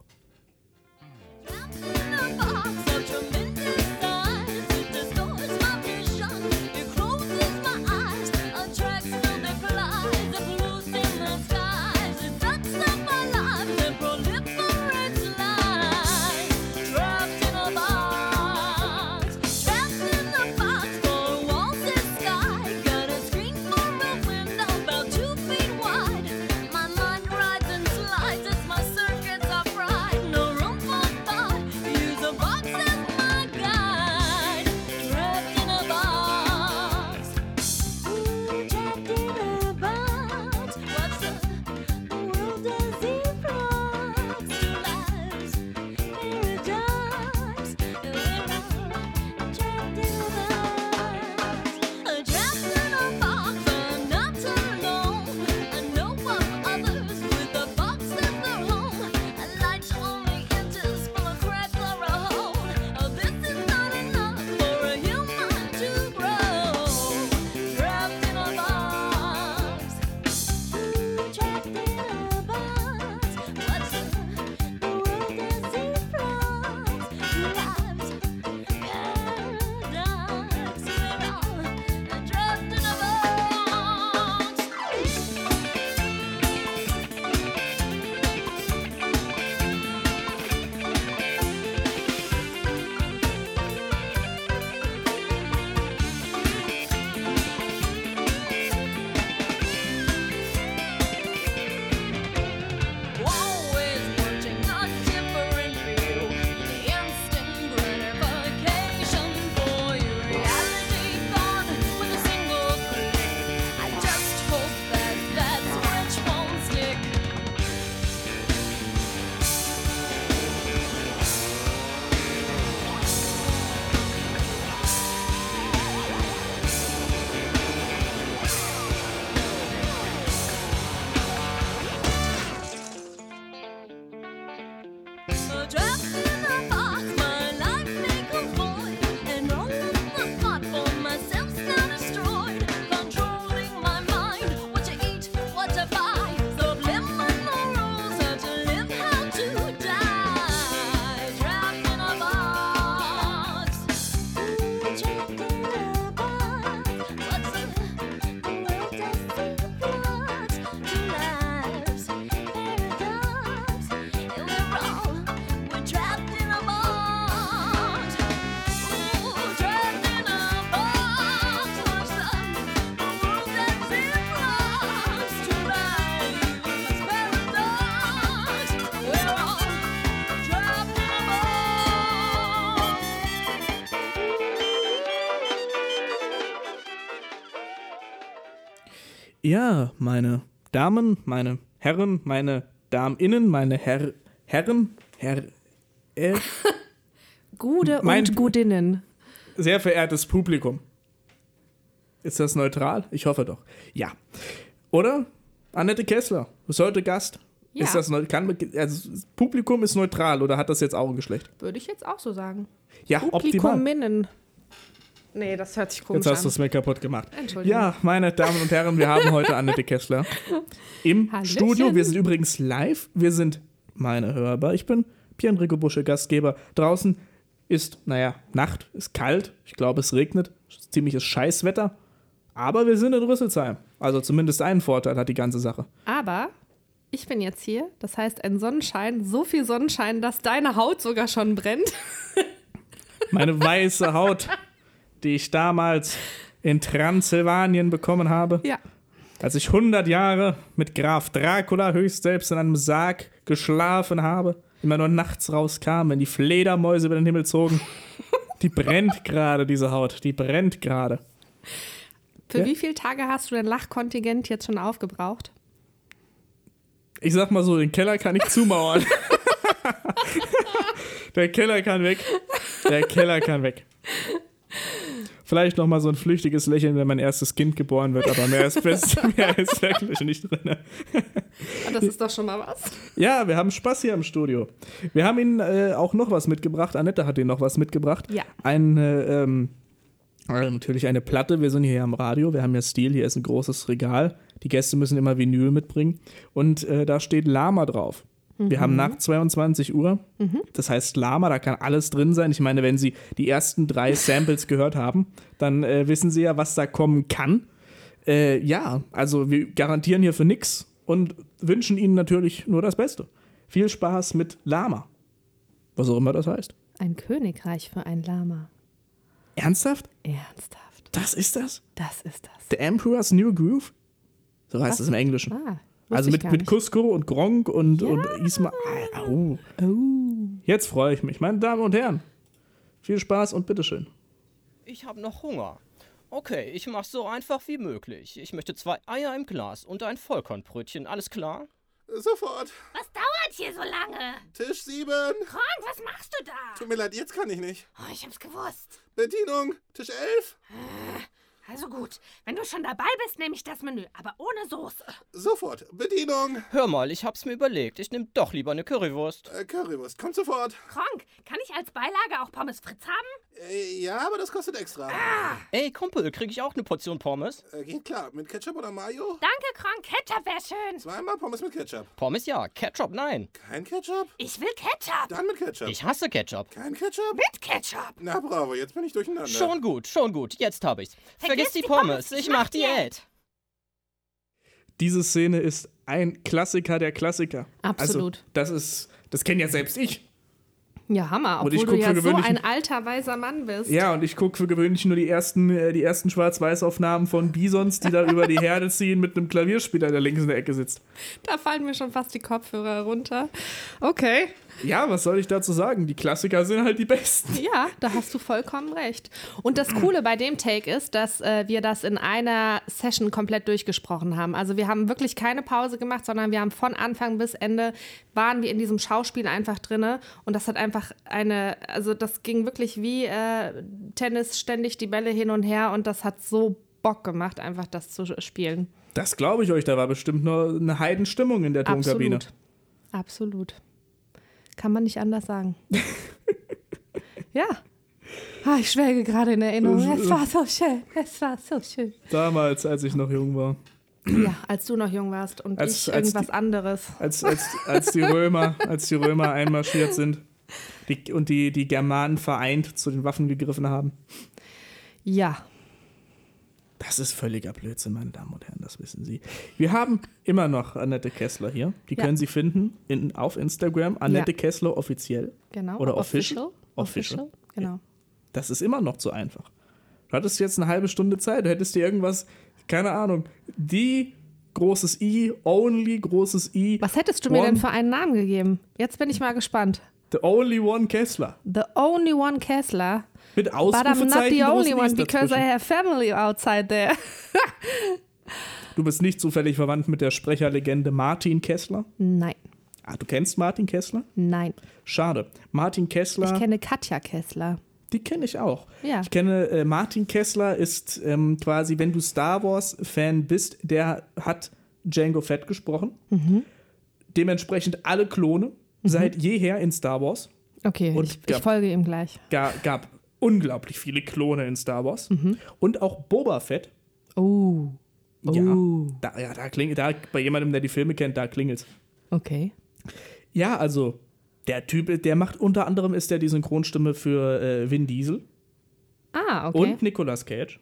My mind rides and slides as my circuits are fried. Ja, meine Damen, meine Herren, meine Daminnen, meine Herr, Herren, Herr, äh, Gude mein- und Gudinnen. sehr verehrtes Publikum. Ist das neutral? Ich hoffe doch. Ja. Oder? Annette Kessler ist heute Gast. Ja. Ist das neu- kann, also das Publikum ist neutral oder hat das jetzt auch ein Geschlecht? Würde ich jetzt auch so sagen. Ja, optimal. Publikuminnen. Nee, das hört sich komisch Jetzt hast du an. es mir kaputt gemacht. Entschuldigung. Ja, meine Damen und Herren, wir haben heute Annette Kessler im Hallöchen. Studio. Wir sind übrigens live. Wir sind meine Hörbar. Ich bin Pierre-Enrico Busche, Gastgeber. Draußen ist, naja, Nacht, ist kalt. Ich glaube, es regnet. Ziemliches Scheißwetter. Aber wir sind in Rüsselsheim. Also zumindest einen Vorteil hat die ganze Sache. Aber ich bin jetzt hier. Das heißt, ein Sonnenschein, so viel Sonnenschein, dass deine Haut sogar schon brennt. Meine weiße Haut, die ich damals in Transsilvanien bekommen habe. Ja. Als ich hundert Jahre mit Graf Dracula höchst selbst in einem Sarg geschlafen habe, immer nur nachts rauskam, wenn die Fledermäuse über den Himmel zogen. Die brennt gerade, diese Haut. Die brennt gerade. Für Ja. wie viele Tage hast du dein Lachkontingent jetzt schon aufgebraucht? Ich sag mal so, den Keller kann ich zumauern. Der Keller kann weg. Der Keller kann weg. Vielleicht noch mal so ein flüchtiges Lächeln, wenn mein erstes Kind geboren wird, aber mehr ist, best, mehr ist wirklich nicht drin. Das ist doch schon mal was. Ja, wir haben Spaß hier im Studio. Wir haben Ihnen äh, auch noch was mitgebracht. Annette hat Ihnen noch was mitgebracht. Ja. Eine, ähm, äh, natürlich eine Platte. Wir sind hier am Radio. Wir haben ja Stil. Hier ist ein großes Regal. Die Gäste müssen immer Vinyl mitbringen. Und äh, da steht Lama drauf. Wir haben nach zweiundzwanzig Uhr, das heißt Lama, da kann alles drin sein. Ich meine, wenn Sie die ersten drei Samples gehört haben, dann äh, wissen Sie ja, was da kommen kann. Äh, ja, also wir garantieren hier für nix und wünschen Ihnen natürlich nur das Beste. Viel Spaß mit Lama. Was auch immer das heißt. Ein Königreich für ein Lama. Ernsthaft? Ernsthaft. Das ist das? Das ist das. The Emperor's New Groove? So heißt es im Englischen. Ah, Also wusste ich mit, gar mit nicht. Cusco und Gronk und, und Isma. Au. Jetzt freue ich mich. Meine Damen und Herren, viel Spaß und bitteschön. Ich habe noch Hunger. Okay, ich mach's so einfach wie möglich. Ich möchte zwei Eier im Glas und ein Vollkornbrötchen. Alles klar? Sofort. Was dauert hier so lange? Tisch sieben. Frank, was machst du da? Tut mir leid, jetzt kann ich nicht. Oh, ich hab's gewusst. Bedienung, Tisch elf. Also gut, wenn du schon dabei bist, nehme ich das Menü, aber ohne Soße. Sofort. Bedienung. Hör mal, ich hab's mir überlegt. Ich nehm doch lieber eine Currywurst. Äh, Currywurst, kommt sofort. Frank, kann ich als Beilage auch Pommes Fritz haben? Äh, ja, aber das kostet extra. Ey, Kumpel, krieg ich auch eine Portion Pommes? Äh, geht klar. Mit Ketchup oder Mayo? Danke, Frank, Ketchup wäre schön. Zweimal Pommes mit Ketchup. Pommes ja, Ketchup nein. Kein Ketchup? Ich will Ketchup. Dann mit Ketchup. Ich hasse Ketchup. Kein Ketchup? Mit Ketchup. Na bravo, jetzt bin ich durcheinander. Schon gut, schon gut. Jetzt hab ich's. Vergiss, Vergiss die die Pommes. Pommes, Ich mach Diät. Diese Szene ist ein Klassiker der Klassiker. Absolut. Also, das ist, das kenne ja selbst ich. Ja, Hammer. Und ich Obwohl du guck für ja so gewöhnlich- ein alter, weiser Mann bist. Ja, und ich gucke für gewöhnlich nur die ersten, äh, die ersten Schwarz-Weiß-Aufnahmen von Bisons, die da über die Herde ziehen mit einem Klavierspieler, der links in der Ecke sitzt. Da fallen mir schon fast die Kopfhörer runter. Okay. Ja, was soll ich dazu sagen? Die Klassiker sind halt die besten. Ja, da hast du vollkommen recht. Und das Coole bei dem Take ist, dass äh, wir das in einer Session komplett durchgesprochen haben. Also wir haben wirklich keine Pause gemacht, sondern wir haben von Anfang bis Ende waren wir in diesem Schauspiel einfach drinne. Und das hat einfach eine, also das ging wirklich wie äh, Tennis, ständig die Bälle hin und her. Und das hat so Bock gemacht, einfach das zu spielen. Das glaube ich euch, da war bestimmt nur eine Heidenstimmung in der Tonkabine. Absolut. Absolut. Kann man nicht anders sagen. Ja. Ah, ich schwelge gerade in Erinnerung. Es war so schön. Es war so schön. Damals, als ich noch jung war. Ja, als du noch jung warst und Als- ich als irgendwas die- anderes. Als, als, als die Römer, als die Römer einmarschiert sind die, und die, die Germanen vereint zu den Waffen gegriffen haben. Ja. Das ist völliger Blödsinn, meine Damen und Herren, das wissen Sie. Wir haben immer noch Annette Kessler hier. Die Ja. können Sie finden in, auf Instagram. Annette Ja. Kessler offiziell. Genau. Oder official. Official. Official. Genau. Das ist immer noch zu einfach. Du hattest jetzt eine halbe Stunde Zeit. Du hättest dir irgendwas, keine Ahnung, die großes I, only großes I. Was hättest du mir one, denn für einen Namen gegeben? Jetzt bin ich mal gespannt. The only one Kessler. The only one Kessler. Mit But I'm not Ausrufezeichen. the only großen one Is because I dazwischen. have family outside there. Du bist nicht zufällig verwandt mit der Sprecherlegende Martin Kessler? Nein. Ah, du kennst Martin Kessler? Nein. Schade. Martin Kessler. Ich kenne Katja Kessler. Die kenne ich auch. Ja. Ich kenne äh, Martin Kessler ist ähm, quasi, wenn du Star Wars-Fan bist, der hat Jango Fett gesprochen. Mhm. Dementsprechend alle Klone mhm. seit jeher in Star Wars. Okay, Und ich, gab, ich folge ihm gleich. Gab, gab unglaublich viele Klone in Star Wars. Mhm. Und auch Boba Fett. Oh. Ja, oh. da, ja da klingelt, da, bei jemandem, der die Filme kennt, da klingelt's. Okay. Ja, also der Typ, der macht unter anderem ist der die Synchronstimme für äh, Vin Diesel. Ah, okay. Und Nicolas Cage.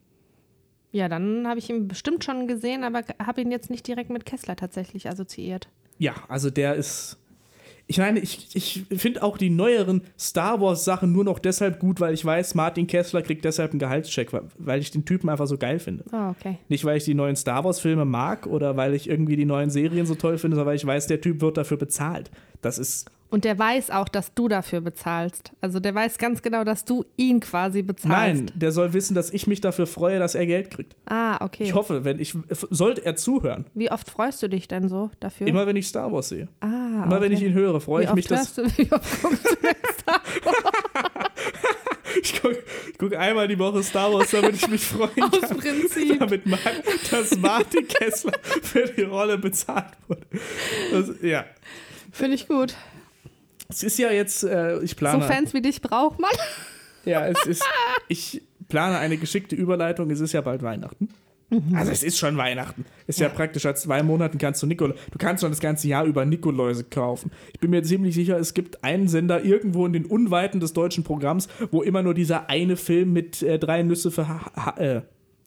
Ja, dann habe ich ihn bestimmt schon gesehen, aber habe ihn jetzt nicht direkt mit Kessler tatsächlich assoziiert. Ja, also der ist. Ich meine, ich, ich finde auch die neueren Star Wars-Sachen nur noch deshalb gut, weil ich weiß, Martin Kessler kriegt deshalb einen Gehaltscheck, weil ich den Typen einfach so geil finde. Ah, okay. Nicht, weil ich die neuen Star Wars-Filme mag oder weil ich irgendwie die neuen Serien so toll finde, sondern weil ich weiß, der Typ wird dafür bezahlt. Das ist. Und der weiß auch, dass du dafür bezahlst. Also der weiß ganz genau, dass du ihn quasi bezahlst. Nein, der soll wissen, dass ich mich dafür freue, dass er Geld kriegt. Ah, okay. Ich hoffe, wenn ich sollte er zuhören. Wie oft freust du dich denn so dafür? Immer, wenn ich Star Wars sehe. Ah, Immer, okay. wenn ich ihn höre, freue wie ich mich, dass dass... Du, wie oft guckst du denn Star Wars? Ich gucke guck einmal die Woche Star Wars, damit ich mich freuen kann. Aus Prinzip. Damit man, dass Martin Kessler für die Rolle bezahlt wurde. Das, ja. Finde ich gut. Es ist ja jetzt, äh, ich plane... So Fans wie dich braucht man. Ja, es ist, ich plane eine geschickte Überleitung. Es ist ja bald Weihnachten. Mhm. Also es ist schon Weihnachten. Ist ja, ja praktisch, seit zwei Monaten kannst du Nikol- Du kannst schon das ganze Jahr über Nikoläuse kaufen. Ich bin mir ziemlich sicher, es gibt einen Sender irgendwo in den Unweiten des deutschen Programms, wo immer nur dieser eine Film mit äh, drei Nüsse für ha- ha- äh,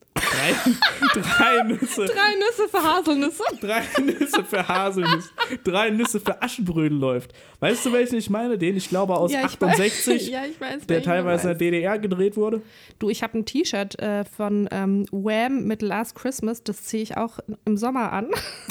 Drei, drei Nüsse. Drei Nüsse für Haselnüsse. Drei Nüsse für Haselnüsse. Drei Nüsse für Aschenbrödel läuft. Weißt du, welchen ich meine? Den, ich glaube, aus ja, ich achtundsechzig, weiß. Ja, ich weiß, der teilweise in der D D R gedreht wurde. Du, ich habe ein T-Shirt äh, von ähm, Wham mit Last Christmas. Das ziehe ich auch im Sommer an.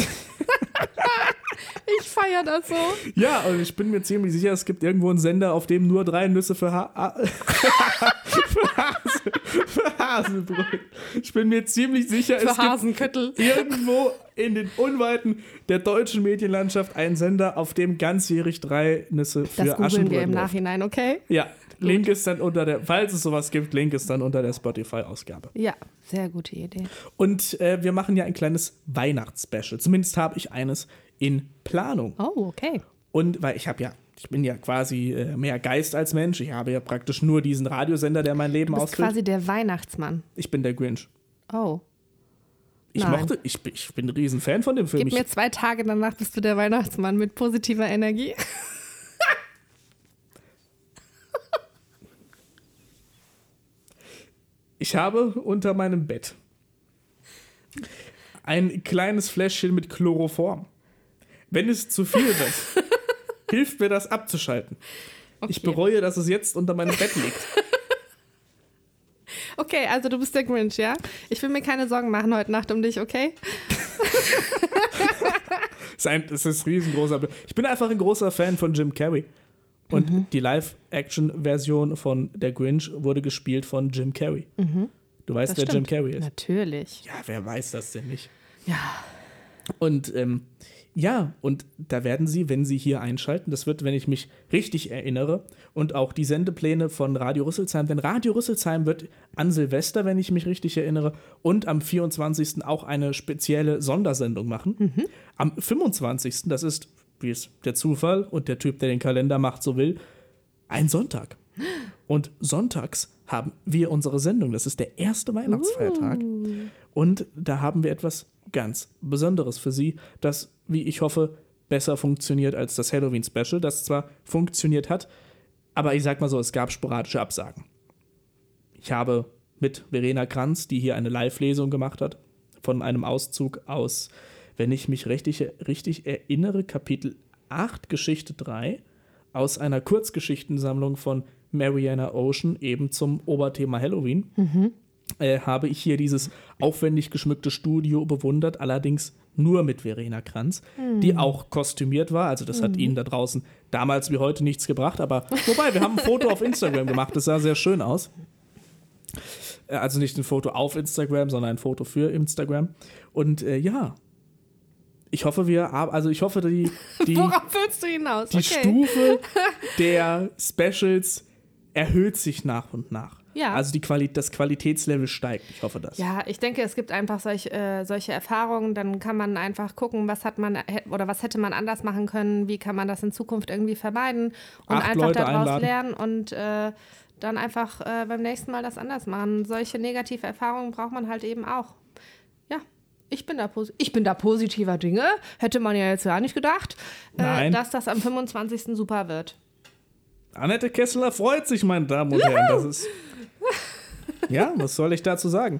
Ich feiere das so. Ja, und ich bin mir ziemlich sicher, es gibt irgendwo einen Sender, auf dem nur drei Nüsse für, ha- für, Hase, für Haselbrödel. Ich bin mir ziemlich sicher, für es Hasenköttel. gibt irgendwo in den Unweiten der deutschen Medienlandschaft einen Sender, auf dem ganzjährig drei Nüsse für das Aschenbrödel wir im läuft. Nachhinein, okay? Ja, Link ist dann unter der, falls es sowas gibt, Link ist dann unter der Spotify-Ausgabe. Ja, sehr gute Idee. Und äh, wir machen ja ein kleines Weihnachtsspecial. Zumindest habe ich eines in Planung. Oh, okay. Und weil ich habe ja, ich bin ja quasi äh, mehr Geist als Mensch. Ich habe ja praktisch nur diesen Radiosender, der mein Leben du bist ausfüllt. Quasi der Weihnachtsmann. Ich bin der Grinch. Oh. Ich Nein. mochte, ich, bin- ich bin ein Riesenfan von dem Film. Gib Ich, mir zwei Tage, danach bist du der Weihnachtsmann mit positiver Energie. ich habe unter meinem Bett ein kleines Fläschchen mit Chloroform. Wenn es zu viel wird, hilft mir das abzuschalten. Okay. Ich bereue, dass es jetzt unter meinem Bett liegt. Okay, also du bist der Grinch, ja? Ich will mir keine Sorgen machen heute Nacht um dich, okay? Das ist ein, das ist ein riesengroßer. Be- Ich bin einfach ein großer Fan von Jim Carrey. Und Mhm. die Live-Action-Version von Der Grinch wurde gespielt von Jim Carrey. Mhm. Du weißt, Das wer stimmt. Jim Carrey ist? Natürlich. Ja, wer weiß das denn nicht? Ja. Und ähm, ja, und da werden sie, wenn sie hier einschalten, das wird, wenn ich mich richtig erinnere, und auch die Sendepläne von Radio Rüsselsheim, denn Radio Rüsselsheim wird an Silvester, wenn ich mich richtig erinnere, und am vierundzwanzigsten auch eine spezielle Sondersendung machen. Mhm. Am fünfundzwanzigsten, das ist, wie es der Zufall und der Typ, der den Kalender macht, so will, ein Sonntag. Und sonntags haben wir unsere Sendung. Das ist der erste Weihnachtsfeiertag. Uh. Und da haben wir etwas ganz Besonderes für Sie, das, wie ich hoffe, besser funktioniert als das Halloween-Special, das zwar funktioniert hat, aber ich sag mal so, es gab sporadische Absagen. Ich habe mit Verena Kranz, die hier eine Live-Lesung gemacht hat, von einem Auszug aus, wenn ich mich richtig, richtig erinnere, Kapitel acht, Geschichte drei, aus einer Kurzgeschichtensammlung von Mariana Ocean, eben zum Oberthema Halloween, Mhm. äh, habe ich hier dieses aufwendig geschmückte Studio bewundert, allerdings nur mit Verena Kranz, Mhm. die auch kostümiert war. Also das hat Mhm. Ihnen da draußen damals wie heute nichts gebracht, aber wobei, wir haben ein Foto auf Instagram gemacht, das sah sehr schön aus. Äh, also nicht ein Foto auf Instagram, sondern ein Foto für Instagram. Und äh, ja, ich hoffe, wir, also ich hoffe, die, die, Worauf willst du hinaus? die Okay. Stufe der Specials erhöht sich nach und nach. Ja. Also die Quali- das Qualitätslevel steigt. Ich hoffe das. Ja, ich denke, es gibt einfach solch, äh, solche Erfahrungen. Dann kann man einfach gucken, was hat man hä- oder was hätte man anders machen können, wie kann man das in Zukunft irgendwie vermeiden und Acht einfach Leute daraus einladen. lernen und äh, dann einfach äh, beim nächsten Mal das anders machen. Solche negative Erfahrungen braucht man halt eben auch. Ja, ich bin da, posi- ich bin da positiver Dinge. Hätte man ja jetzt gar nicht gedacht, äh, Nein. dass das am fünfundzwanzigsten super wird. Annette Kessler freut sich, meine Damen und Herren. Das ist. Ja, was soll ich dazu sagen?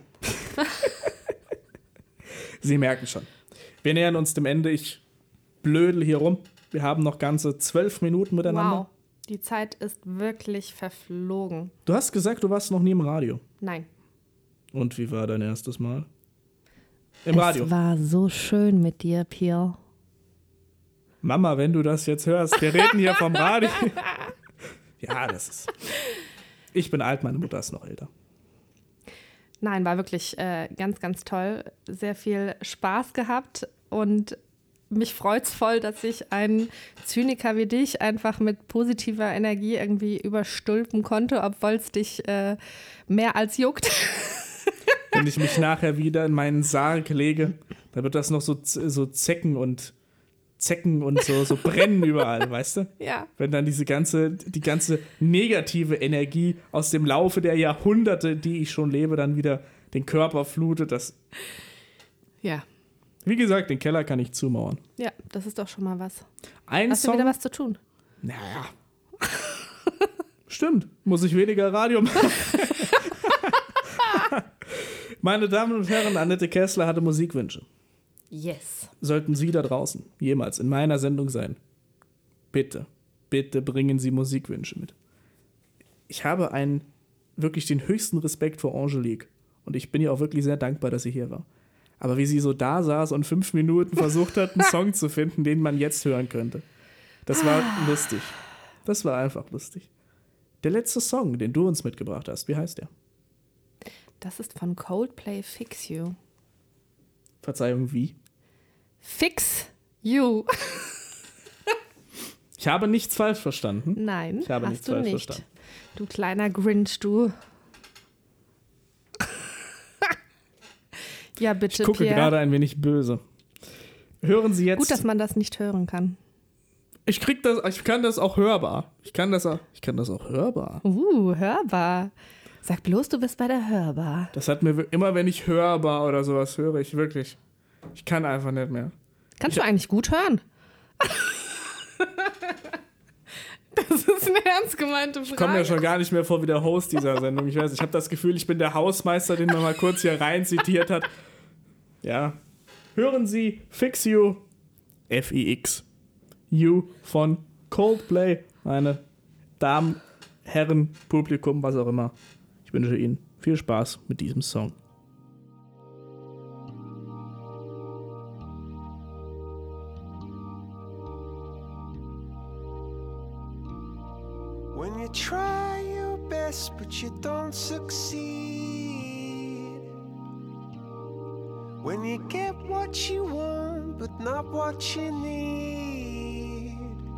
Sie merken schon. Wir nähern uns dem Ende. Ich blödel hier rum. Wir haben noch ganze zwölf Minuten miteinander. Wow, die Zeit ist wirklich verflogen. Du hast gesagt, du warst noch nie im Radio. Nein. Und wie war dein erstes Mal? Im es Radio. war so schön mit dir, Pierre. Mama, wenn du das jetzt hörst, wir reden hier vom Radio. Ja, das ist. Ich bin alt, meine Mutter ist noch älter. Nein, war wirklich äh, ganz, ganz toll. Sehr viel Spaß gehabt und mich freut's voll, dass ich einen Zyniker wie dich einfach mit positiver Energie irgendwie überstülpen konnte, obwohl es dich äh, mehr als juckt. Wenn ich mich nachher wieder in meinen Sarg lege, dann wird das noch so, so Zecken und Zecken und so, so brennen überall, weißt du? Ja. Wenn dann diese ganze, die ganze negative Energie aus dem Laufe der Jahrhunderte, die ich schon lebe, dann wieder den Körper flutet. Das, Ja. wie gesagt, den Keller kann ich zumauern. Ja, das ist doch schon mal was. Ein Hast Song, du wieder was zu tun? Naja. Stimmt, muss ich weniger Radio machen. Meine Damen und Herren, Annette Kessler hatte Musikwünsche. Yes. Sollten Sie da draußen jemals in meiner Sendung sein, bitte, bitte bringen Sie Musikwünsche mit. Ich habe einen, wirklich den höchsten Respekt vor Angelique und ich bin ihr auch wirklich sehr dankbar, dass sie hier war. Aber wie sie so da saß und fünf Minuten versucht hat, einen Song zu finden, den man jetzt hören könnte, das war lustig. Das war einfach lustig. Der letzte Song, den du uns mitgebracht hast, wie heißt der? Das ist von Coldplay, Fix You. Verzeihung, wie? Fix You. Ich habe nichts falsch verstanden. Nein, ich habe hast nichts du falsch nicht. verstanden. Du kleiner Grinch, du. Ja, bitte, Ich gucke Pierre. gerade ein wenig böse. Hören Sie jetzt. Gut, dass man das nicht hören kann. Ich krieg das, ich kann das auch hörbar. Ich kann das auch, ich kann das auch hörbar. Uh, hörbar. Sag bloß, du bist bei der Hörbar. Das hat mir immer, wenn ich hörbar oder sowas höre, ich wirklich, ich kann einfach nicht mehr. Kannst ich, du eigentlich gut hören? Das ist eine ernst gemeinte Frage. Ich komme mir schon gar nicht mehr vor wie der Host dieser Sendung. Ich weiß, ich habe das Gefühl, ich bin der Hausmeister, den man mal kurz hier rein zitiert hat. Ja. Hören Sie Fix You, F I X, You von Coldplay, meine Damen, Herren, Publikum, was auch immer. Ich wünsche Ihnen viel Spaß mit diesem Song. When you try your best but you don't succeed, when you get what you want but not what you need,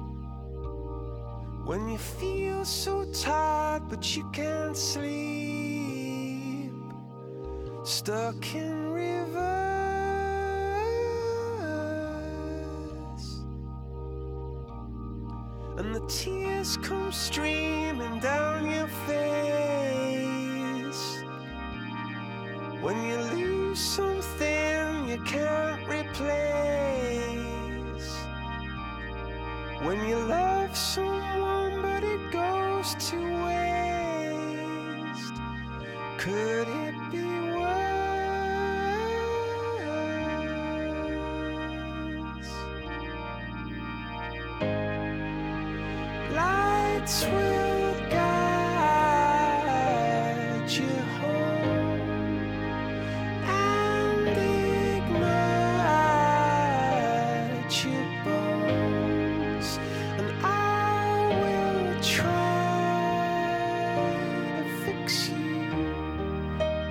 when you feel so tired but you can't sleep, stuck in reverse, and the tears come streaming down your face, when you lose something you can't replace, when you love someone but it goes to waste, could it be worse? Lights will guide you home and ignite your bones, and I will try to fix you.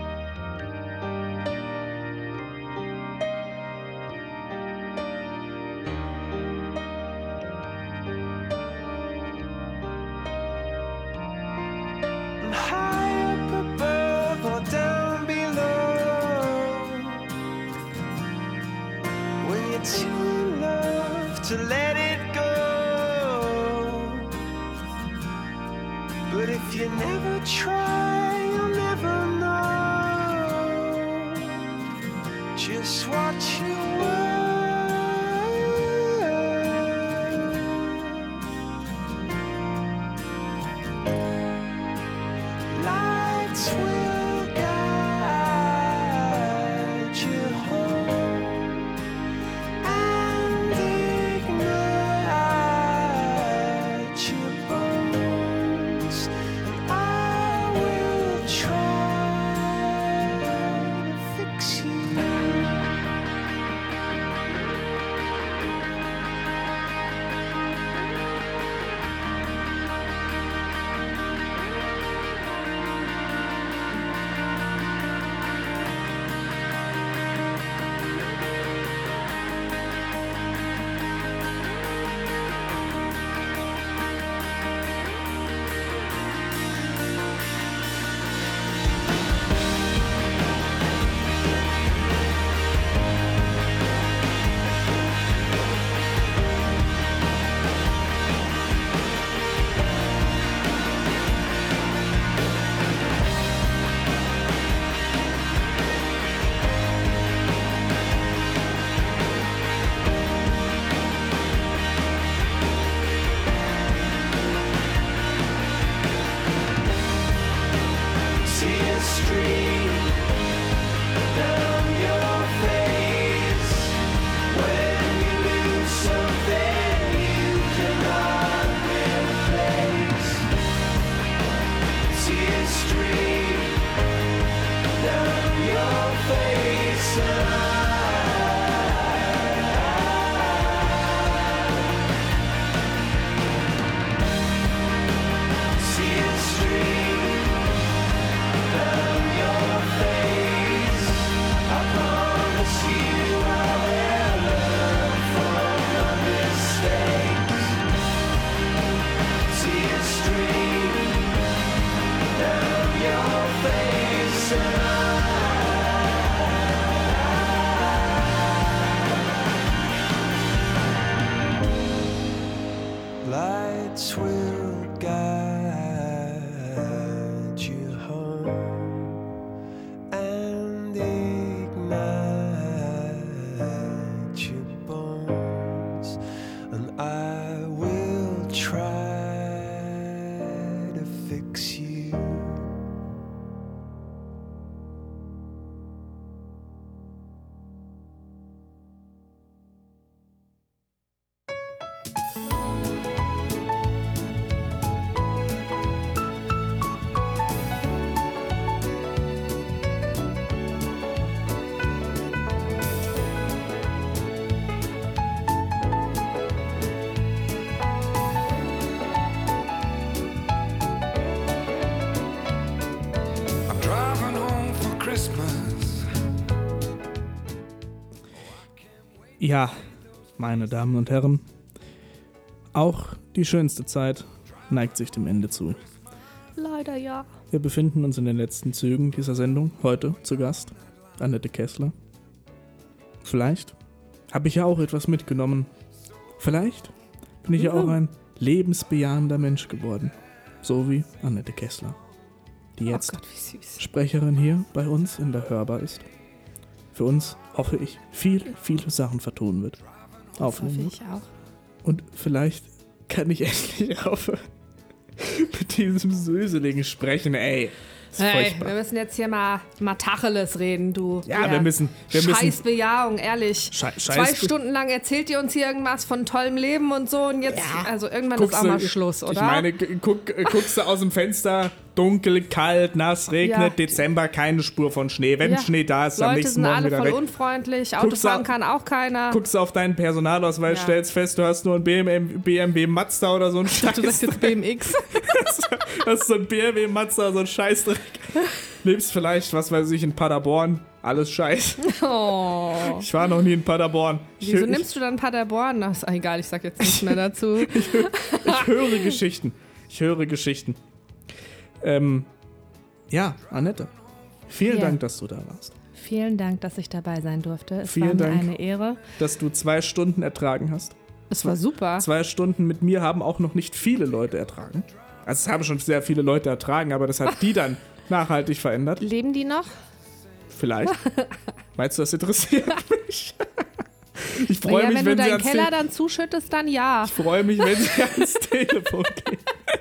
too in love to let it go. But if you never try, you'll never know just what you were. Lights will guide you home and ignite your bones, and I will try to fix you. Tears stream down your face when you lose something you cannot replace. Tears stream down your face, and I tears stream down your face. I promise you I will learn from my mistakes. Tears stream down your face, and I lights will guide you home and ignite your bones, and I will try to fix you. I'm driving home for Christmas. Ja, meine Damen und Herren, auch die schönste Zeit neigt sich dem Ende zu. Leider ja. Wir befinden uns in den letzten Zügen dieser Sendung. Heute zu Gast Annette Kessler. Vielleicht habe ich ja auch etwas mitgenommen. Vielleicht bin ich ja auch ein lebensbejahender Mensch geworden. So wie Annette Kessler, die jetzt Oh Gott, wie süß. Sprecherin hier bei uns in der Hörbar ist. Für uns, hoffe ich, viele, viele Sachen vertonen wird. Aufnehmen hoffe wird. ich auch. Und vielleicht kann ich endlich aufhören mit diesem Söseligen sprechen, ey. Das ist Hey, furchtbar. wir müssen jetzt hier mal, mal Tacheles reden, du. Ja, wir müssen- wir müssen- Scheiß Bejahung, ehrlich. Schei- Zwei Scheiß- Stunden lang erzählt ihr uns hier irgendwas von tollem Leben und so und jetzt, also irgendwann ist auch mal Schluss, oder? Ich meine, g- guck, äh, guckst du aus dem Fenster, dunkel, kalt, nass, regnet, Ja. Dezember, keine Spur von Schnee. Wenn Ja. Schnee da ist, am Leute nächsten sind Morgen alle wieder voll weg. unfreundlich, Guckst Autofahren du- kann auch keiner. Guckst du auf deinen Personalausweis, Ja. stellst fest, du hast nur ein B M W, B M W Mazda oder so ein Scheiß. Du sagst jetzt B M X. Das ist so ein B M W Mazda, so ein Scheißdreck. Lebst vielleicht, was weiß ich, in Paderborn. Alles Scheiß. Oh. Ich war noch nie in Paderborn. Ich, Wieso hö- nimmst du dann Paderborn? Das ist egal, ich sag jetzt nichts mehr dazu. ich, ich höre Geschichten. Ich höre Geschichten. Ähm, ja, Annette. Vielen Ja. Dank, dass du da warst. Vielen Dank, dass ich dabei sein durfte. Es Vielen war mir Dank, eine Ehre. dass du zwei Stunden ertragen hast. Es war super. Zwei Stunden mit mir haben auch noch nicht viele Leute ertragen. Also es haben schon sehr viele Leute ertragen, aber das hat die dann nachhaltig verändert. Leben die noch? Vielleicht. Meinst du, das interessiert mich? Ich freue ja, mich, wenn, wenn du sie deinen ans Keller Te- dann zuschüttest, dann ja. Ich freue mich, wenn sie ans Telefon gehen.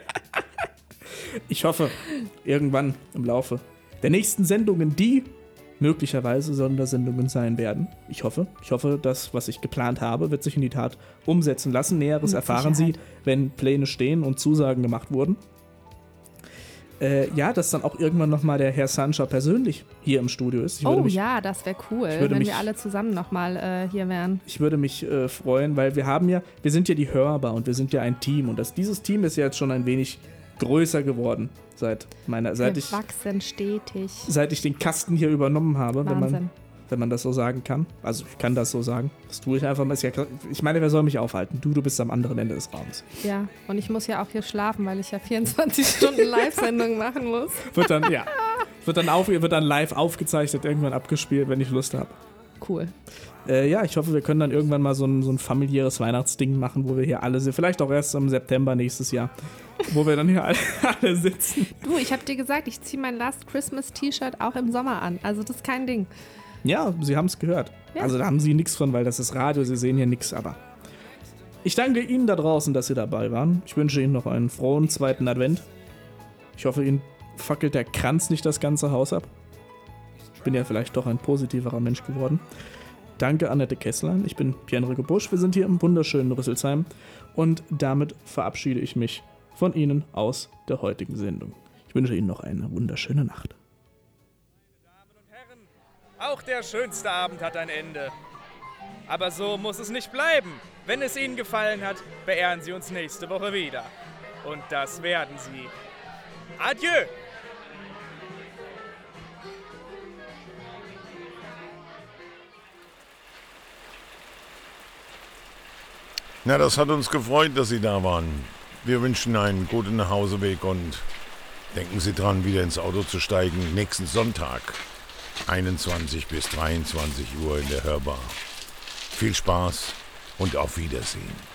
Ich hoffe, irgendwann im Laufe der nächsten Sendungen, die möglicherweise Sondersendungen sein werden. Ich hoffe, ich hoffe, das, was ich geplant habe, wird sich in die Tat umsetzen lassen. Näheres Mit erfahren Sicherheit. Sie, wenn Pläne stehen und Zusagen gemacht wurden. Äh, ja, dass dann auch irgendwann nochmal der Herr Sancha persönlich hier im Studio ist. Ich würde Oh mich, ja, das wäre cool, ich würde wenn mich- wir alle zusammen nochmal äh, hier wären. Ich würde mich äh, freuen, weil wir haben ja, wir sind ja die Hörbar und wir sind ja ein Team und das, dieses Team ist ja jetzt schon ein wenig größer geworden seit meiner, seit wir ich, wachsen stetig. seit ich den Kasten hier übernommen habe, wenn man, Wahnsinn. wenn man das so sagen kann. Also ich kann das so sagen. Das tue ich einfach mal. Ist ja klar- Ich meine, wer soll mich aufhalten? Du, du bist am anderen Ende des Raums. Ja, und ich muss ja auch hier schlafen, weil ich ja vierundzwanzig Stunden Live-Sendung machen muss. Wird dann, ja, wird dann, auf, wird dann live aufgezeichnet, irgendwann abgespielt, wenn ich Lust habe. Cool. Äh, ja, ich hoffe, wir können dann irgendwann mal so ein, so ein familiäres Weihnachtsding machen, wo wir hier alle sind. Vielleicht auch erst im September nächstes Jahr, wo wir dann hier alle, alle sitzen. Du, ich habe dir gesagt, ich ziehe mein Last Christmas T-Shirt auch im Sommer an. Also das ist kein Ding. Ja, Sie haben es gehört. Ja. Also da haben Sie nichts von, weil das ist Radio, Sie sehen hier nichts, aber ich danke Ihnen da draußen, dass Sie dabei waren. Ich wünsche Ihnen noch einen frohen zweiten Advent. Ich hoffe, Ihnen fackelt der Kranz nicht das ganze Haus ab. Ich bin ja vielleicht doch ein positiverer Mensch geworden. Danke, Annette Kesslein. Ich bin Pierre-Enrique Busch. Wir sind hier im wunderschönen Rüsselsheim. Und damit verabschiede ich mich von Ihnen aus der heutigen Sendung. Ich wünsche Ihnen noch eine wunderschöne Nacht. Auch der schönste Abend hat ein Ende. Aber so muss es nicht bleiben. Wenn es Ihnen gefallen hat, beehren Sie uns nächste Woche wieder. Und das werden Sie. Adieu! Na, das hat uns gefreut, dass Sie da waren. Wir wünschen einen guten Nachhauseweg und denken Sie dran, wieder ins Auto zu steigen. Nächsten Sonntag, einundzwanzig bis dreiundzwanzig Uhr in der Hörbar. Viel Spaß und auf Wiedersehen.